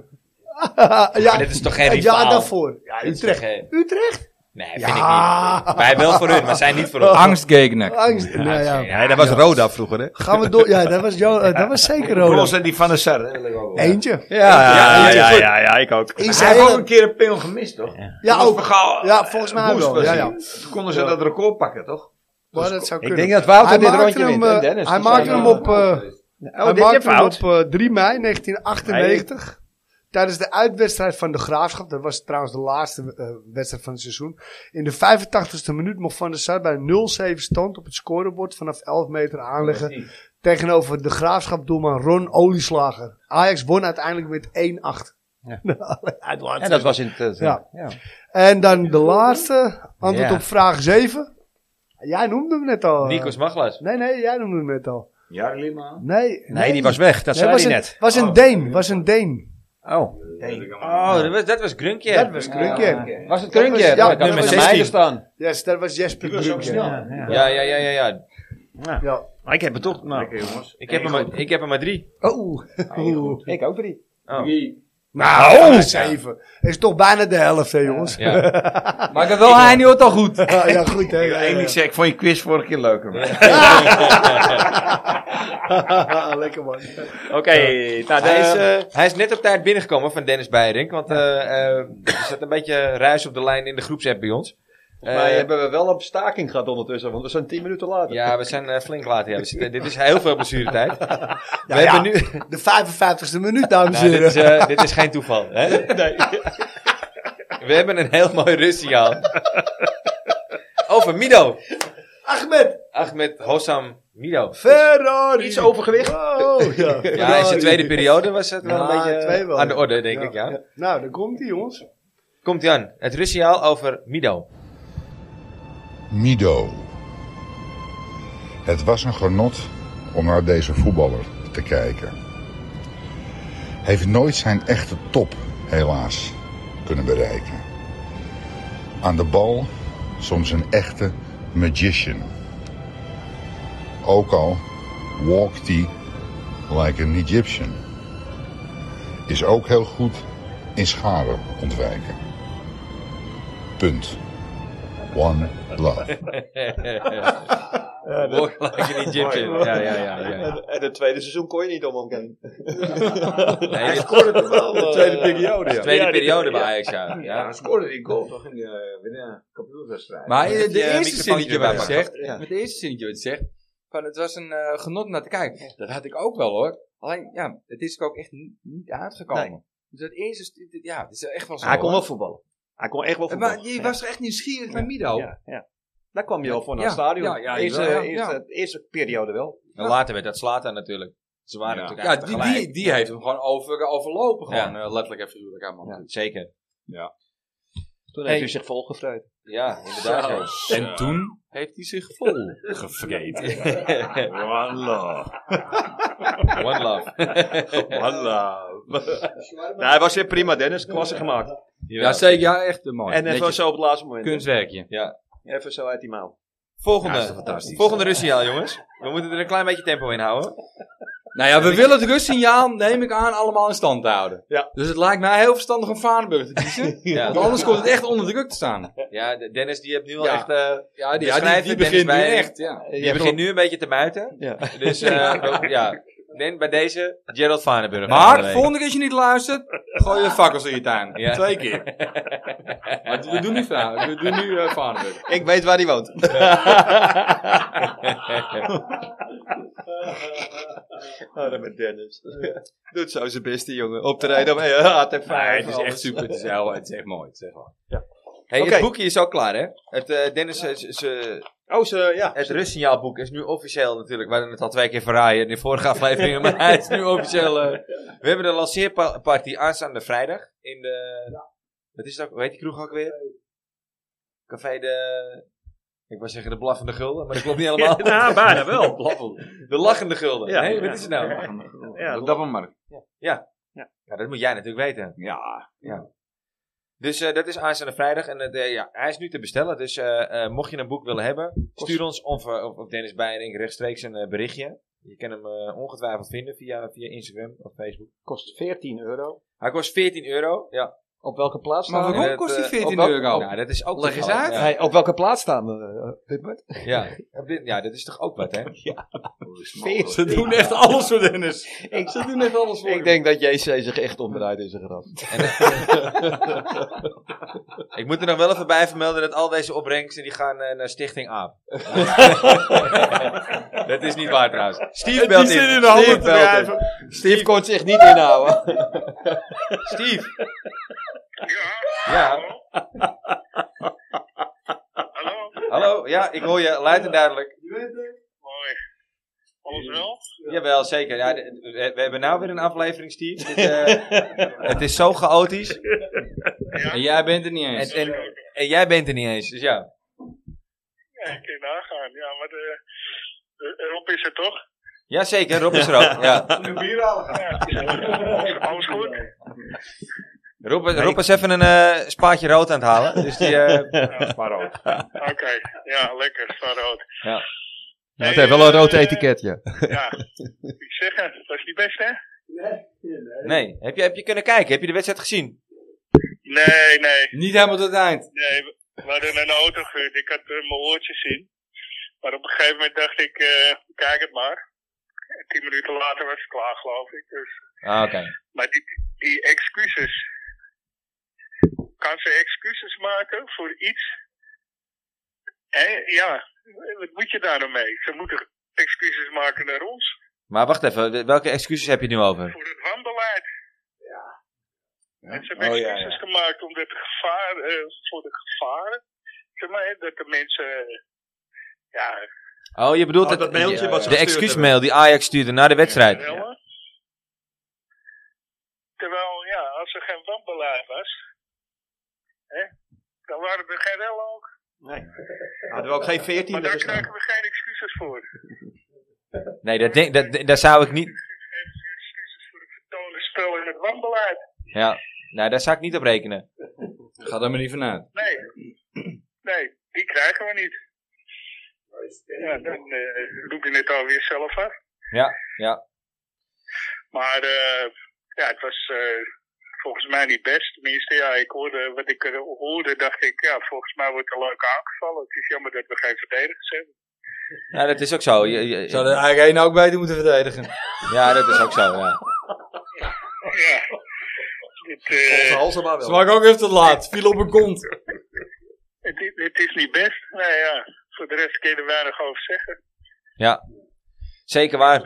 ja, dit is toch geen het jaar rivaal? daarvoor. Ja, Dit is Utrecht. toch geen- Utrecht? Nee, Ja. vind ik niet. Wij wel voor hun, maar zij niet voor ons. Angstgegner. Angst. Nou, ja. Ja, dat was Roda vroeger, hè? Gaan we door. Ja, dat was, Jo- uh, dat was zeker Bros Roda. en die van de Serre. Eentje. Ja, ja, ja, ja, ja, ja, ik ook. In Hij zijn heeft ook hele- een keer een pingel gemist, toch? Ja, ook. Vergaal- Ja, volgens mij Woest wel. was Ja, hij. ja. Toen konden ze dat record pakken, toch? Maar dat zou Ik kunnen. denk dat Wouter Hij dit maakte rondje hem, wint. En uh, Dennis, Hij die maakte zijn, hem op... uh, Oh, Hij dit maakte je hem fout. op uh, drie mei negentien achtennegentig. Tijdens de uitwedstrijd van de Graafschap. Dat was trouwens de laatste uh, wedstrijd van het seizoen. In de vijfentachtigste minuut mocht Van der Sar bij nul zeven stand op het scorebord vanaf elf meter aanleggen. Tegenover de Graafschap doelman Ron Olieslager. Ajax won uiteindelijk met één acht. Ja. Ja. En dat was in het... uh, Ja. ja. En dan de laatste. Antwoord Ja. op vraag zeven. Jij noemde hem net al. Nico Smaglas. Nee, nee, jij noemde hem net al. Jari Lima. Nee, Nee, die was weg. Dat Nee, zei was hij een, net. was een Deen. Was een Deen. Oh. Oh, dat was, dat was Grunkje. Dat was Grunkje. Was het Dat Grunkje? was- ja, Ja, dat dat nummer was zestien zestien. staan. Yes, dat was Jesper Grunkje. Ja, ja. Ja, ja, ja, ja, ja. Ja. Maar ik heb het toch. Nou, Lekker jongens. Ik heb, er maar, ik heb er maar drie. Oh. Oeh. ik ook drie. Oh. Nou, zeven. Is toch bijna de helft, hè, jongens? Ja. Maar ik heb wel hij niet al goed. Ja, ja, goed, hè. Ja, Eén ja. ding zeg, ik vond je quiz vorige keer leuker. man. Lekker, man. Oké, nou, Hij, is, de, eh, hij is net op tijd binnengekomen van Dennis Beierink. Want eh, eh, er zat een beetje ruis op de lijn in de groepsapp bij ons. Maar Eh, hebben we wel een staking gehad ondertussen, want we zijn tien minuten later. Ja, we zijn eh, flink laat. Ja. We zitten, dit is heel veel blessuretijd. We Ja, hebben ja. nu... De vijfenvijftigste minuut, dames en Nou, dit, heren. is, eh, dit is geen toeval. Hè? nee. We hebben een heel mooi rustsignaal. Over Mido. Ahmed. Ahmed Hossam Mido. Ferrari. Iets overgewicht. Oh, ja. Ja, in zijn tweede periode was het wel Ja, een beetje twee wel. aan de orde, denk Ja, ik. Ja. ja. Nou, daar komt hij, jongens. Komt ie aan. Het rustsignaal over Mido. Mido. Het was een genot om naar deze voetballer te kijken. Hij heeft nooit zijn echte top, helaas, kunnen bereiken. Aan de bal soms een echte magician. Ook al walkt hij like an Egyptian. Is ook heel goed in schade ontwijken. Punt. One love. Walk like an Egyptian. Ja, ja, ja. ja. En, en het tweede seizoen kon je niet om hem heen. Nee, Hij dit- scoorde toch wel. De eh, tweede periode, de ja. tweede Ja, die- periode bij ja. Ajax, ja. Ja, ja. hij scoorde die goal toch in de, in de kampioenswedstrijd. Maar Heb de, de je een eerste microfoontje zinnetje wat erbij je zegt, Ja. met de eerste zinnetje wat je zegt, van het was een eh, genot om naar te kijken. Dat had ik ook wel hoor. Alleen, ja, het is er ook echt niet, niet uitgekomen. Nee. Dus dat eerste, st- dit- ja, het is echt wel zo. Hij kon hoor. wel voetballen. Hij kon echt wel Maar voetballen. je was er echt nieuwsgierig naar Mido. Ja, ja. Daar kwam je al voor naar Ja, het stadion. ja, ja, eerste, ja, ja. eerste, eerste periode wel. En later werd dat Slatan natuurlijk. Ze waren Ja. natuurlijk Ja, eigenlijk die, gelijk. die, die heeft hem gewoon over, overlopen. Gewoon Ja. eh, letterlijk en figuurlijk aan. Ja, zeker. Toen Hey. heeft hij zich volgevreten. Ja, inderdaad. ja. En toen heeft hij zich vol gevreten. One love. One love. One love. Nou, hij was weer prima, Dennis. Klasse gemaakt. Ja, zeker. Ja, echt eh, mooi. En even Netjes. zo op het laatste moment. Kunstwerkje. Even zo uit die mouw. Volgende, Ja, is toch fantastisch. volgende rustsignaal, jongens. We moeten er een klein beetje tempo in houden. Nou ja, we willen het rustsignaal, neem ik aan, allemaal in stand te houden. Ja. Dus het lijkt mij heel verstandig om Varenburg te kiezen. Ja. Want anders komt het echt onder druk te staan. Ja, de- Dennis die heeft nu al Ja. echt... eh, Ja, die, ja, die, Beschrijf die het, begint nu Dennis Beiring. echt. Ja. die begint nu een beetje te muiten. Ja. Dus eh, we- ja, Den, bij deze Gerald Varenburg. Maar, volgende keer als je niet luistert, gooi je fakkels in je tuin. Ja. Twee keer. Maar we doen nu, Vra- we doen nu uh, Varenburg. Ik weet waar hij woont. Oh, dat met Dennis. Doet zo zijn beste, jongen. Op te rijden bij H T vijf. Nee, het is echt super. Het is, heel, het is echt mooi. Het is echt mooi. Hey, Oké. Het boekje is ook klaar, hè? Het, eh, Dennis, eh, z- z- Oh, ze, ja. het rustssignaalboek is nu officieel natuurlijk. We hadden het al twee keer verraaien in de vorige afleveringen, maar hij is nu officieel. eh, we hebben de lanceerparty aanstaande vrijdag in de. Wat is het ook? Hoe heet die kroeg ook weer? Café de. Ik wou zeggen de blaffende gulden, maar dat klopt niet helemaal. Ja, bijna wel. De lachende gulden. Ja. Nee, wat is het nou? Ja, Dat was maar. Ja, dat moet jij natuurlijk weten. Ja. Dus eh, dat is aanstaande vrijdag. En het, eh, ja, hij is nu te bestellen. Dus eh, eh, mocht je een boek willen hebben, stuur ons of, eh, of, of Dennis Beiring rechtstreeks een eh, berichtje. Je kan hem eh, ongetwijfeld vinden via, via Instagram of Facebook. Kost veertien euro. Hij kost veertien euro. Ja. Op welke plaats Maar staan we? waarom En het, kost die eh, veertien op welk- euro? Nou, dat is ook Leg eens toevallig. uit. Ja, Hey, op welke plaats staan we? uh, Pitbull? ja. Op dit- ja, dat is toch ook wat, hè? Ze doen echt alles voor Dennis. Ik, Ze doen echt alles voor ik hem. denk dat J C zich echt onderuit is gedaan. Ik moet er nog wel even bij vermelden dat al deze opbrengsten die gaan eh, naar Stichting AAP. Dat is niet waar trouwens. Steve belt in. zit in de handen Steve te belt in. drijven. Steve kon zich niet inhouden. Steve. Ja. Hallo? Hallo, ja, ik hoor je luid en duidelijk. Mooi. Alles wel? Jawel, zeker. Ja, de- we, we hebben nou weer een aflevering, Steve. Dit, eh, het is zo chaotisch. En jij bent er niet En, eens. en, en jij bent er niet eens, dus ja. Ja, kun je nagaan. Ja, maar de, de, Rob is er toch? Jazeker, Rob is er ook. Ja. Een bier halen. Ja. Alles goed? Rob, Rob is even een uh, spaatje rood aan het halen. Dus die, uh, Ja. Spa rood. Oké, okay. Ja, lekker. Sta rood. Ja. Ja, het heeft wel een rood etiket, ja. Ja, ik zeg het. Dat is niet best, hè? nee, heb je, heb je kunnen kijken? Heb je de wedstrijd gezien? Nee, nee. Niet helemaal tot het eind. Nee, we we hadden een auto gehuurd. Ik had uh, mijn oortjes in. Maar op een gegeven moment dacht ik, uh, kijk het maar. En tien minuten later was het klaar, geloof ik. Dus. Ah, oké. Okay. Maar die, die excuses. Kan ze excuses maken voor iets? Hé, ja, wat moet je daar nou mee? Ze moeten excuses maken naar ons. Maar wacht even, welke excuses heb je nu over? Voor het wanbeleid. Ja. En ze hebben Oh, excuses ja, ja. gemaakt omdat de gevaar, uh, voor de gevaren. Zeg maar, hè, dat de mensen. Uh, ja. Oh, je bedoelt Oh, het, dat mailtje wat ze de gestuurd excuusmail die Ajax stuurde na de wedstrijd. Ja. Terwijl, ja, als er geen wanbeleid was. Hè, dan waren er geen rellen ook. Nee. Hadden we ook geen veertien. Maar daar krijgen we geen excuses voor. Nee, dat denk, dat, daar zou ik niet... Geen excuses voor het vertonen spel in het wanbeleid. Ja, nou, daar zou ik niet op rekenen. Ga er maar niet vanuit. Nee. Nee, die krijgen we niet. Ja, dan uh, roep je het alweer zelf af. Ja, ja. Maar uh, ja, het was uh, volgens mij niet best. Tenminste, ja, ik hoorde, wat ik uh, hoorde, dacht ik, ja, volgens mij wordt er leuk aangevallen. Het is jammer dat we geen verdedigers hebben. Ja, dat is ook zo. Je, je, Zou er eigenlijk één ook beter moeten verdedigen? Ja, dat is ook zo, ja. Ja. Het, uh, Ze waren ook even te laat. Viel op een kont. het, is- het is niet best. Nee, ja. Voor de rest kun je er weinig over zeggen. Ja, zeker waar.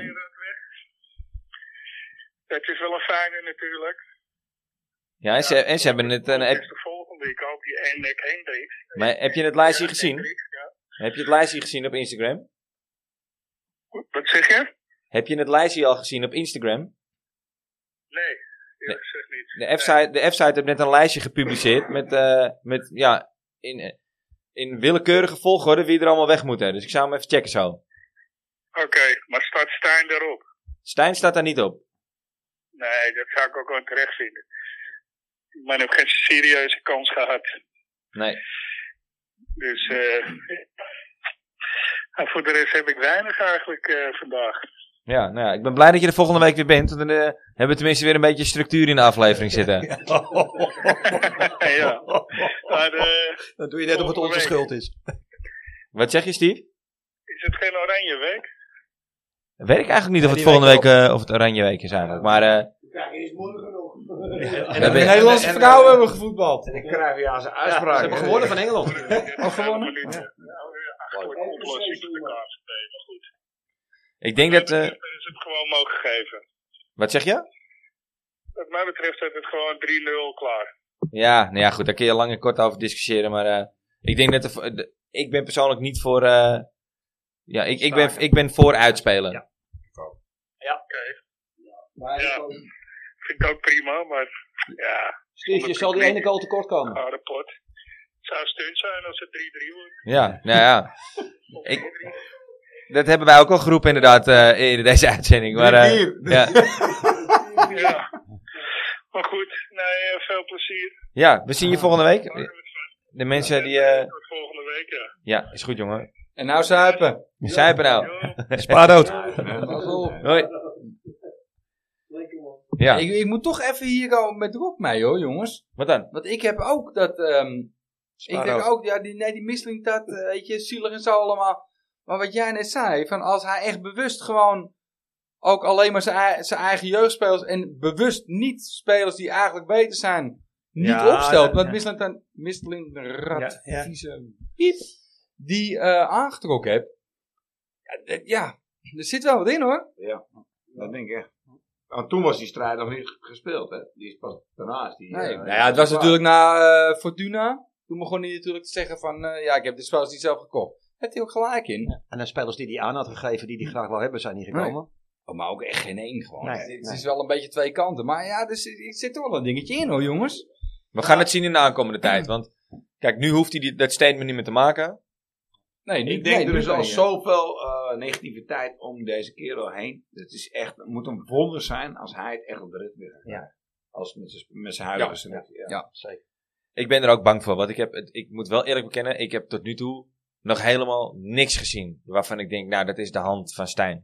Het is wel een fijne natuurlijk. Ja, en ze, en ze hebben het... Het Uh, is heb, de volgende. Ik hoop die één nek Hendricks. maar heb je het lijstje Ja, gezien? Hendricks, ja. Heb je het lijstje gezien op Instagram? Wat zeg je? Heb je het lijstje al gezien op Instagram? Nee, eerlijk gezegd niet. De F-site, de F-site heeft net een lijstje gepubliceerd met, uh, met ja, in, in willekeurige volgorde wie er allemaal weg moeten. Dus ik zou hem even checken zo. Oké, okay, maar staat Stijn daarop? Stijn staat daar niet op. Nee, dat zou ik ook wel terecht vinden. Die man heeft geen serieuze kans gehad. Nee. Dus, eh en voor de rest heb ik weinig eigenlijk uh, vandaag. Ja, nou ja, ik ben blij dat je er volgende week weer bent. Want dan uh, hebben we tenminste weer een beetje structuur in de aflevering zitten. Ja. Maar, uh, Dan doe je net of het onze week. schuld is. Wat zeg je, Steve? Is het geen oranje week? Weet ik eigenlijk niet of Ja, het die volgende week week uh, of het oranje week is eigenlijk. Maar uh, Kijk, is moeilijker nog. En dan De ben- Nederlandse en- vrouwen hebben gevoetbald. En dan krijg je aan zijn Ja, uitspraak. ze hebben gewonnen van Engeland. Of gewonnen? Ja. Achterlijke oplossing voor de K V B, maar goed. ik denk dat... Uh, Dat is het gewoon mogen geven. wat zeg je? Wat mij betreft is het gewoon drie nul klaar. Ja, nou ja, goed, daar kun je lang en kort over discussiëren. Maar uh, ik denk dat... De, de, ik ben persoonlijk niet voor... Uh, ja, ik, ik, ben, ik ben voor uitspelen. Ja. Ja, vind ik ook prima, maar ja. Stiefje, zal die ene goal tekort komen? Harde pot. Het zou stunt zijn als het drie drie wordt. Ja, nou ja. Ik, dat hebben wij ook al geroepen inderdaad uh, in deze uitzending. Maar, uh, ja. Ja. Maar goed, nee, uh, veel plezier. ja, we zien je volgende week. De mensen die... Uh, Tot volgende week, ja. ja, is goed jongen. En nou zuipen. Zuipen nou. Spaardood. Hoi. Ja, Ik, ik moet toch even hier komen met Rob mee hoor, jongens. wat dan? Want ik heb ook dat... Um, ik denk ook, ja, die, nee, die misseling dat, uh, weet je, zielig en zo allemaal. Maar wat jij net zei, van als hij echt bewust gewoon ook alleen maar zijn, ei- zijn eigen jeugdspelers en bewust niet spelers die eigenlijk beter zijn, niet Ja, opstelt. dat- Want ja. misseling dan, misseling rat, Ja, ja. vieze piep, die uh, aangetrokken heb. Ja, d- ja, er zit wel wat in hoor. Dat denk ik echt. Want toen was die strijd nog niet gespeeld, hè? Die is pas daarnaast. Die, Nee, eh, nou ja, het was natuurlijk na uh, Fortuna. Toen begon hij natuurlijk te zeggen van, uh, ja, ik heb de spelers niet zelf gekocht. Daar heeft hij ook gelijk in. En de spelers die hij aan had gegeven, die hij graag wil hebben, zijn niet gekomen. Oh, maar ook echt geen één gewoon. Nee, het, het nee. is wel een beetje twee kanten. Maar ja, er zit, er zit toch wel een dingetje in hoor, jongens. We gaan het zien in de aankomende tijd. Want kijk, nu hoeft hij die, dat statement niet meer te maken. Nee, niet, Ik denk nee, er niet is al mee, zoveel uh, negativiteit om deze kerel heen. Het is echt, het moet een wonder zijn als hij het echt op de rit weer Ja. Als met zijn, met zijn huidige Ja. selectie. Ja. Ja. Zeker. Ik ben er ook bang voor, want ik, heb, het- ik moet wel eerlijk bekennen, ik heb tot nu toe nog helemaal niks gezien waarvan ik denk, nou, dat is de hand van Stijn.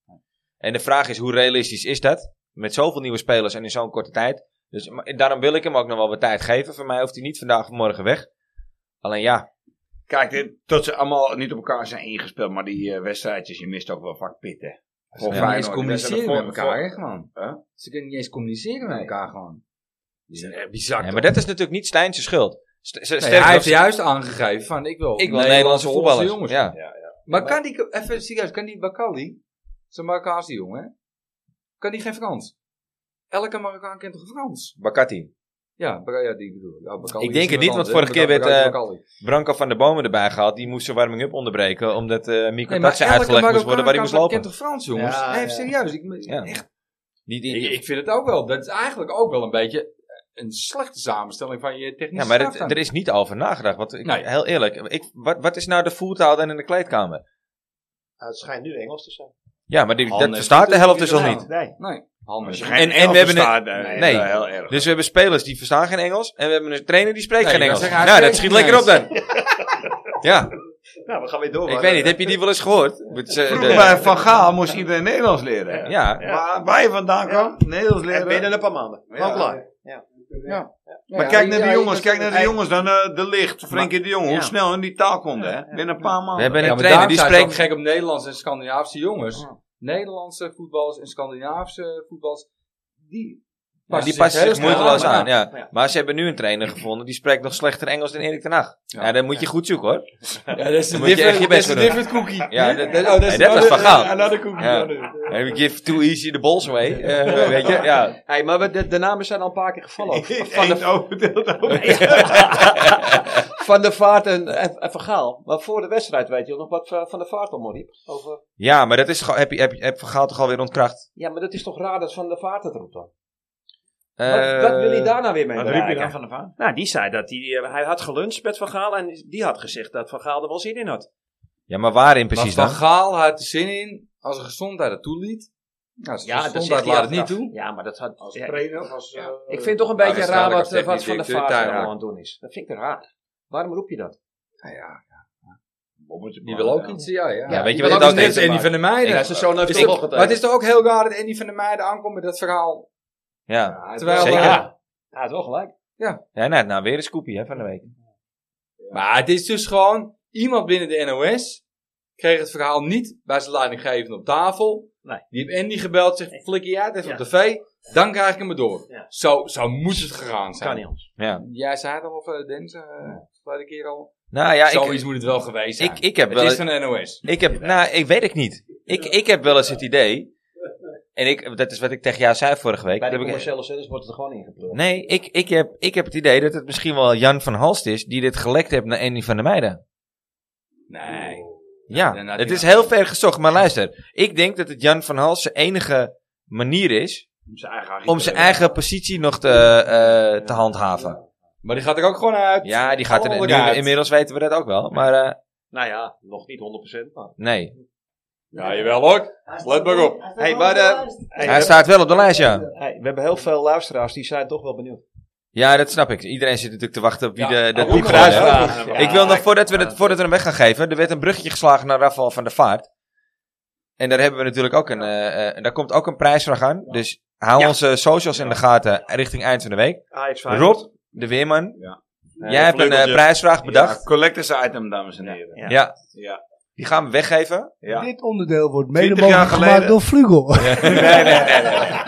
En de vraag is, hoe realistisch is dat? Met zoveel nieuwe spelers en in zo'n korte tijd. Dus maar daarom wil ik hem ook nog wel wat tijd geven. Voor mij hoeft hij niet vandaag of morgen weg. Alleen ja, Kijk, dit, tot ze allemaal niet op elkaar zijn ingespeeld, maar die uh, wedstrijdjes, je mist ook wel vaak pit, hè. Ze Gewoon kunnen niet eens Feyenoord, die communiceren met wedstrijd elkaar, voor- hè, gewoon. Huh? Ze kunnen niet eens communiceren met elkaar, gewoon. Die zijn echt bizar. ja, maar dat is natuurlijk niet Stijn's schuld. St- st- Nee, sterker hij nog, heeft juist aangegeven van, ik wil, ik wil Nederlandse voetballers. jongens. Ja. Maar kan die, even serieus, kan die Bakali, zo'n Marokkaanse jongen, hè? Kan die geen Frans? Elke Marokkaan kent toch Frans? Bakati. Ja, Bak- ja die bedoel ik. Ja, Bakali Ik denk is het niet, iemand want anders, vorige keer hè? werd Bakali, eh, Bakali. Branko van der Bomen erbij gehaald. Die moest zijn warming-up onderbreken, omdat eh Miko Nee, maar Tatsen elke uitgelegd moest worden waar hij Marokkaan moest kent lopen. toch Frans, jongens? Ja, Nee, ja. serieus. Ik, Ja. echt, Die, die, ik, ik vind het ook wel. Dat is eigenlijk ook wel een beetje een slechte samenstelling van je technische ja, maar staf het, dan. er is niet over nagedacht. Want ik, Nee. heel eerlijk, ik, wat, wat is nou de voertaal dan in de kleedkamer? Nou, het schijnt nu Engels te zijn. Ja, maar die, Han dat heeft verstaat de helft dus al natuurlijk niet. Nee. Nee, handen. Als je En- geen en Engels we hebben verstaat, een- nee, nee. dat is heel erg. Dus we hebben spelers die verstaan geen Engels. En we hebben een trainer die spreekt Nee, geen ik Engels. wou zeggen, Nou, hij dat schiet spreekt lekker op niet dan. Ja, Nou, we gaan weer door. ik weet niet. Heb je die wel eens gehoord? Het is, eh, Vroeger de- bij Van Gaal moest iedereen Nederlands leren. ja, Maar waar je vandaan kwam, Nederlands En leren. binnen een paar maanden. Gewoon Ja. klaar. Ja. Maar Ja, kijk ja, naar de ja, jongens, ja, kijk naar de hij- jongens dan, uh, De Ligt, Frenkie de Jong, hoe Ja. snel in die taal konden, hè? Binnen een paar maanden. we hebben Ja, een maar trainer daarom die zijn ze ook spreekt... gek op Nederlandse en Scandinavische jongens. Nederlandse voetballers en Scandinavische voetballers, die Maar die zich passen heel zich snel moeiteloos aan, Ja. ja. Maar ze hebben nu een trainer gevonden die spreekt nog slechter Engels dan Erik ten Hag. Ja, Ja. dan moet je goed zoeken hoor. Ja, dat is Dan een moet je echt je different, best dat voor is een doen. different cookie. Ja, dat, Oh, dat nee, is dat was Van Gaal. Another cookie. Ja. another. Have give too easy the balls away. Eh, weet je, ja. Hey, maar we- de, de namen zijn al een paar keer gevallen. ook. Van Van de, de overdeeld over. van de Vaart en, en, en Van Gaal. Maar voor de wedstrijd weet je nog wat eh, Van de Vaart allemaal riep. Over... Ja, maar dat is gewoon, heb je, heb je, heb Van Gaal toch alweer ontkracht? Ja, maar dat is toch raar dat Van de Vaart het roept dan? Eh, wat, wat wil hij daar nou weer mee Wat riep je bereiken? dan van de Vaart? Nou, die zei dat hij, eh, hij had geluncht met Van Gaal en die had gezegd dat Van Gaal er wel zin in had. Ja, maar waarin precies maar dan? Van Gaal had er zin in als de gezondheid het toeliet. Nou, als de dat gezondheid zegt hij laat het niet achteraf. toe. Ja, maar dat had... Als ja, trainer of als... ja. eh, Ik vind het toch een Ja, beetje raar waarschijnlijk wat, als wat Van de technisch Vaart directeur nou daar, aan het doen is. Dat vind ik raar. Waarom roep je dat? Nou ja, Bommetje die wil ook ja. iets, ja. Ja, Ja, weet je Die wat wil het ook net is? Andy van der Meijden. Ja, zijn zoon heeft Is toch het- wel maar het is toch ook heel raar dat Andy van der Meijden aankomt met dat verhaal. Ja, Terwijl, zeker. eh, Ja, hij had wel gelijk. ja nou, nou, weer een scoopie hè, van de week. Maar het is dus gewoon, iemand binnen de N O S kreeg het verhaal niet bij zijn leidinggevende op tafel. Nee. Die heeft Andy gebeld, zegt, flikker jij het even Ja. op tv, dan krijg ik hem erdoor. Ja. Zo, zo moet het gegaan zijn. Kan niet anders. Ja. Jij zei het al, of uh, Dennis, uh, vorige keer al. Nou ja, Zoiets ik, moet het wel geweest zijn. ik, ik heb het wel is eens, van de N O S. ik heb, nou, ik weet het niet. Ik, ik heb wel eens het idee, en ik, dat is wat ik tegen jou zei vorige week. Bij de dat heb ik- commerciële zenders wordt het er gewoon ingepleurd. Nee, ik, ik, heb, ik heb het idee dat het misschien wel Jan van Halst is die dit gelekt heeft naar Andy van der Meijden. Nee. Ja, Dan had het hij is wel- heel ver gezocht, maar luister. Ik denk dat het Jan van Halst zijn enige manier is Om zijn eigen om zijn eigen positie nog te, eh, te handhaven. Maar die gaat er ook gewoon uit. Ja, die gaat er Alle nu, uit. inmiddels weten we dat ook wel, maar eh, Nou ja, nog niet honderd procent. Maar... nee. Ja, jawel hoor. Let maar op. Hey, maar de, hey, Hij we, staat wel op de lijst, ja. hey, we hebben heel veel luisteraars die zijn toch wel benieuwd. Ja, dat snap ik. Iedereen zit natuurlijk te wachten op wie Ja, de, de ook piep nog gaat. luisteraars. hè. Ik wil nog, voordat we, het, voordat we hem weg gaan geven, er werd een bruggetje geslagen naar Rafael van der Vaart. En daar hebben we natuurlijk ook een, eh, eh, daar komt ook een prijsvraag aan. Dus hou Ja. onze socials in de gaten richting eind van de week. Ajax Feyenoord. Rob, de weerman. Ja. Jij hebt een eh, prijsvraag Ja, bedacht. collectors item, dames en heren. Ja. Ja. Ja. Die gaan we weggeven. Ja. Dit onderdeel wordt mede twintig jaar mogelijk gemaakt geleden. door Vlugel. Nee, nee, nee,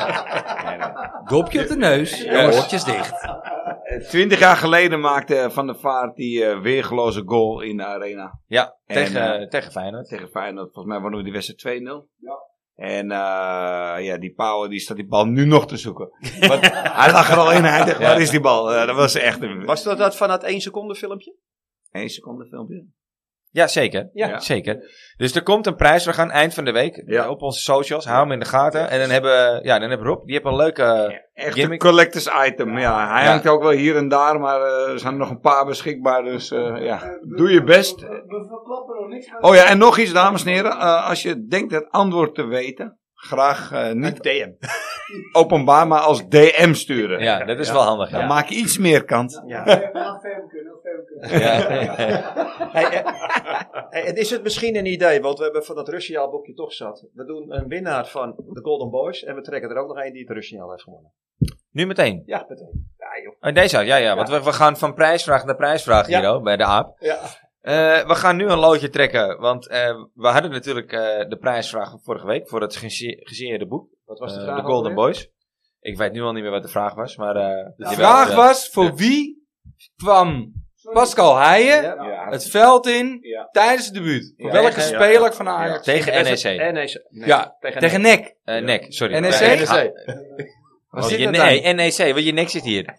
nee. Dopje op de neus. Oortjes dicht. Twintig jaar geleden maakte Van der Vaart die uh, weergeloze goal in de arena. Ja, En, tegen, eh, tegen Feyenoord. Tegen Feyenoord. Volgens mij wonnen we die wedstrijd twee nul. Ja. En uh, ja, die Pauwen die staat die bal nu nog te zoeken. Want hij lag er al in. Hij dacht, waar is die bal? Uh, dat was echt een... Was dat, dat van dat één seconde filmpje? één seconde filmpje. Ja, zeker. Ja. Ja. Zeker. Dus er komt een prijs. We gaan eind van de week Ja. op onze socials. Hou hem in de gaten. En dan hebben, ja, dan hebben Rob, die heeft een leuke Echt een gimmick. collectors item. Ja, hij Ja. hangt ook wel hier en daar, maar uh, er zijn er nog een paar beschikbaar. Dus uh, ja, doe je best. We, we verklappen nog niks. Oh ja, en nog iets, dames en heren. Uh, als je denkt het antwoord te weten, graag uh, niet D M. openbaar, maar als D M sturen. Ja, dat is wel handig. Dan Ja. maak je iets meer kans. Ja. Nog Femke, nog Femke. Ja. Hey, eh, hey, en is het misschien een idee, want we hebben van dat Russiaal boekje toch zat. We doen een winnaar van de Golden Boys en we trekken er ook nog een die het Russiaal heeft gewonnen. Nu meteen. Ja, meteen. Ja, joh. Oh, deze, ja, ja. Want we, we gaan van prijsvraag naar prijsvraag hier, Ja. oh, bij de aap. Ja. Uh, we gaan nu een loodje trekken, want uh, we hadden natuurlijk uh, de prijsvraag van vorige week voor het gese- gesigneerde boek. Wat was de Uh, vraag? de Golden alweer? Boys. Ik weet nu al niet meer wat de vraag was, maar... Uh, De vraag was, voor wie kwam Pascal Heijen Ja. het veld in Ja. tijdens het debuut? Voor Ja, welke ja, speler van Ajax? Tegen N E C. N E C. Nee, Ja, tegen, tegen N E C. Uh, nek, sorry. N E C? Uh, N E C. Wat Oh, zit je, er dan? nee, N E C, want je nek zit hier.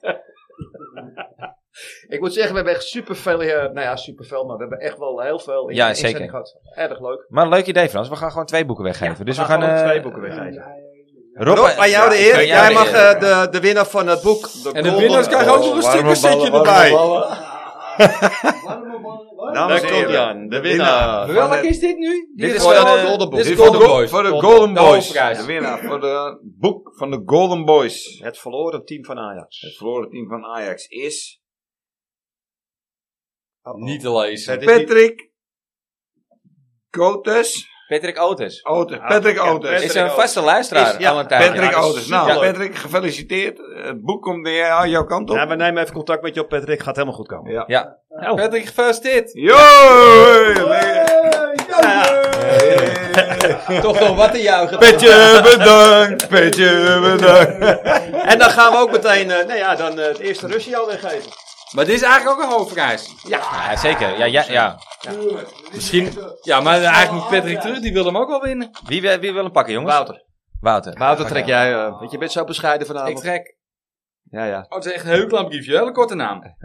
Ik moet zeggen, we hebben echt superveel, uh, nou ja, superveel, maar we hebben echt wel heel veel in Ja, de inzending zeker. gehad. Erg leuk. Maar een leuk idee, Frans. We gaan gewoon twee boeken weggeven. dus we gaan... gewoon uh, twee boeken weggeven. Rob, Rob, aan jou de eer. aan jou Jij de mag eer. uh, de, de winnaar van het boek. De En de Golden winnaars krijgen ook nog een Boys. stuk muziekje ballen, erbij. Dames Daar en komt hij heren, aan, de winnaar. Voor welke is dit nu? Dit is voor van, de uh, Golden Boys. Dit is Voor Golden de, Boys. voor de Golden De Boys. hoofdprijs. De winnaar voor het boek van de Golden Boys. Het verloren team van Ajax. Het verloren team van Ajax is Niet te lezen. Het is niet- Patrick Cotes. Patrick Otis. Otis. Patrick ja, Otis. Patrick Is een Otis. vaste luisteraar Is- ja, al een tijdje. Patrick Ja, dat is Otis. Nou, superleuk. Patrick, gefeliciteerd. Het boek komt weer aan jouw kant op. Ja, we nemen even contact met je op, Patrick. Gaat helemaal goed komen. Ja. Ja. Patrick, gefeliciteerd. Yo! Toch nog wat te juichen. Petje bedankt, petje bedankt. En dan gaan we ook meteen, uh, nou ja, dan uh, het eerste Russiaal weggeven. Maar dit is eigenlijk ook een hoofdprijs. Ja, zeker. Ja, ja, ja. Misschien. Ja, maar eigenlijk moet Patrick terug, die wil hem ook wel winnen. Wie, wil- wie wil hem pakken, jongens? Wouter. Wouter. Wouter, trek jij, uh, want je bent zo bescheiden vanavond. Ik trek. Ja, ja. Oh, het is echt een heel klein briefje, hele korte naam.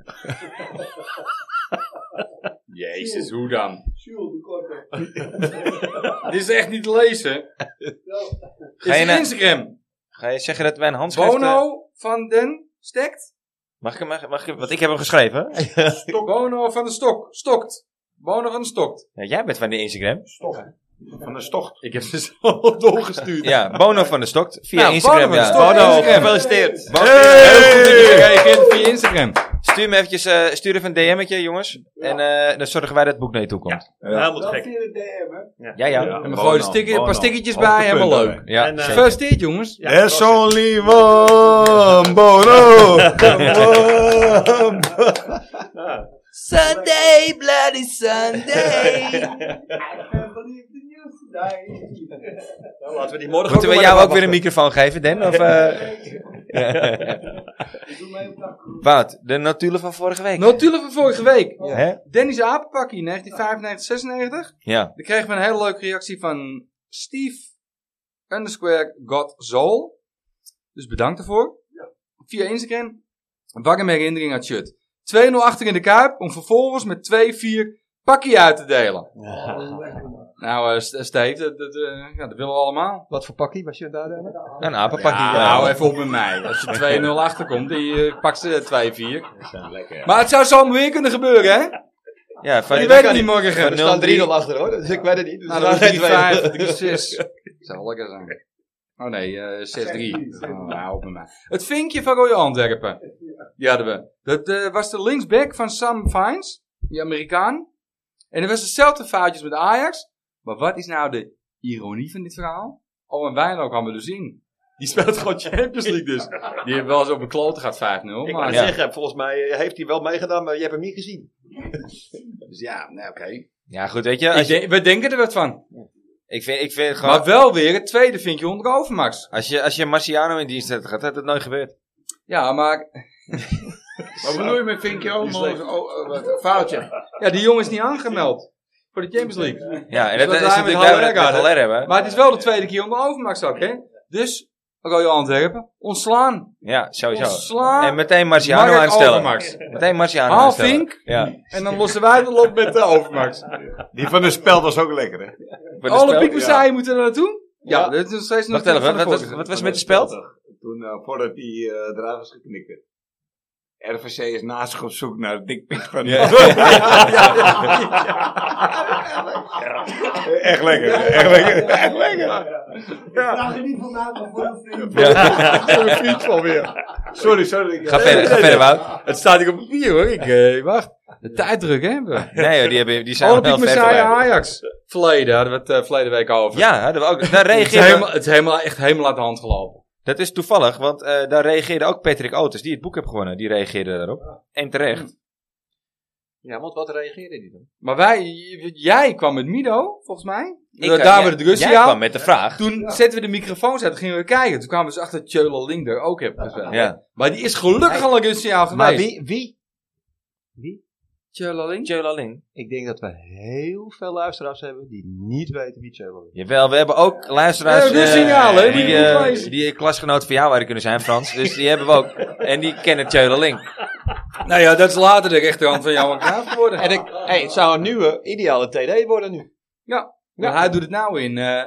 Jezus, hoe dan? Jules, de korte. Dit is echt niet te lezen. Dit Ga je is na- Instagram. Ga je zeggen dat wij een handschrift... uh, Bono van den Stekt. Mag ik hem, mag, mag ik, want ik heb hem geschreven. Bono van de Stok. Stokt. Bono van de Stokt. Ja, jij bent van de Instagram. Van de stocht. Ik heb ze zo doorgestuurd. Ja, Bono van de Stokt. Via Nou, Instagram, Bono van de ja. Stokt. Bono, Instagram. gefeliciteerd. Bono, Heel goed dat je reageert via Instagram. Stuur me eventjes, uh, stuur even een D M'tje, jongens. En uh, dan zorgen wij dat het boek naar je toe komt. Helemaal Dat gek. via de D M, hè? Ja, ja. En we gooien een, sticker, een paar stickertjes bij, helemaal leuk. Ja, En, uh, zeker. Gefeliciteerd, jongens. Ja, There's dat was only one Bono. Sunday, bloody Sunday. het. Nou, laten we die morgen Moeten we nog jou maar ook weer een wachten. microfoon geven, Dan? Of, uh... Wout, de notulen van vorige week. Notulen van vorige week. Hè? Dennis Apenpakkie, negentien vijfennegentig zesennegentig. Ja. Dan kregen we een hele leuke reactie van Steve underscore God Soul. Dus bedankt daarvoor. Via Instagram. Een warme herinnering aan het shirt. twee nul achter in de Kuip. Om vervolgens met twee vier pakkie uit te delen. Nou, uh, St- Steve, dat, dat, uh, ja, dat willen we allemaal. Wat voor pakkie was je daar dan? Een apenpakje. Ja, Ja, hou even op met mij. Als je twee nul achterkomt, die uh, pakt ze twee vier. Maar het zou zomaar weer kunnen gebeuren, hè? Ja, van, Je weet het niet morgen. van Er staan nul drie drie nul achter hoor, dus ik weet het niet. Dus Nou, er dat staan is geen drie twee. vijf, drie zes. Zou wel lekker zijn. Oh nee, uh, zes drie. Oh, hou op met mij. Het vinkje van Royal Antwerpen. Die hadden we. Dat uh, was de linksback van Sam Fines, die Amerikaan. En er was hetzelfde foutjes met Ajax. Maar wat is nou de ironie van dit verhaal? Owen Wijnaldum gaan we dus zien. Die speelt gewoon Champions League dus. Die heeft wel eens op een klote gehad vijf nul. Ik Maar wou Ja. zeggen, volgens mij heeft hij wel meegedaan, maar je hebt hem niet gezien. dus ja, nee, oké. Ja, goed, weet je. Ik Als je denk- We denken er wat van. ik, vind, ik vind gewoon... Maar wel weer het tweede vinkje onder Overmax. Als je, als je Marciano in dienst hebt gehad, had het nooit gebeurd. Ja, maar Wat bedoel je met vinkje onmogelijk? Oh, oh, wat, foutje. ja, die jongen is niet aangemeld. Voor de Champions League. Ja, en Dus dat, dat is wij met natuurlijk daar we Haller het met hadden. Haller hebben. Maar het is wel de tweede keer onder Overmax ook, hè? Dus Royal Antwerpen. Ontslaan. Ja, sowieso. Ontslaan. En meteen Marciano Mark aanstellen. Overmars. Meteen Marciano Haal aanstellen. Vink. Ja. En dan lossen wij het op met de Overmars. Die van de speld was ook lekker, hè? Olympique Marseille moeten er naartoe? Ja, ja, dat is nog steeds nog. Wacht even, wat, wat, wat, wat was met de speld? Toen, uh, voordat hij uh, eruit was geknikken. R V C is naast zich op zoek naar het dikpik van... Ja. Ja, ja, ja, ja. Echt lekker, echt lekker, echt lekker. Ik vraag je niet vandaan, maar voor een vriend. Ja. Voor een vriend van weer. Sorry, sorry. Ga verder, ga verder, Wout. Het staat hier op papier, hoor. Ik, uh, wacht. De tijddruk, hè? Nee, hoor, die, hebben, die zijn Olympique wel ver Marseille voorbij. Ajax. Verleden, hadden we het uh, verleden week over. Ja, hadden we ook. Daar het, is reageerde... helemaal, het is helemaal, echt helemaal uit de hand gelopen. Dat is toevallig, want uh, daar reageerde ook Patrick Otis, die het boek heeft gewonnen. Die reageerde daarop. En terecht. Ja, want wat reageerde die dan? Maar wij, jij kwam met Mido, volgens mij. Ik, daar uh, waren ja, we de Russia. Jij kwam met de vraag. Toen ja. zetten we de microfoons uit en gingen we kijken. Toen kwamen we dus achter dat Tjöla Link er ook heeft gespeeld. Ja. Maar die is gelukkig al een Russia geweest. Maar wie? Wie? Wie? Tjöla Link? Tjöla Link. Ik denk dat we heel veel luisteraars hebben die niet weten wie Tjöla Link is. Jawel, we hebben ook luisteraars Ja, uh, signalen, hè, die, die, uh, die, die klasgenoot van jou waren kunnen zijn, Frans. Dus die hebben we ook. En die kennen Tjöla Link. Nou ja, dat is later de rechterhand van Johan Cruijff geworden. En ik, hey, het zou een nieuwe, ideale T D worden nu. Ja, ja. Hij doet het nou in uh,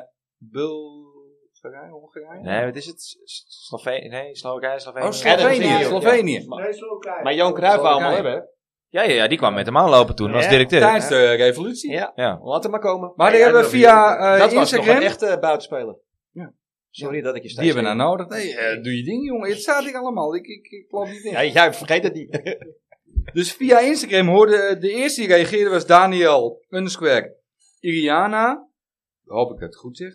Bulgarije, Hongarije? Nee, wat is het? Slovenië? Nee, Slowakije, Slovenië. Oh, Slovenië. Slovenië. Ja. Maar, maar Johan Cruijff wou hem al hebben, hè? Ja, ja, ja, die kwam met hem aanlopen toen, als ja, directeur. Tijdens de revolutie. Ja, ja. Laat hem maar komen. Maar die ja, hebben via uh, dat Instagram... was nog een echte buitenspeler. Ja. Sorry ja. dat ik je steeds... Die hebben we nou nodig. Nee, uh, doe je ding, jongen. Het staat hier allemaal. Ik, ik, ik klap niet in. Ja, jij vergeet het niet. Dus via Instagram hoorde de eerste die reageerde was Daniel underscore Iriana. Hoop ik het goed zeg.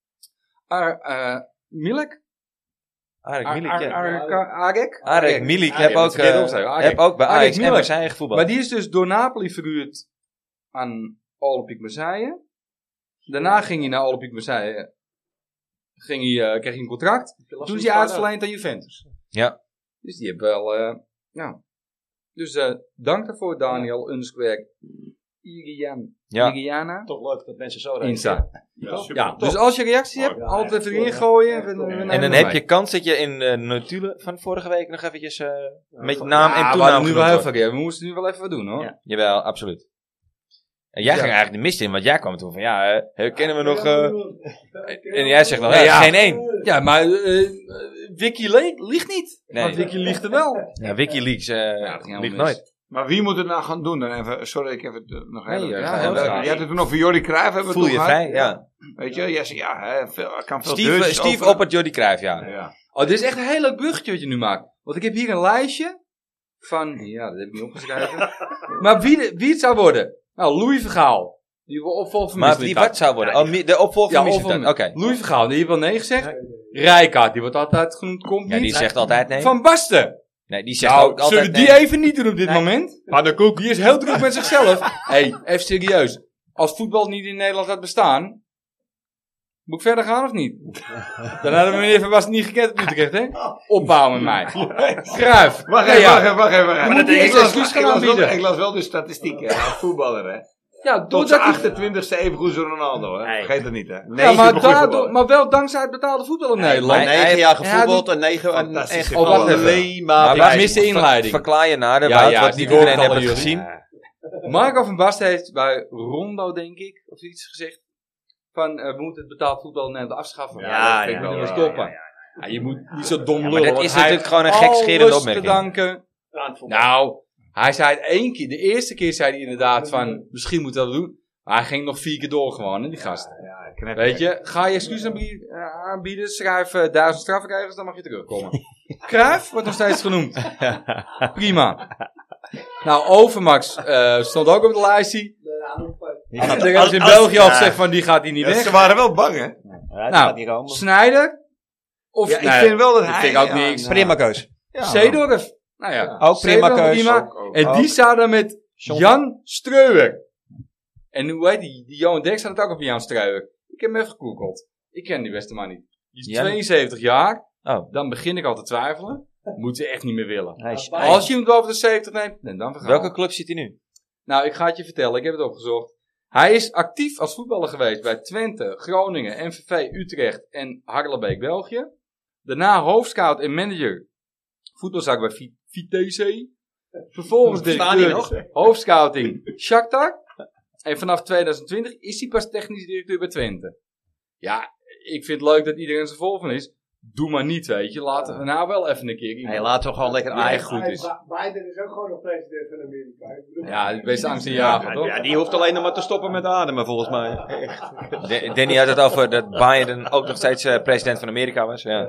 Ar, uh, Milek? Arek Milik, ja. Arek? Arek Milik heb ook, uh, heb ook bij Ajax en Marseille gevoetbald. Maar die is dus door Napoli verhuurd aan Olympique Marseille. Daarna ging hij naar Olympique Marseille. Ging hij, uh, kreeg hij een contract. Toen is hij uitverleend aan Juventus. Ja. Dus die hebben wel... Uh, ja. Dus uh, dank daarvoor Daniel underscore Irian. Ja. Iriana. Toch leuk dat mensen zo reageren. Insta. Ja, ja. Dus als je reacties hebt, oh, ja, altijd even erin gooien. En, en, en dan heb je kans dat je in de uh, notulen van vorige week nog eventjes uh, met naam en toenaam nu wel heel veel keer. We moesten nu wel even wat doen, hoor. Ja. Jawel, absoluut. En jij ja. ging eigenlijk de mist in, want jij kwam toen van, ja, uh, kennen we nog... Uh, en jij zegt wel, ja, ja. geen één. Ja, maar uh, Wiki liegt niet. Nee. Want Wiki liegt er wel. Ja, WikiLeaks uh, ja, liegt nooit. Maar wie moet het nou gaan doen dan even? Sorry, ik heb het uh, nog nee, even... Ja, ja, ja, je hebt het toen nog voor Jordi Cruijff. Hebben Voel we je vrij, ja. Weet je, ja, ja hè, veel, kan veel Steve, Steve op het Jordi Cruijff, ja. ja. Oh, dit is echt een heel leuk bruggetje wat je nu maakt. Want ik heb hier een lijstje van... Ja, dat heb ik niet opgeschreven. Maar wie, de, wie het zou worden? Nou, Louis Vergaal. Die wil opvolger van Maar wie wat zou worden? Ja, die, oh, de opvolger van ja, Mislintat. Oké. Okay. Louis Vergaal, die heeft wel nee gezegd. Rijkaard, die wordt altijd genoemd, komt ja, niet. die zegt altijd nee. Van Basten. Nee, die zegt nou, ook altijd zullen we die nee. even niet doen op dit nee. moment? Pannenkoek. Die is heel druk met zichzelf. Hé, hey, even serieus. Als voetbal niet in Nederland gaat bestaan... Moet ik verder gaan of niet? Dan hadden we meneer Van Basten niet gekend op Utrecht, hè? Opbouwen met mij. Cruijff. Wacht even, ja, ja. wacht even, wacht even. Moet die excuus gaan aanbieden. Ik las wel de statistieken, hè, voetballer, hè. Ja, tot zijn achtentwintigste even goed als Ronaldo, hè. Nee. Vergeet het niet, hè. Ja, maar, daardoor, maar wel dankzij het betaalde voetbal in nee, Nederland. Negen jaar gevoetbald en negen... Echt oh, wacht even. Maar wij missen de inleiding. Verklaar je nader, ja, ja, wat niet iedereen heeft het gezien. Ja. Marco van Basten heeft bij Rondo, denk ik, of iets gezegd. Van, uh, we moeten het betaald voetbal in Nederland afschaffen. Ja, ja, dat ja, vind ik ja, wel ja, stoppen. ja, ja, ja. Ja, je moet niet zo dom ja, lullen. Maar dat is natuurlijk gewoon een gekscherende opmerking. Te danken. Nou, hij zei het één keer. De eerste keer zei hij inderdaad van, misschien moeten we dat doen. Maar hij ging nog vier keer door gewoon, hè, die gast. Ja, weet je, ga je excuus aanbieden, uh, aanbieden schrijf uh, duizend strafregels, dan mag je terugkomen. Cruijff wordt nog steeds genoemd. Prima. Nou, Overmars uh, stond ook op de lijstje. Die gaat er is in België al gezegd van die gaat hij niet ja, weg. Ze waren wel bang, hè? Ja, nou, Sneijder. Of, ja, ik nee, vind wel dat hij... vind ik ook ja, niks. Prima keus. Ja, Seedorf. Nou ja, ja. Ook prima keus. Prima. Ook, ook, en ook. Die staat er met John. Jan Streuwer. En hoe heet die? Die Johan Derk staat ook op Jan Streuwer. Ik heb hem even gegoogeld. Ik ken die beste man niet. Die is Jan. tweeënzeventig jaar. Oh. Dan begin ik al te twijfelen. Moet je echt niet meer willen. Hij is, Als je hem boven de zeventig neemt, dan vergaan. Welke club zit hij nu? Nou, ik ga het je vertellen. Ik heb het opgezocht. Hij is actief als voetballer geweest bij Twente, Groningen, M V V, Utrecht en Harlebeke, België. Daarna hoofdscout en manager voetbalzaak bij V- Vitesse. Vervolgens directeur hoofdscouting Shakhtar. En vanaf twintig twintig is hij pas technisch directeur bij Twente. Ja, ik vind het leuk dat iedereen zijn vol van is. Doe maar niet, weet je. Laten we nou wel even een keer... Hey, laten we gewoon lekker Ja, eigen goed is. Biden is ook gewoon nog president van Amerika. Ik bedoel- Ja, het beste angst in jagen, Ja, toch? ja, die hoeft alleen nog maar te stoppen met ademen, volgens mij. De- Danny had het over dat Biden ook nog steeds uh, president van Amerika was. Ja.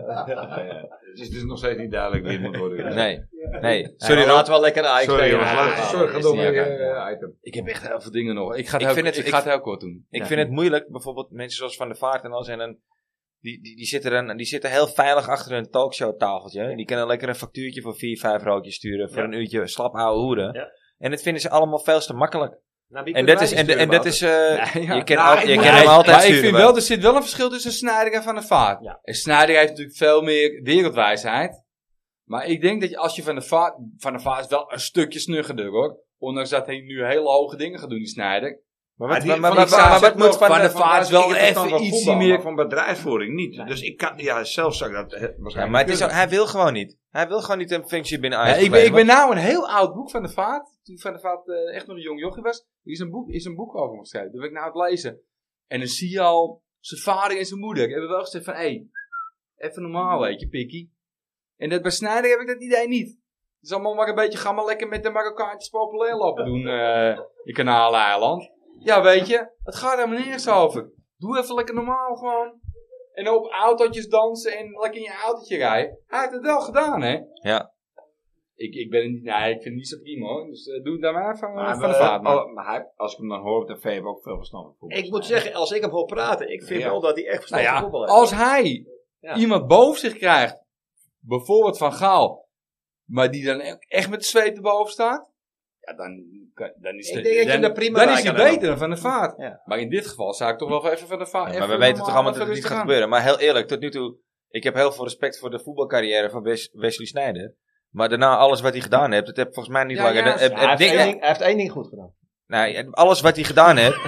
Het is dus nog steeds niet duidelijk wie het moet worden. Nee, nee. Sorry, Sorry Rob. laten we lekker eigen Sorry, spelen. jongens. Ja, Sorry, ga is door niet met oké. je eh, item. Ik heb echt heel veel dingen nog. Ik ga het, Ik heel, vind het- ik ik- ga het heel kort doen. Ik Ja. vind het moeilijk, bijvoorbeeld mensen zoals Van der Vaart en al zijn een, die, die, die, zitten dan, die zitten heel veilig achter een talkshowtafeltje. Die kunnen lekker een factuurtje voor vier, vijf rookjes sturen voor Ja. een uurtje slap ouwe hoeren. Ja. En dat vinden ze allemaal veel te makkelijk. Nou, wie En kunnen dat is, wij en, die en dat sturen, is, uh, Ja, je kan, nou, al, ik je moet- kan Ja, hem altijd maar ik sturen. vind maar- wel, er zit wel een verschil tussen Sneijder en Van der Vaart. Ja. En Sneijder heeft natuurlijk veel meer wereldwijsheid. Maar ik denk dat je, als je Van der Vaart... Van der Vaart is wel een stukje snuggerder, hoor. Ondanks dat hij nu hele hoge dingen gaat doen, die Snijder. Maar wat, Maar die- maar, maar, van maar, die maar, Vaart wat zegt moet wel, Van Van der der Vaart is wel even van ietsie voetbal, meer... maar van bedrijfsvoering niet. Dus ik kan, ja, zelf zou ik dat eh, Ja, waarschijnlijk maar het is ook, kunnen. hij wil gewoon niet. Hij wil gewoon niet een functie binnen Ja, Ajax. ik, ben, ik ben blijven. nou een heel oud boek van de Vaart. Toen Van der Vaart uh, echt nog een jong jochie was. Er is een boek, is een boek over hem geschreven. Dat ben ik nou aan het lezen. En dan zie je al zijn vader en zijn moeder. Hebben wel gezegd van, hé, hey, even normaal, weet je, pikkie. En dat bij Sneijder heb ik dat idee niet. Het is allemaal maar een beetje, ga maar lekker met de Marokkaantjes populair lopen doen uh, in Kanaleiland. Ja, weet je, het gaat helemaal nergens over. Doe even lekker normaal gewoon. En op autootjes dansen en lekker in je autootje rijden. Hij heeft het wel gedaan, hè? Ja. Ik, ik ben er niet, nee, ik vind het niet zo prima, hoor. Dus uh, doe het daar maar van, Maar, van de we- vaart. maar. oh, maar hij, als ik hem dan hoor op tv, heb ik ook veel verstand van voetbal. Ik moet zeggen, als ik hem hoor praten, ik vind Ja. wel dat hij echt verstand Nou van ja, voetbal heeft. als hij Ja. iemand boven zich krijgt, bijvoorbeeld Van Gaal, maar die dan e- echt met de zweep erboven staat, ja, dan, kan- dan is Ik het- denk dat je dan, daar prima dan bij is hij kan hebben. beter dan Van de Vaart. Ja. Maar in dit geval zou ik toch wel even Van de Vaart. Ja, maar we weten toch allemaal dat het niet gaat gebeuren. Maar heel eerlijk, tot nu toe, ik heb heel veel respect voor de voetbalcarrière van Wes- Wesley Sneijder. Maar daarna alles wat hij gedaan heeft, dat heb volgens mij niet Ja, langer. ja, Het- het- Hij, het heeft ding- één ding, hij heeft één ding goed gedaan. nou, alles wat hij gedaan heeft,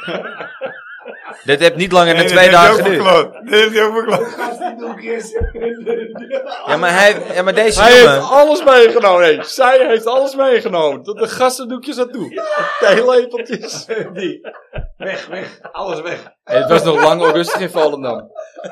dat heeft niet langer dan Nee, twee dat heeft dagen hij ook geduurd. verkloot. Dat heeft hij ook verkloot. Als die doek is. Ja, maar, hij, ja, maar deze Hij jongen... heeft alles meegenomen. Nee, zij heeft alles meegenomen. Tot de gastendoekjes aan toe. Theelepeltjes. Die. Weg, weg. Alles weg. En het was nog lang onrustig in Volendam.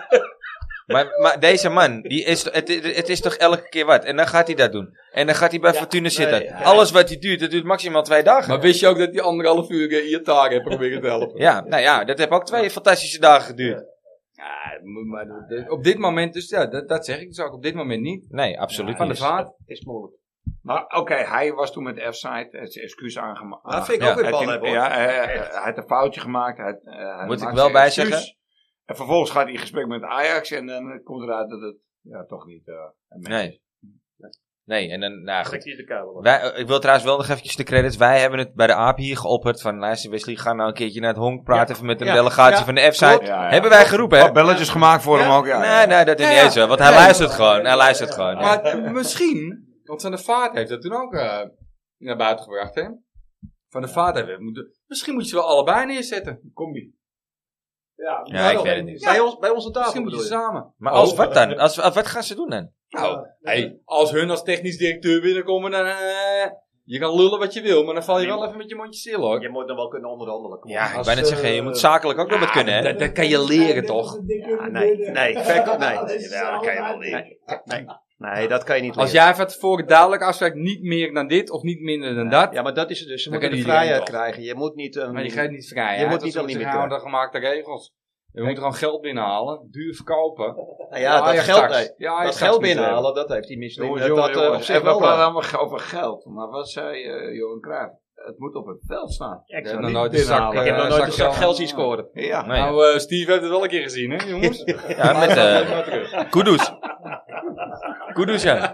Maar, maar deze man, die is, het, het is toch elke keer wat. En dan gaat hij dat doen. En dan gaat hij bij Fortuna zitten. nee, ja. Alles wat hij duurt, dat duurt maximaal twee dagen. Maar wist je ook dat die anderhalf uur in je taak heeft proberen te helpen? Ja, nou ja, dat heeft ook twee fantastische dagen geduurd. Ja, maar de- op dit moment, dus ja, dat, dat zeg ik dus ook op dit moment niet. Nee, absoluut Van de niet. Vaart. Het is moeilijk. Maar oké, hij was toen met F-side, het zijn excuus aangemaakt. Dat vind ik Ja, ook weer Hij bal heeft- hebben, hoor. Ja, hij, hij had een foutje gemaakt. Hij, eh, hij Moet ik maakt wel zijn bij excuus. zeggen? En vervolgens gaat hij in gesprek met Ajax en dan komt eruit dat het ja, toch niet uh, een match Nee. is. Nee, en dan, nou goed. Trekt hij de kabel. Wij, eh, ik wil trouwens wel nog eventjes de credits. Wij hebben het bij de A P I hier geopperd. Van luister Wesley, ga nou een keertje naar het honk. Praat even met een Ja. delegatie Ja. van de F-site. Ja, ja. Hebben wij geroepen, hè? Wat belletjes gemaakt voor hem ook, ja. Nee, ja. nee, dat is Ja, niet ja. eens zo. Want hij Nee. luistert gewoon. Hij luistert gewoon. ja. Maar eh, misschien, want Van de Vaart heeft dat toen ook uh, naar buiten gebracht, hè? Van de Vaart heeft het moeten. Misschien moet je ze wel allebei neerzetten. Combi. Ja, Ja, ik weet het niet. Bij, ons, bij onze tafel Misschien moet je bedoel ze je? samen. Maar als wat dan? Als, als, wat gaan ze doen dan? Nou, hey, als hun als technisch directeur binnenkomen, dan. Uh, je kan lullen wat je wil, maar dan val je wel even met je mondje stil, hoor. Je moet dan wel kunnen onderhandelen. kom op. Ja, ik Als, wou net zeggen, je eh, moet zakelijk ook wel wat kunnen, hè? Dat, dat kan je leren, toch? Ja, nee, nee, verkoop, nee. Ja, dat kan je wel leren. Nee, nee, dat kan je niet Als leren. jij van tevoren duidelijk afspraakt, niet meer dan dit of niet minder dan dat. Ja, maar dat is het dus. Ze Dan moeten kan de iedereen vrijheid wel. krijgen. Je moet niet... een- Maar je gaat niet vrij. Je moet niet een limiet houden de gemaakte regels. Je moet gewoon geld binnenhalen, duur verkopen. Nou ja, dat Ajax geld, straks. nee, Ja, Ajax dat straks geld moeten binnenhalen, dat heeft hij misschien Jongens, dat, jongens, dat, eh, op jongens. zich En we wel. praten eh, allemaal over geld. Maar wat zei uh, Johan Cruijff? Het moet op het veld staan. Ik Ik zou heb nog niet nooit een zak, binnenhalen. Ik heb eh, nog nooit zak een zak geld- geld zien scoren. Ja. Nee. Nou, eh, Steve heeft het wel een keer gezien, hè, jongens? Ja, met eh Kudus. Kudus, ja.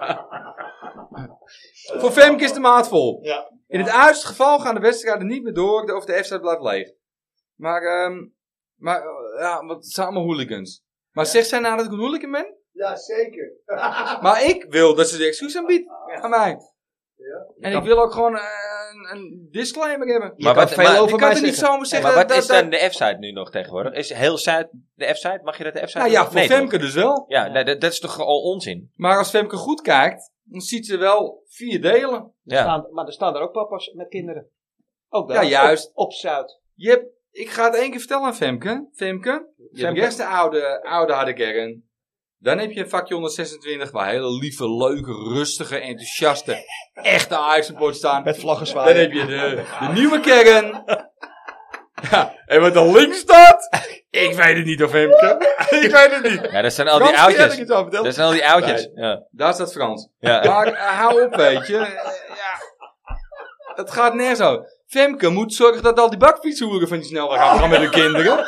Voor Femke is de maat vol. Ja. In het uiterste geval gaan de wedstrijden niet meer door of de F-site blijft leeg. Maar, ehm maar eh, ja, wat het zijn allemaal hooligans. Maar zegt zij nou dat ik een hooligan ben? Ja, zeker. Maar ik wil dat ze de excuus aanbiedt aan mij. En ik wil ook gewoon eh, een, een disclaimer hebben. Maar wat, veel maar, over je kan mij er niet zeggen. zomaar zeggen... maar wat dat, is dat, dan de F-site nu nog tegenwoordig? Is heel Zuid de F-site? Mag je dat de F-site Nou ja, doen? voor Nee, Femke toch? dus wel. Ja, nee, dat, dat is toch al onzin? Maar als Femke goed kijkt, dan ziet ze wel vier delen. Er Ja. staan, maar er staan er ook papa's met kinderen. Ook Ja, daar. juist. Op, op Zuid. Je hebt, ik ga het één keer vertellen aan Femke. Femke, je hebt eerst de oude, oude harde kern. Dan heb je een vakje honderdzesentwintig waar hele lieve, leuke, rustige, enthousiaste, echte Ajax-supporters staan. Met vlaggen Dan zwaaien. heb je de, de nieuwe kern. Ja, en wat er links staat, ik weet het niet of Femke. Ik weet het niet. Ja, dat zijn al die Frans, jij oudjes. hebt het al verteld? Dat zijn al die oudjes. Ja. Daar staat Frans. Ja. Maar uh, hou op, weet je. Uh, ja. Het gaat nergens over. Femke moet zorgen dat al die bakfietshoeren van die snelweg gaan met hun kinderen.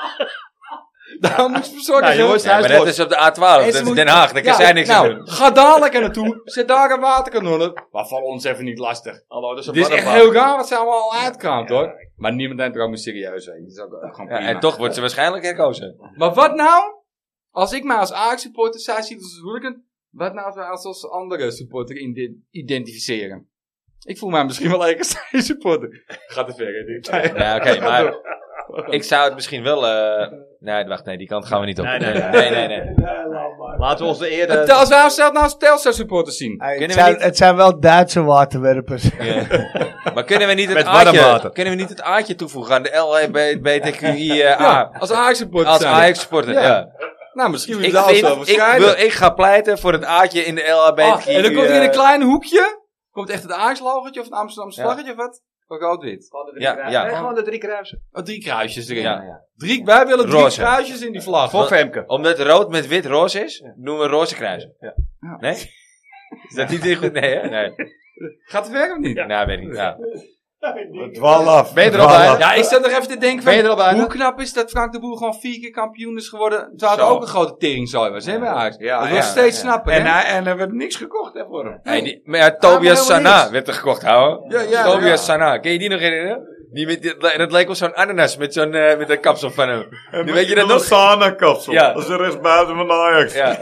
Daar moet ze voor zorgen. Nou, jongens, Ja, maar dat is op de A twaalf. En Dat ze is moet- Den Haag. Daar kan Ja, zij niks nou, aan doen. ga dadelijk er naartoe. Zet daar een waterkanon. Maar voor ons even niet lastig. Hallo, dat is een Dit is echt warm heel raar wat ze allemaal al uitkraamt, hoor. Maar niemand neemt er ook meer serieus. Weet je. Dat is ook, ook gewoon Ja, prima. en toch wordt ze waarschijnlijk herkozen. Maar wat nou, als ik mij als Ajax-supporter, zij ziet als hooligan, wat nou als wij als, als andere supporter ide- identificeren? Ik voel mij misschien wel lekker als supporter. Gaat te ver, hè? dit? Ja, oké, maar ik zou het misschien wel... eh nee, wacht, nee, die kant gaan we niet op. Nee, nee, nee, nee. nee. Laten we ons de eer... Het- Als wij onszelf nou als Telstar-supporters zien. Hey, het, Kunnen we zijn, niet- het zijn wel Duitse waterwerpers. Ja. Maar kunnen we niet het Met warm aatje, water. kunnen we niet het aatje toevoegen aan de L H B T Q I A? Ja, als Ajax-supporter Als zijn. Ajax-supporter, ja. Ja. Nou, misschien wil je Ik, daar vind, zo over ik, schrijven. wil, ik ga pleiten voor het aatje in de L H B T Q I. Ah, en dan komt hier in een eh, klein hoekje, komt echt het Ajax-logotje of een Amsterdamse Ja. vlaggetje of wat? Of rood-wit? Gewoon de drie Ja, kruisen. ja. Nee, gewoon de drie kruisen. Oh, drie kruisjes erin. Ja. Drie, wij willen drie Roze. kruisjes in die vlag. Voor Femke. Omdat rood met wit roze is, noemen we roze kruisen. Ja. Nee? Is dat niet heel goed? Nee, hè? Nee. Gaat het werken of niet? Nou, weet ik niet. Ja. Dwal af. Ben je er al bij? Ja, ik zat nog even te denken van, Ben je er al bij? hoe knap is dat Frank de Boer gewoon vier keer kampioen is geworden. Terwijl het Zo. ook een grote teringzooi was, hè, bij Ajax. Ja, dat wil ja, ik steeds ja. snappen, En hè. hij, en er werd niks gekocht hè, voor hem. Hey, die, maar ja, Tobias maar helemaal Sana niks. werd er gekocht, houden. Ja, ja, Tobias ja. Sana, ken je die nog herinneren? Die met, die, dat leek op zo'n ananas met zo'n uh, met een kapsel van hem. Die, weet je dat nog? Sana-kapsel. Ja. Dat is de rechtsbuiten van Ajax. Ja.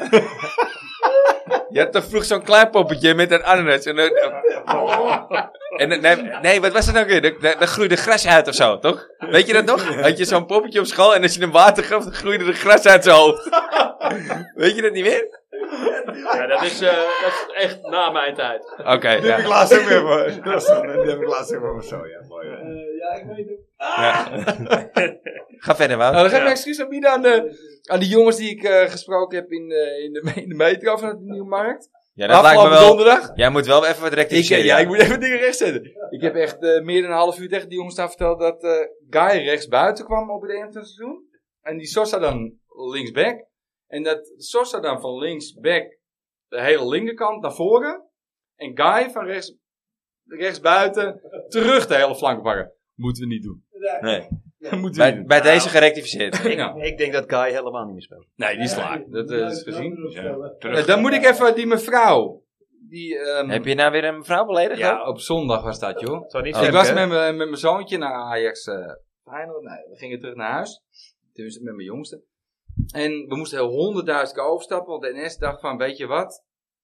Je had toch vroeg zo'n klein poppetje met een ananas. En, dan- en, dan- nee, nee, wat was het nou weer? Daar daar groeide gras uit of zo, toch? Weet je dat nog? Had je zo'n poppetje op school en als je hem water gaf, dan groeide er gras uit zijn hoofd. Weet je dat niet meer? Ja, dat is, uh, dat is echt na mijn tijd. Oké, okay, Die heb ik ja. laatst ook weer voor. Dat is- Die heb ik laatst ook weer voor zo, ja. Mooi, hè. ja. Ga verder, Wout. Nou, dan ga ik mijn excuus aanbieden aan de, aan de jongens die ik eh, gesproken heb in de, in de, in de metro van de Nieuwe Markt. Ja, dat lijkt me Afgelopen wel. donderdag. Jij moet wel even wat Ik, rectificeren. ja, ik moet even dingen rechtzetten. Ik heb echt eh, meer dan een half uur tegen die jongens daar verteld dat eh Guy rechts buiten kwam op het einde van het seizoen. En die Sosa dan linksback. En dat Sosa dan van linksback de hele linkerkant naar voren. En Guy van rechts, rechts buiten terug de hele flank pakken. Moeten we niet doen. Nee. Moeten we niet Bij, doen. bij deze gerectificeerd. Ja. Ik denk dat Guy helemaal niet meer speelt. Nee, die is klaar. Dat eh, is gezien. Ja. Dan moet ik even die mevrouw. Die, ehm, Heb je nou weer een vrouw beledigd? ja, op zondag was dat, joh. Zou niet Oh, ik Femke, was hè? met mijn met mijn zoontje naar Ajax eh Feyenoord. Nee, we gingen terug naar huis. Tenminste, met mijn jongste. En we moesten heel honderdduizend keer overstappen. Want de N S dacht van, weet je wat?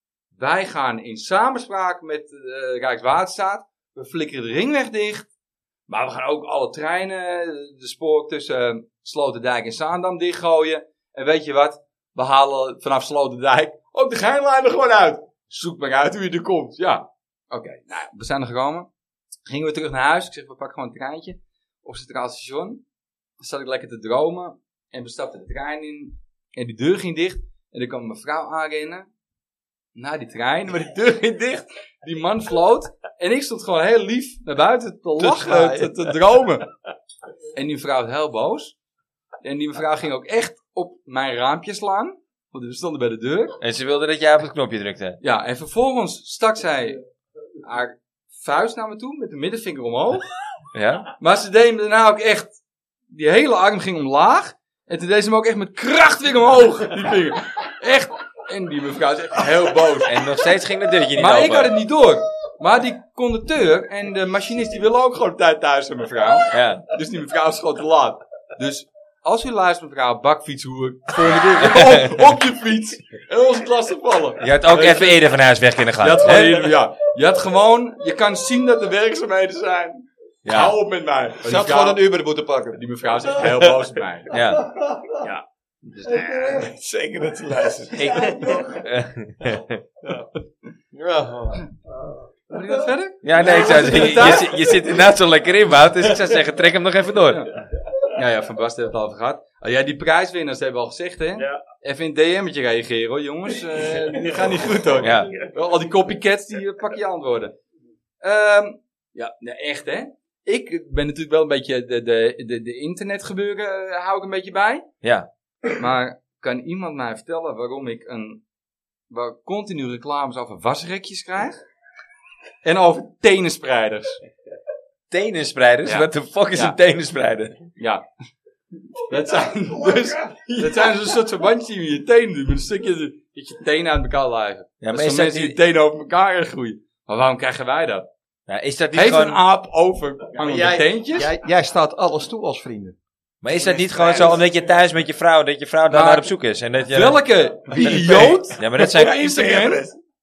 Wij gaan in samenspraak met de Rijkswaterstaat. We flikkeren de ringweg dicht. Maar we gaan ook alle treinen, de spoor tussen Sloterdijk en Zaandam dichtgooien. En weet je wat? We halen vanaf Sloterdijk ook de Geinlijn er gewoon uit. Zoek maar uit hoe je er komt. Ja. Oké, okay, nou, we zijn er gekomen. Gingen we terug naar huis. Ik zeg, we pakken gewoon een treintje. Op Centraal Station. Dan zat ik lekker te dromen. En we stapten de trein in. En die deur ging dicht. En er kwam een mevrouw aanrennen. Naar die trein. Maar die deur ging dicht. Die man floot. En ik stond gewoon heel lief naar buiten te lachen. Te, te dromen. En die mevrouw was heel boos. En die mevrouw ging ook echt op mijn raampje slaan. Want we stonden bij de deur. En ze wilde dat jij op het knopje drukte. Ja, en vervolgens stak zij haar vuist naar me toe met de middenvinger omhoog. Ja? Maar ze deed hem daarna ook echt, die hele arm ging omlaag. En toen deed ze hem ook echt met kracht weer omhoog, die vinger. Echt. En die mevrouw is echt heel boos. En nog steeds ging dat deurtje niet Maar open. ik had het niet door. Maar die conducteur en de machinist, die willen ook gewoon de tijd thuis zijn, mevrouw. Ja. Dus die mevrouw is gewoon te laat. Dus als u luistert, mevrouw, bakfietshoer, volgende keer op, op je fiets en onze klas te vallen. Je had ook even eerder van huis weg kunnen gaan. Je had gewoon hier, ja. Je had gewoon, je kan zien dat er werkzaamheden zijn. Ja. Hou op met mij. Ze had gewoon een Uber moeten pakken. Die mevrouw is echt heel boos op mij. Ja. Ja. Dus, eh, zeker dat ze luistert. Ik, Moet ik dat verder? ja, nee, ik zou zeggen, je, je, zit- je zit inderdaad zo lekker in, Wout. Dus ik zou zeggen, trek hem nog even door. Ja, ja, Van Basten heeft het al over gehad. Oh, ja, die prijswinnaars hebben we al gezegd, hè? Ja. Even in een D M'tje reageren, hoor, jongens. Uh, die gaat niet goed, hoor. Ja. Al die copycats, die uh, pak je antwoorden. Um, ja, nee, echt, hè? Ik ben natuurlijk wel een beetje de, de, de, de internetgebeuren, uh, hou ik een beetje bij. Ja. Maar kan iemand mij vertellen waarom ik een, waar continu reclames over wasrekjes krijg? En over tenenspreiders. Tenenspreiders? Ja. Wat de fuck is Ja. een tenenspreider? Ja. Dat zijn dus, dat zijn zo'n soort verbandjes die je in je tenen doet. Met een stukje dat je tenen uit elkaar lijgen. Ja, dat maar is zijn dat mensen die niet- je tenen over elkaar groeien. Maar waarom krijgen wij dat? Ja, is dat niet Heeft gewoon... een aap over hangende jij- teentjes? Jij, jij staat alles toe als vrienden. Maar is dat niet gewoon zo omdat je thuis met je vrouw, dat je vrouw daar Maar- naar op zoek is? En dat je, Welke idioot Ja, maar dat op zijn... Instagram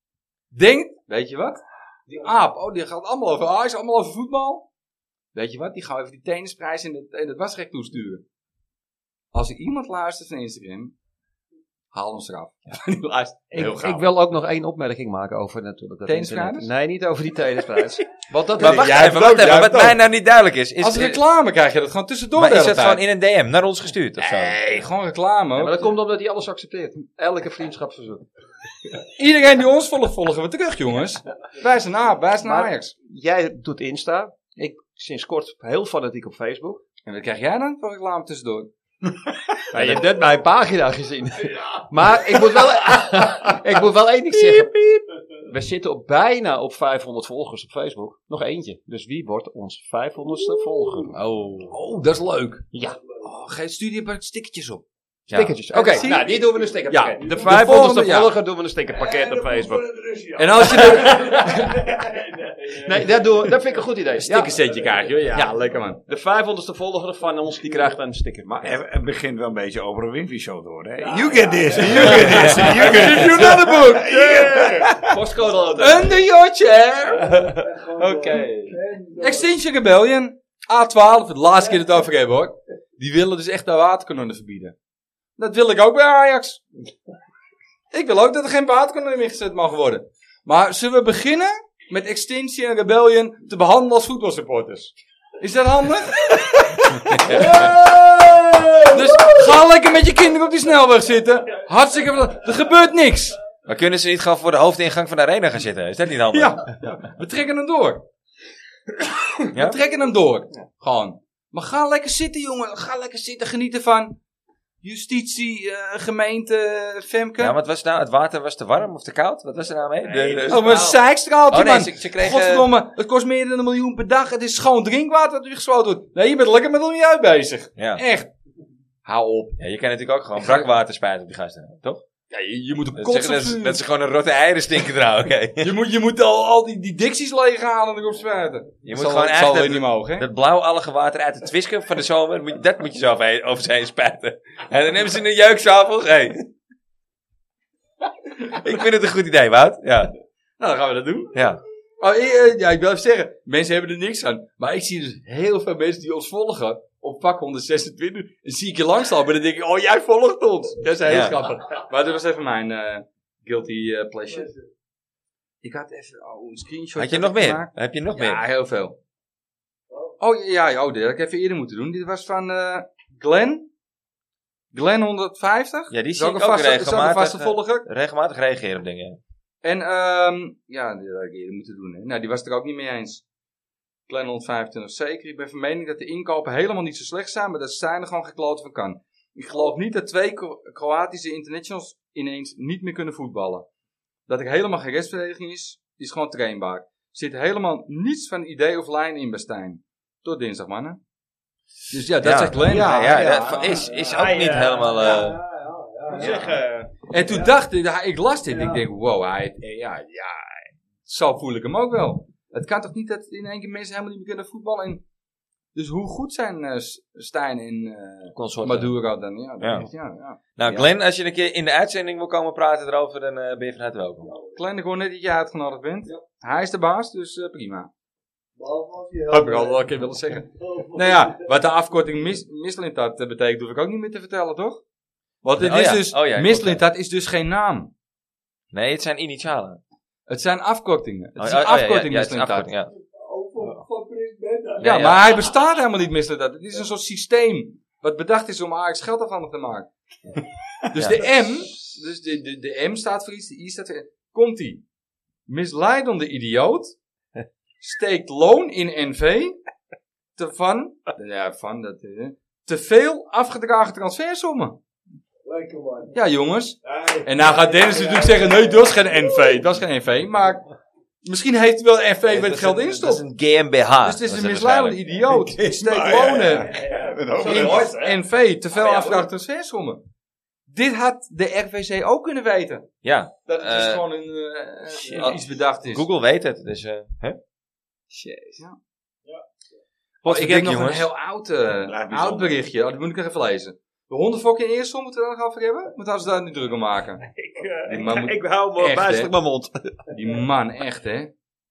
denkt, weet je wat? Die aap, oh, die gaat allemaal over Ajax, allemaal over voetbal. Weet je wat? Die gaan we even die tennisprijs in het, in het wasrek toesturen. Als er iemand luistert van Instagram, haal ons eraf. Ja, die luistert heel Ik, gauw. ik wil ook nog één opmerking maken over natuurlijk dat Tennissprijs? internet. Nee, niet over die tennissprijs. Want dat Maar wacht Jij even, hebt wacht ook, even. jij Wat hebt mij ook. nou niet duidelijk is... is Als reclame krijg je dat gewoon tussendoor. maar de is hele dat gewoon tijd. in een D M naar ons gestuurd of zo? Nee, gewoon reclame. Ja, hoor. maar dat komt omdat hij alles accepteert. Elke vriendschapsverzoek. Iedereen die ons volgt, volgen we terug, jongens. Wij zijn aap, wij zijn Maar- Ajax. Jij doet Insta. Ik sinds kort heel fanatiek op Facebook. En wat krijg jij dan voor reclame tussendoor? Ja, je hebt net mijn pagina gezien. Maar ik moet wel, ik moet wel één ding zeggen. We zitten op bijna op vijfhonderd volgers op Facebook. Nog eentje. Dus wie wordt ons vijfhonderdste volger? Oh. Oh, dat is leuk. Ja. Oh, ga je studie een paar stickertjes op. Stickertjes. Oké, Zie- nou die doen we een stickerpakket. Ja, de de vijfhonderdste volgende, ja. volger doen we een stickerpakket op Facebook. En als je Nee, dat, doen we, dat vind ik een goed idee. een stickersetje krijgt, joh. Ja, Ja. lekker man. De vijfhonderdste volger van ons, die krijgt een sticker. Maar het, het begint wel een beetje over een Winfrey show te worden. Hè? You get this, and you get this, and you get this. You another book. Postcode auto. Under your chair. Oké. Extinction Rebellion. A twaalf, het laatste keer dat we het over hebben hoor. Die willen dus echt de waterkanonnen verbieden. Dat wil ik ook bij Ajax. Ik wil ook dat er geen waterkanonnen meer gezet mag worden. Maar zullen we beginnen met Extinction Rebellion te behandelen als voetbalsupporters? Is dat handig? Dus ga lekker met je kinderen op die snelweg zitten. Hartstikke veel. Er gebeurt niks. Maar kunnen ze niet gewoon voor de hoofdingang van de arena gaan zitten? Is dat niet handig? Ja, we trekken hem door. Ja? We trekken hem door. Gewoon. Maar ga lekker zitten, jongen. Ga lekker zitten, genieten van justitie, eh, gemeente, Femke. Ja, wat was het nou? Het water was te warm of te koud? Wat was er nou mee? De- de- Oh, maar een zeikstraaltje, Oh, nee, man. ze- ze kregen- Godverdomme, het kost meer dan een miljoen per dag. Het is schoon drinkwater wat er gesloten wordt. Nee, je bent lekker met milieu bezig. Ja. Echt. Hou op. Ja, je kan natuurlijk ook gewoon brakwater spuiten op die gasten, toch? Ja, je, je moet een Dat, kots zeggen, dat, is- opsturen. dat ze gewoon een rotte eieren stinken trouwens. Oké. Je moet, je moet al, al die, die dicties leeghalen en erop spuiten. Je moet zal, gewoon zal eigenlijk weer niet mogen, hè? Dat blauw algenwater uit het twisken van de zomer, moet, dat moet je zo over, over zijn spuiten. En dan nemen ze een jeukzapel. Hey. Ik vind het een goed idee, Wout. Ja. Nou, dan gaan we dat doen. Ja. Oh, eh, ja, ik wil even zeggen, mensen hebben er niks aan. Maar ik zie dus heel veel mensen die ons volgen op vak honderdzesentwintig. En zie ik je langslopen en dan denk ik, oh, jij volgt ons. Dat is heel Ja. grappig. Maar dat was even mijn eh, guilty eh, pleasure. Ik had even oh, een screenshot. Had je nog meer? gemaakt. Heb je nog Ja, meer? heel veel. Oh, ja, ja, oh, dit had ik even eerder moeten doen. Dit was van eh Glenn. Glenn honderdvijftig. Ja, die Is zie ook ik een ook vaste, is ook een regelmatig, vaste eh, volger. Regelmatig reageren op dingen. En, ehm ja, die had ik eerder moeten doen. Hè. Nou, die was het er ook niet mee eens. Klein honderdvijfentwintig zeker. Ik ben van mening dat de inkopen helemaal niet zo slecht zijn, maar dat Stijn er gewoon gekloot van kan. Ik geloof niet dat twee Kro- Kroatische internationals ineens niet meer kunnen voetballen. Dat er helemaal geen restverdediging is, is gewoon trainbaar. Er zit helemaal niets van idee of lijn in bij Stijn. Tot dinsdag, mannen. Dus ja, dat Ja. zegt Glenn. Ja, ja, ja. dat is, is ook Hij, niet eh, helemaal... eh, Zeg, eh, En toen dacht ik, ik las dit, ik denk, wow, hij, ja, ja, zo voel ik hem ook wel. Het kan toch niet dat in één keer mensen helemaal niet meer kunnen voetballen. En dus hoe goed zijn uh, Stijn en uh, Consorten. Maduro dan? Ja, Ja. ja. ja, ja. Nou, Ja. Glenn, als je een keer in de uitzending wil komen praten erover, dan eh, ben je van harte welkom. Klein, gewoon net dat je uitgenodigd bent. Hij is de baas, dus uh, prima. Behalve als je Dat heb ik al wel een keer willen zeggen. Nou ja, wat de afkorting mis, Mislintat betekent, hoef ik ook niet meer te vertellen, toch? Want het Oh is ja, dus, oh ja, Mislintat is dus geen naam. Nee, het zijn initialen. Het zijn afkortingen. Het is Oh, een oh, oh, ja, afkorting, ja, ja, het is een Mislintat. afkorting, ja. Over van Prins Benda. Ja, Ja, ja. maar hij bestaat helemaal niet, Mislintat. Het is een soort systeem wat bedacht is om Ajax geld afhandig te maken. Dus Ja. de M, dus de, de, de M staat voor iets, de I staat voor... Komt-ie. Misleidende idioot steekt loon in N V te van, ja, van dat, eh, te veel afgedragen transfersommen. Lekker man. Ja, jongens. Nee. En nou gaat Dennis natuurlijk zeggen, nee, dat was geen N V. Dat was geen N V, maar misschien heeft hij wel N V Nee, met dat het is geld een- instopt. Dat is een G M B H. Dus het is Dat een het misleidende waarschijnlijk. idioot. Die steekt lonen in N V, te veel afgedragen transfersommen. Dit had de R V C ook kunnen weten. Ja. Dat het dus Eh, gewoon een, uh, shit. iets bedacht is. Google weet het, dus... eh hè? Jeez. Ja. Wat ik dik, heb nog jongens. een heel oud, uh, oud berichtje. Oh, dat moet ik nog even lezen. De hondenfok in eerste moeten we daar nog over hebben? Moeten we ze daar niet druk om maken? Ik, uh, Die man moet- ik, ik hou me echt, bijstelijk hè? mijn mond. Die man, echt hè?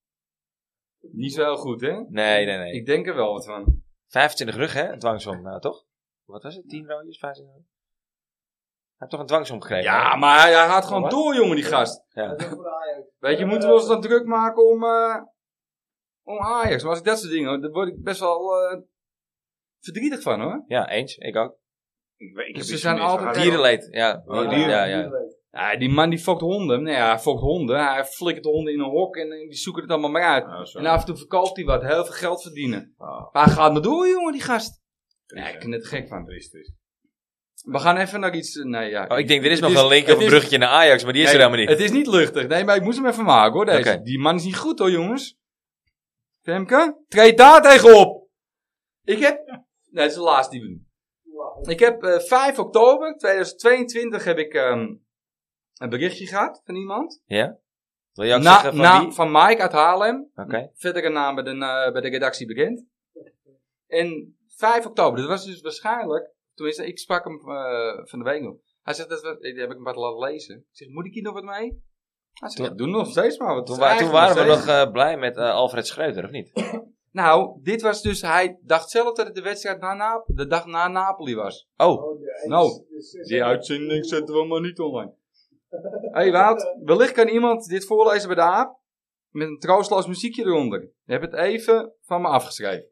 Niet zo heel goed hè? Nee, nee, nee. Ik denk er wel wat van. vijfentwintig rug, hè? Een dwangsom, nou, toch? Wat was het? tien roodjes? vijftien roodjes? Hij heeft toch een dwangsom gekregen? Ja, hè? maar hij, hij gaat gewoon Wat? door jongen die gast. Ja. Weet je, moeten we ons dan druk maken om, uh, om Ajax? Maar als ik dat soort dingen hoor, daar word ik best wel uh, verdrietig van hoor. Ja, eens. Ik ook. Ik, weet- ik Dus heb ze iets zijn gemist. altijd- We gaan- Dierenleed, ja. Oh, Dieren, ja, ja. Ja, die man die fokt honden. Nou ja, hij fokt honden. Hij flikkert de honden in een hok en, en die zoeken het allemaal maar uit. Oh, zo. En af en toe verkoopt hij wat, heel veel geld verdienen. Oh. Maar hij gaat maar door jongen, die gast. Triest, Ja, ik hè? ben er gek van. Triest, triest. We gaan even naar iets... Nee, ja. Oh, ik denk, er is Het nog een link het of een is- bruggetje naar Ajax, maar die is Nee, er helemaal niet. Het is niet luchtig. Nee, maar ik moest hem even maken hoor, deze. Oké. Die man is niet goed hoor, jongens. Femke, treed daar tegenop. Ik heb... Nee, dat is de laatste die we doen. Ik heb uh, vijf oktober tweeduizend tweeëntwintig heb ik um, een berichtje gehad van iemand. Ja? Wil je ook Na, zeggen van na- wie? van Mike uit Haarlem. Oké. Verdere naam bij de, uh, bij de redactie bekend. En vijf oktober, dat was dus waarschijnlijk... Tenminste, ik sprak hem uh, van de week nog. Hij zegt, dat we, heb ik hem wat laten lezen. Ik zeg, moet ik hier nog wat mee? Hij zegt, ja, doe nog steeds maar. Want Toen, het is wa- toen eigenlijk waren we nog nog steeds- uh, blij met uh, Alfred Schreuder, of niet? Nou, dit was dus... Hij dacht zelf dat het de wedstrijd na Napoli... De dag na Napoli was. Oh, Nou, die uitzending zetten we maar niet online. Hé hey, Wout, wellicht kan iemand dit voorlezen bij de aap. Met een troostloos muziekje eronder. Ik heb het even van me afgeschreven.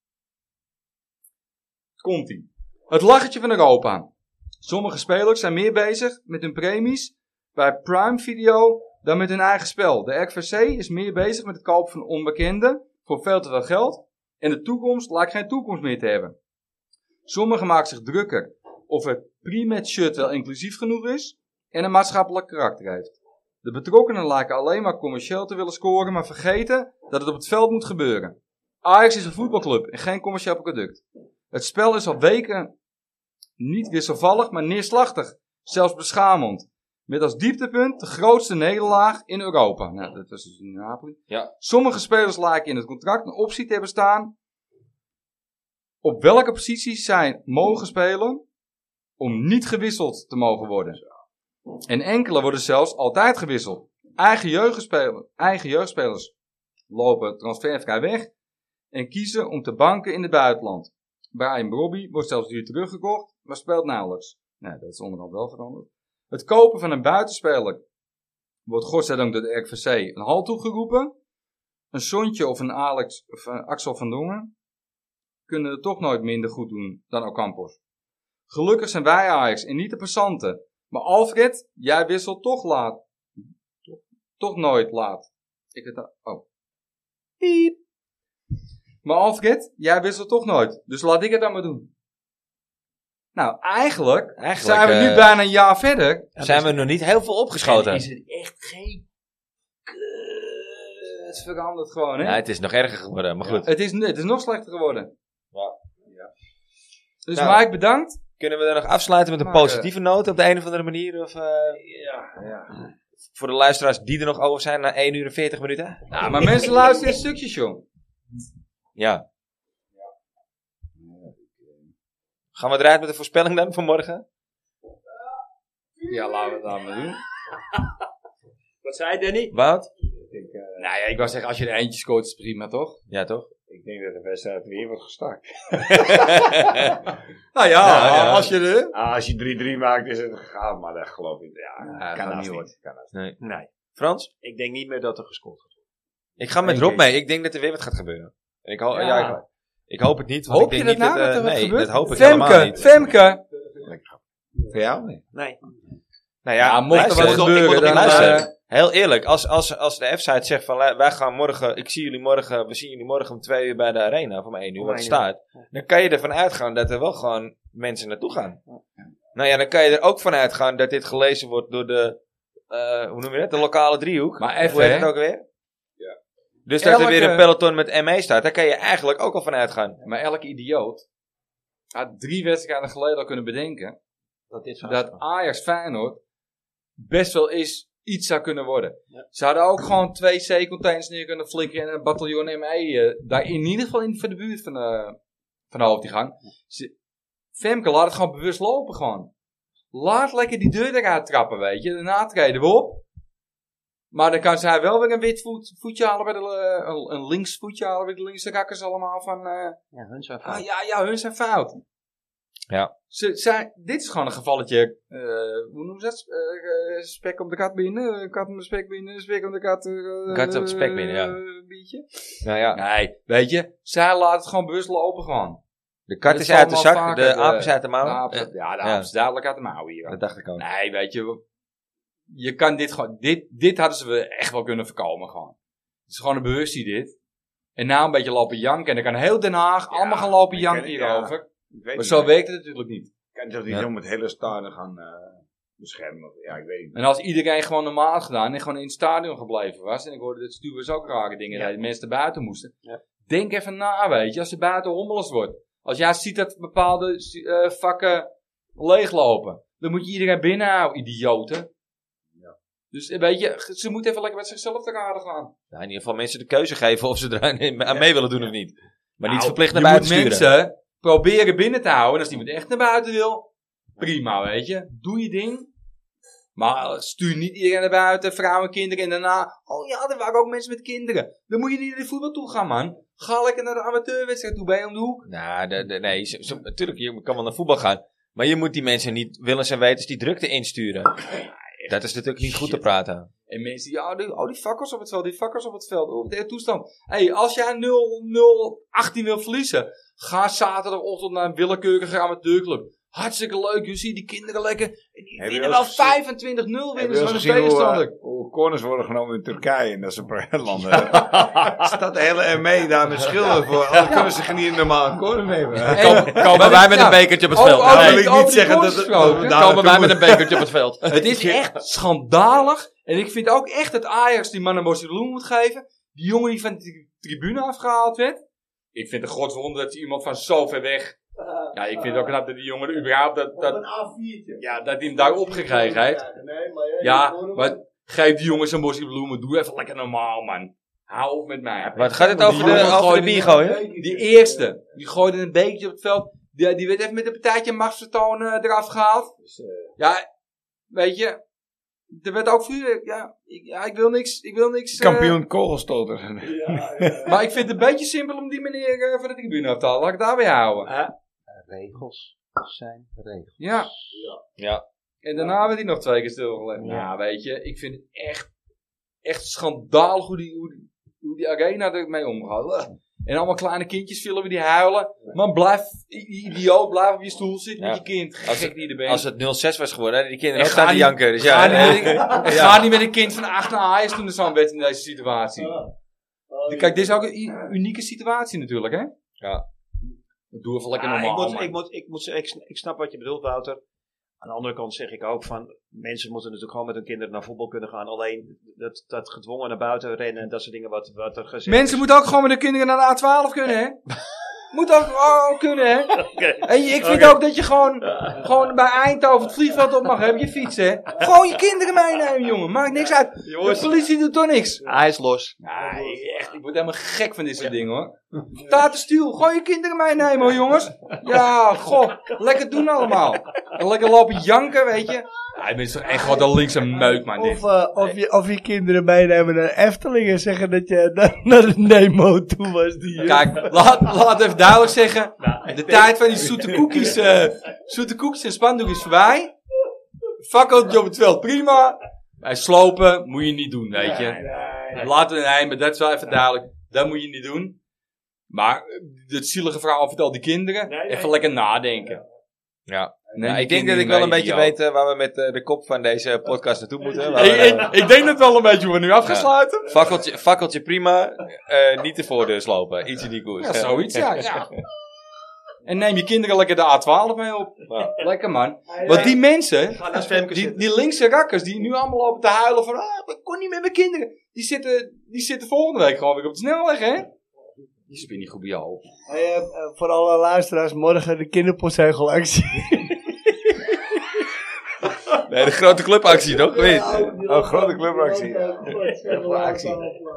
Komt-ie. Het lachertje van Europa. Sommige spelers zijn meer bezig met hun premies bij Prime Video dan met hun eigen spel. De R V C is meer bezig met het kopen van onbekenden voor veel te veel geld. En de toekomst lijkt geen toekomst meer te hebben. Sommigen maken zich drukker of het pre-match shirt wel inclusief genoeg is en een maatschappelijk karakter heeft. De betrokkenen lijken alleen maar commercieel te willen scoren, maar vergeten dat het op het veld moet gebeuren. Ajax is een voetbalclub en geen commercieel product. Het spel is al weken niet wisselvallig, maar neerslachtig, zelfs beschamend. Met als dieptepunt de grootste nederlaag in Europa. Nou, dat was dus in Napoli. Ja. Sommige spelers lijken in het contract een optie te hebben staan op welke posities zij mogen spelen om niet gewisseld te mogen worden. En enkele worden zelfs altijd gewisseld. Eigen jeugdspelers, eigen jeugdspelers lopen transfervrij weg en kiezen om te banken in het buitenland. Brian Brobby wordt zelfs duur teruggekocht, maar speelt nauwelijks. Nou, dat is onderhand wel veranderd. Het kopen van een buitenspeler wordt godzijdank door de R V C een halt toegeroepen. Een Sontje of een Alex of een Axel van Dongen kunnen het toch nooit minder goed doen dan Ocampos. Gelukkig zijn wij Ajax en niet de passanten. Maar Alfred, jij wisselt toch laat. Toch, toch nooit laat. Ik weet dat. Oh. Piep. Maar Alfred, jij wisselt toch nooit. Dus laat ik het dan maar doen. Nou, eigenlijk, Eigenlijk, zijn we nu uh, bijna een jaar verder. zijn we nog niet heel veel opgeschoten. En is het echt geen... Het verandert gewoon, hè? Ja, het is nog erger geworden, maar goed. Het is, het is nog slechter geworden. Ja. Dus Nou, Mike, bedankt. Kunnen we er nog afsluiten met een Maar, positieve noot op de een of andere manier? Of, uh, Ja, ja. voor de luisteraars die er nog over zijn na één uur en veertig minuten? Ja, maar mensen luisteren in stukjes, joh. Ja. Gaan we eruit met de voorspelling dan voor morgen? Ja, laten we het dan maar doen. Wat zei Danny? Wout? Nou ja, ik wou zeggen, als je er eentje scoort, is prima, toch? Ja, toch? Ik denk dat de wedstrijd weer wordt gestart. Nou ja, Ja, ja. als je de... Ah, als je drie drie maakt, is het gegaan. Maar dat geloof ik. Ja, Ja, kan gaat dat niet niet. Kan dat. Nee. Nee, Frans? ik denk niet meer dat er gescoord gaat worden. Ik ga met Eén Rob keer. mee. Ik denk dat er weer wat gaat gebeuren. En ik, ho- Ja. ja, ik, ik hoop het niet. Want Hoop ik je denk dat niet nou, dat eh, er wat nee, gebeurt? dat hoop ik helemaal Femke, niet. Femke! Voor jou? Nee. Nee. Nou Ja, ja, mocht er luister, wat ik moet- gebeuren, ik moet- dan, luister, eh, heel eerlijk, als, als, als de F-site zegt van la- wij gaan morgen, ik zie jullie morgen, we zien jullie morgen om twee uur bij de arena, of om één uur, Om wat één staat. Dan kan je ervan uitgaan dat er wel gewoon mensen naartoe gaan. Nou ja, dan kan je er ook van uitgaan dat dit gelezen wordt door de, eh, hoe noem je dat, de lokale driehoek. Maar Hoe even, heet het hè. ook weer? Ja. Dus dat er Elke- weer een peloton met M E staat, daar kan je eigenlijk ook al van uitgaan. Maar elke idioot had drie wedstrijden geleden al kunnen bedenken Dat dit zo dat Ajax Feyenoord best wel eens iets zou kunnen worden. Ze hadden ook gewoon twee C-containers neer kunnen flikkeren en een bataljon M E eh, daar in ieder geval in voor de buurt van de, van de hoofdingang. Ze, Femke, laat het gewoon bewust lopen gewoon. Laat lekker die deur eruit trappen, weet je. Daarna treden we op. Maar dan kan zij wel weer een wit voet, voetje halen bij de, eh, een, een links voetje halen bij de linkse rakkers allemaal van... eh, Ja, hun zijn Ah, ja, ja, hun zijn fout. Ja. Ze, zij, dit is gewoon een gevalletje, eh, hoe noemen ze dat? Eh, eh, spek op de kat binnen, eh, kat op de spek binnen, spek op de kat... eh, Kat op de spek binnen, ja. eh, Biertje. Nou ja, Nee, weet je, zij laat het gewoon bewust lopen gewoon. de kat Dat is zal uit de allemaal zak, vaker, de de- aap is uit de De mouw. aap- Eh, ja, de ja. aap is duidelijk uit de mouw hier. Dat dacht ik ook. Nee, weet je, je kan dit gewoon, dit, dit hadden ze we echt wel kunnen voorkomen gewoon. Het is gewoon een bewustie dit. En nou een beetje lopen janken en dan kan heel Den Haag allemaal gaan lopen ik janken ken- hierover. Ik weet Maar niet, zo maar werkt het natuurlijk niet. Ik kan toch niet Ja. om het hele stadion gaan eh, beschermen. Ja, ik weet het niet. En als iedereen gewoon normaal had gedaan en gewoon in het stadion gebleven was, en ik hoorde dat Stuurs ook rare dingen, Ja. dat mensen er buiten moesten. Ja. Denk even na, weet je, als er buiten hommeles wordt. Als jij ziet dat bepaalde eh, vakken leeglopen, dan moet je iedereen binnenhouden, idioten. Ja. Dus eh, weet je, ze moeten even lekker met zichzelf te raden gaan. Nou, in ieder geval mensen de keuze geven of ze er aan aan mee willen doen of niet. Maar niet Nou, verplicht naar je buiten moet sturen. mensen proberen binnen te houden. En als iemand echt naar buiten wil, prima, weet je. Doe je ding. Maar stuur niet iedereen naar buiten, vrouwen, kinderen. En daarna, oh ja, er waren ook mensen met kinderen. Dan moet je niet naar de voetbal toe gaan, man. Ga lekker naar de amateurwedstrijd toe, bij je om de hoek. Nou, de, de, nee, zo- zo- natuurlijk, je kan wel naar voetbal gaan. Maar je moet die mensen niet willens en wetens die drukte insturen. Dat is natuurlijk niet goed te praten. En mensen die, oh die, oh, die fakkers op het veld, die fakkers op het veld. Oh, de toestand. Hé, hey, als jij nul nul achttien wil verliezen, ga zaterdagochtend naar een willekeurige amateurclub. Hartstikke leuk, je ziet die kinderen lekker. En die Heb je winnen wel wel eens gezien- vijfentwintig nul Heb winnen je ze wel van eens de gezien hoe, tegenstander. eh, hoe corners worden genomen in Turkije en dat soort landen? Staat de hele M E daar met schilden voor. Anders kunnen ze geen niet normaal een corner nemen. En- Komen maar wij dit- met nou, een bekertje op het over- veld. over Nou, die- wil ik over niet die zeggen dat corners het- dat we gesproken. daar Komen wij naartoe met een bekertje op het veld. Het is echt schandalig. En ik vind ook echt dat Ajax die man een bosje bloem moet geven. Die jongen die van de tri- tribune afgehaald werd. Ik vind het een godswonder dat iemand van zo ver weg... Ja, ik vind het ook knap dat die jongen er überhaupt... Dat, dat, A viertje. ja, dat hij hem daar opgekregen heeft. Nee, maar Ja, maar geef die jongens een bosje bloemen. Doe even lekker normaal, man. Hou op met mij. Maar gaat het Die over de, jongen over de gooide- bier gooien? Die eerste, die gooide een bekertje op het veld. Die, die werd even met een partijtje machtsvertoon uh, eraf gehaald. Ja, weet je. Er werd ook vuur. Ja, ik, ja, ik wil niks. Ik wil niks. eh, Kampioen kogelstoter. maar ik vind het een beetje simpel om die meneer uh, van de tribune af te halen. Laat ik het daarbij houden. Regels zijn regels. Ja. Ja. En daarna werd hij nog twee keer stilgelegd. Ja, weet je. Ik vind het echt, echt schandalig hoe die, hoe die, hoe die arena ermee omgaat. En allemaal kleine kindjes filmen die huilen. Man, blijf, i- idioot, blijf op je stoel zitten Ja. met je kind. Als Gek het- die er bent. Als het nul zes was geworden, hadden die kinderen En ook staan ga te niet- janken. Dus Ga ja, niet, met, een- ga niet met een kind van acht naar Ajax toen er zo'n werd in deze situatie. Kijk, dit is ook een u- unieke situatie natuurlijk, hè? Ja. Doe even lekker Ah, normaal, ik, moet, man. ik, moet, ik, moet, zeggen, ik, sn- ik snap wat je bedoelt, Wouter. Aan de andere kant zeg ik ook van, mensen moeten natuurlijk gewoon met hun kinderen naar voetbal kunnen gaan. Alleen dat, dat gedwongen naar buiten rennen en dat soort dingen wat, wat er gezegd Mensen is. moeten ook gewoon met de kinderen naar de A twaalf kunnen, hè? Moet ook oh, kunnen, hè? Oké. En je- ik vind Oké. ook dat je gewoon, gewoon bij Eindhoven het vliegveld op mag hebben, je fiets, hè? Gewoon je kinderen meenemen, jongen. Maakt niks uit. De politie doet toch niks. Hij is los. Nee, echt. Ik word helemaal gek van dit soort dingen, hoor. Tatenstiel. Gewoon je kinderen meenemen, hoor, jongens. Ja, goh. Lekker doen allemaal. En lekker lopen janken, weet je. Hij is toch echt gewoon de linkse meuk, man. Of, uh, of, je, of je kinderen meenemen naar Efteling en zeggen dat je naar, naar de Nemo toe was. Die, Kijk, laat, laat even duidelijk zeggen. De tijd van die zoete koekjes, uh, zoete koekjes en spandoek is voorbij. Fakkeltje op het veld, prima. Bij slopen moet je niet doen, weet je. Laten we nee, maar dat is wel even duidelijk. Dat moet je niet doen. Maar het zielige verhaal vertelt die kinderen. Nee, nee. Even lekker nadenken. Ja. Nou, ik denk dat ik wel een beetje weet uh, waar we met uh, de kop van deze podcast naartoe moeten. Ik, we, uh, ik, ik denk dat wel een beetje hoe we nu afgesluiten. Ja. Fakkeltje, fakkeltje prima. Uh, niet de voordeur slopen. Iets in die koers. Ja, zoiets, ja. ja. En neem je kinderen lekker de A twaalf mee op. Ja. Lekker, man. Want die mensen, die, die linkse rakkers die nu allemaal lopen te huilen van... Ah, ik kon niet met mijn kinderen. Die zitten, die zitten volgende week gewoon weer op de snelweg, hè? Die spin niet goed bij jou op. Hey, uh, uh, voor alle luisteraars, morgen de kinderpostzegelactie. Nee, de grote clubactie, toch? Weet Oh, grote clubactie. Actie.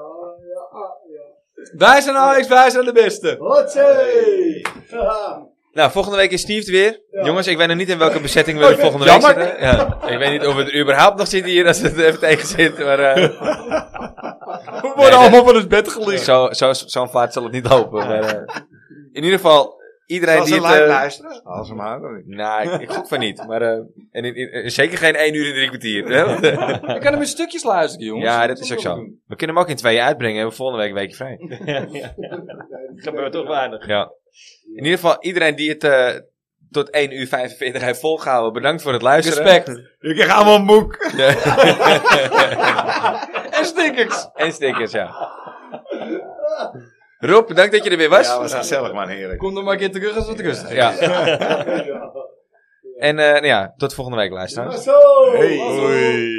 Wij zijn Alex, wij zijn de beste. Hotzee! Nou, volgende week is Steve weer. Ja. Jongens, ik weet nog niet in welke bezetting we oh, volgende week zitten. Ja. Ik weet niet of we er überhaupt nog zitten hier, als we het even tegen zitten. Maar, uh... we worden nee, allemaal van het bed gelicht. Zo'n zo, zo vaart zal het niet lopen. Maar, uh... in ieder geval, iedereen die het... Uh... luisteren? Als ze maar ook niet. Nou, ik, ik gok van niet. Maar uh... en in, in, in, zeker geen één uur en drie kwartier. Je kan hem in stukjes luisteren, jongens. Ja, dat is ook zo. We kunnen hem ook in tweeën uitbrengen. We volgende week een weekje vrij. Ja, ja. Dat gebeurt toch weinig. Ja. In ieder geval, iedereen die het uh, tot één uur vijfenveertig heeft volgehouden, bedankt voor het luisteren. Respect. Ik krijg allemaal een boek. En stickers. En stickers, ja. Rob, bedankt dat je er weer was. Ja, was gezellig, man, heerlijk. Kom dan maar een keer terug als we terug zijn. Ja. En uh, ja, tot volgende week, luisteraars. Zo. Hey. Hoi.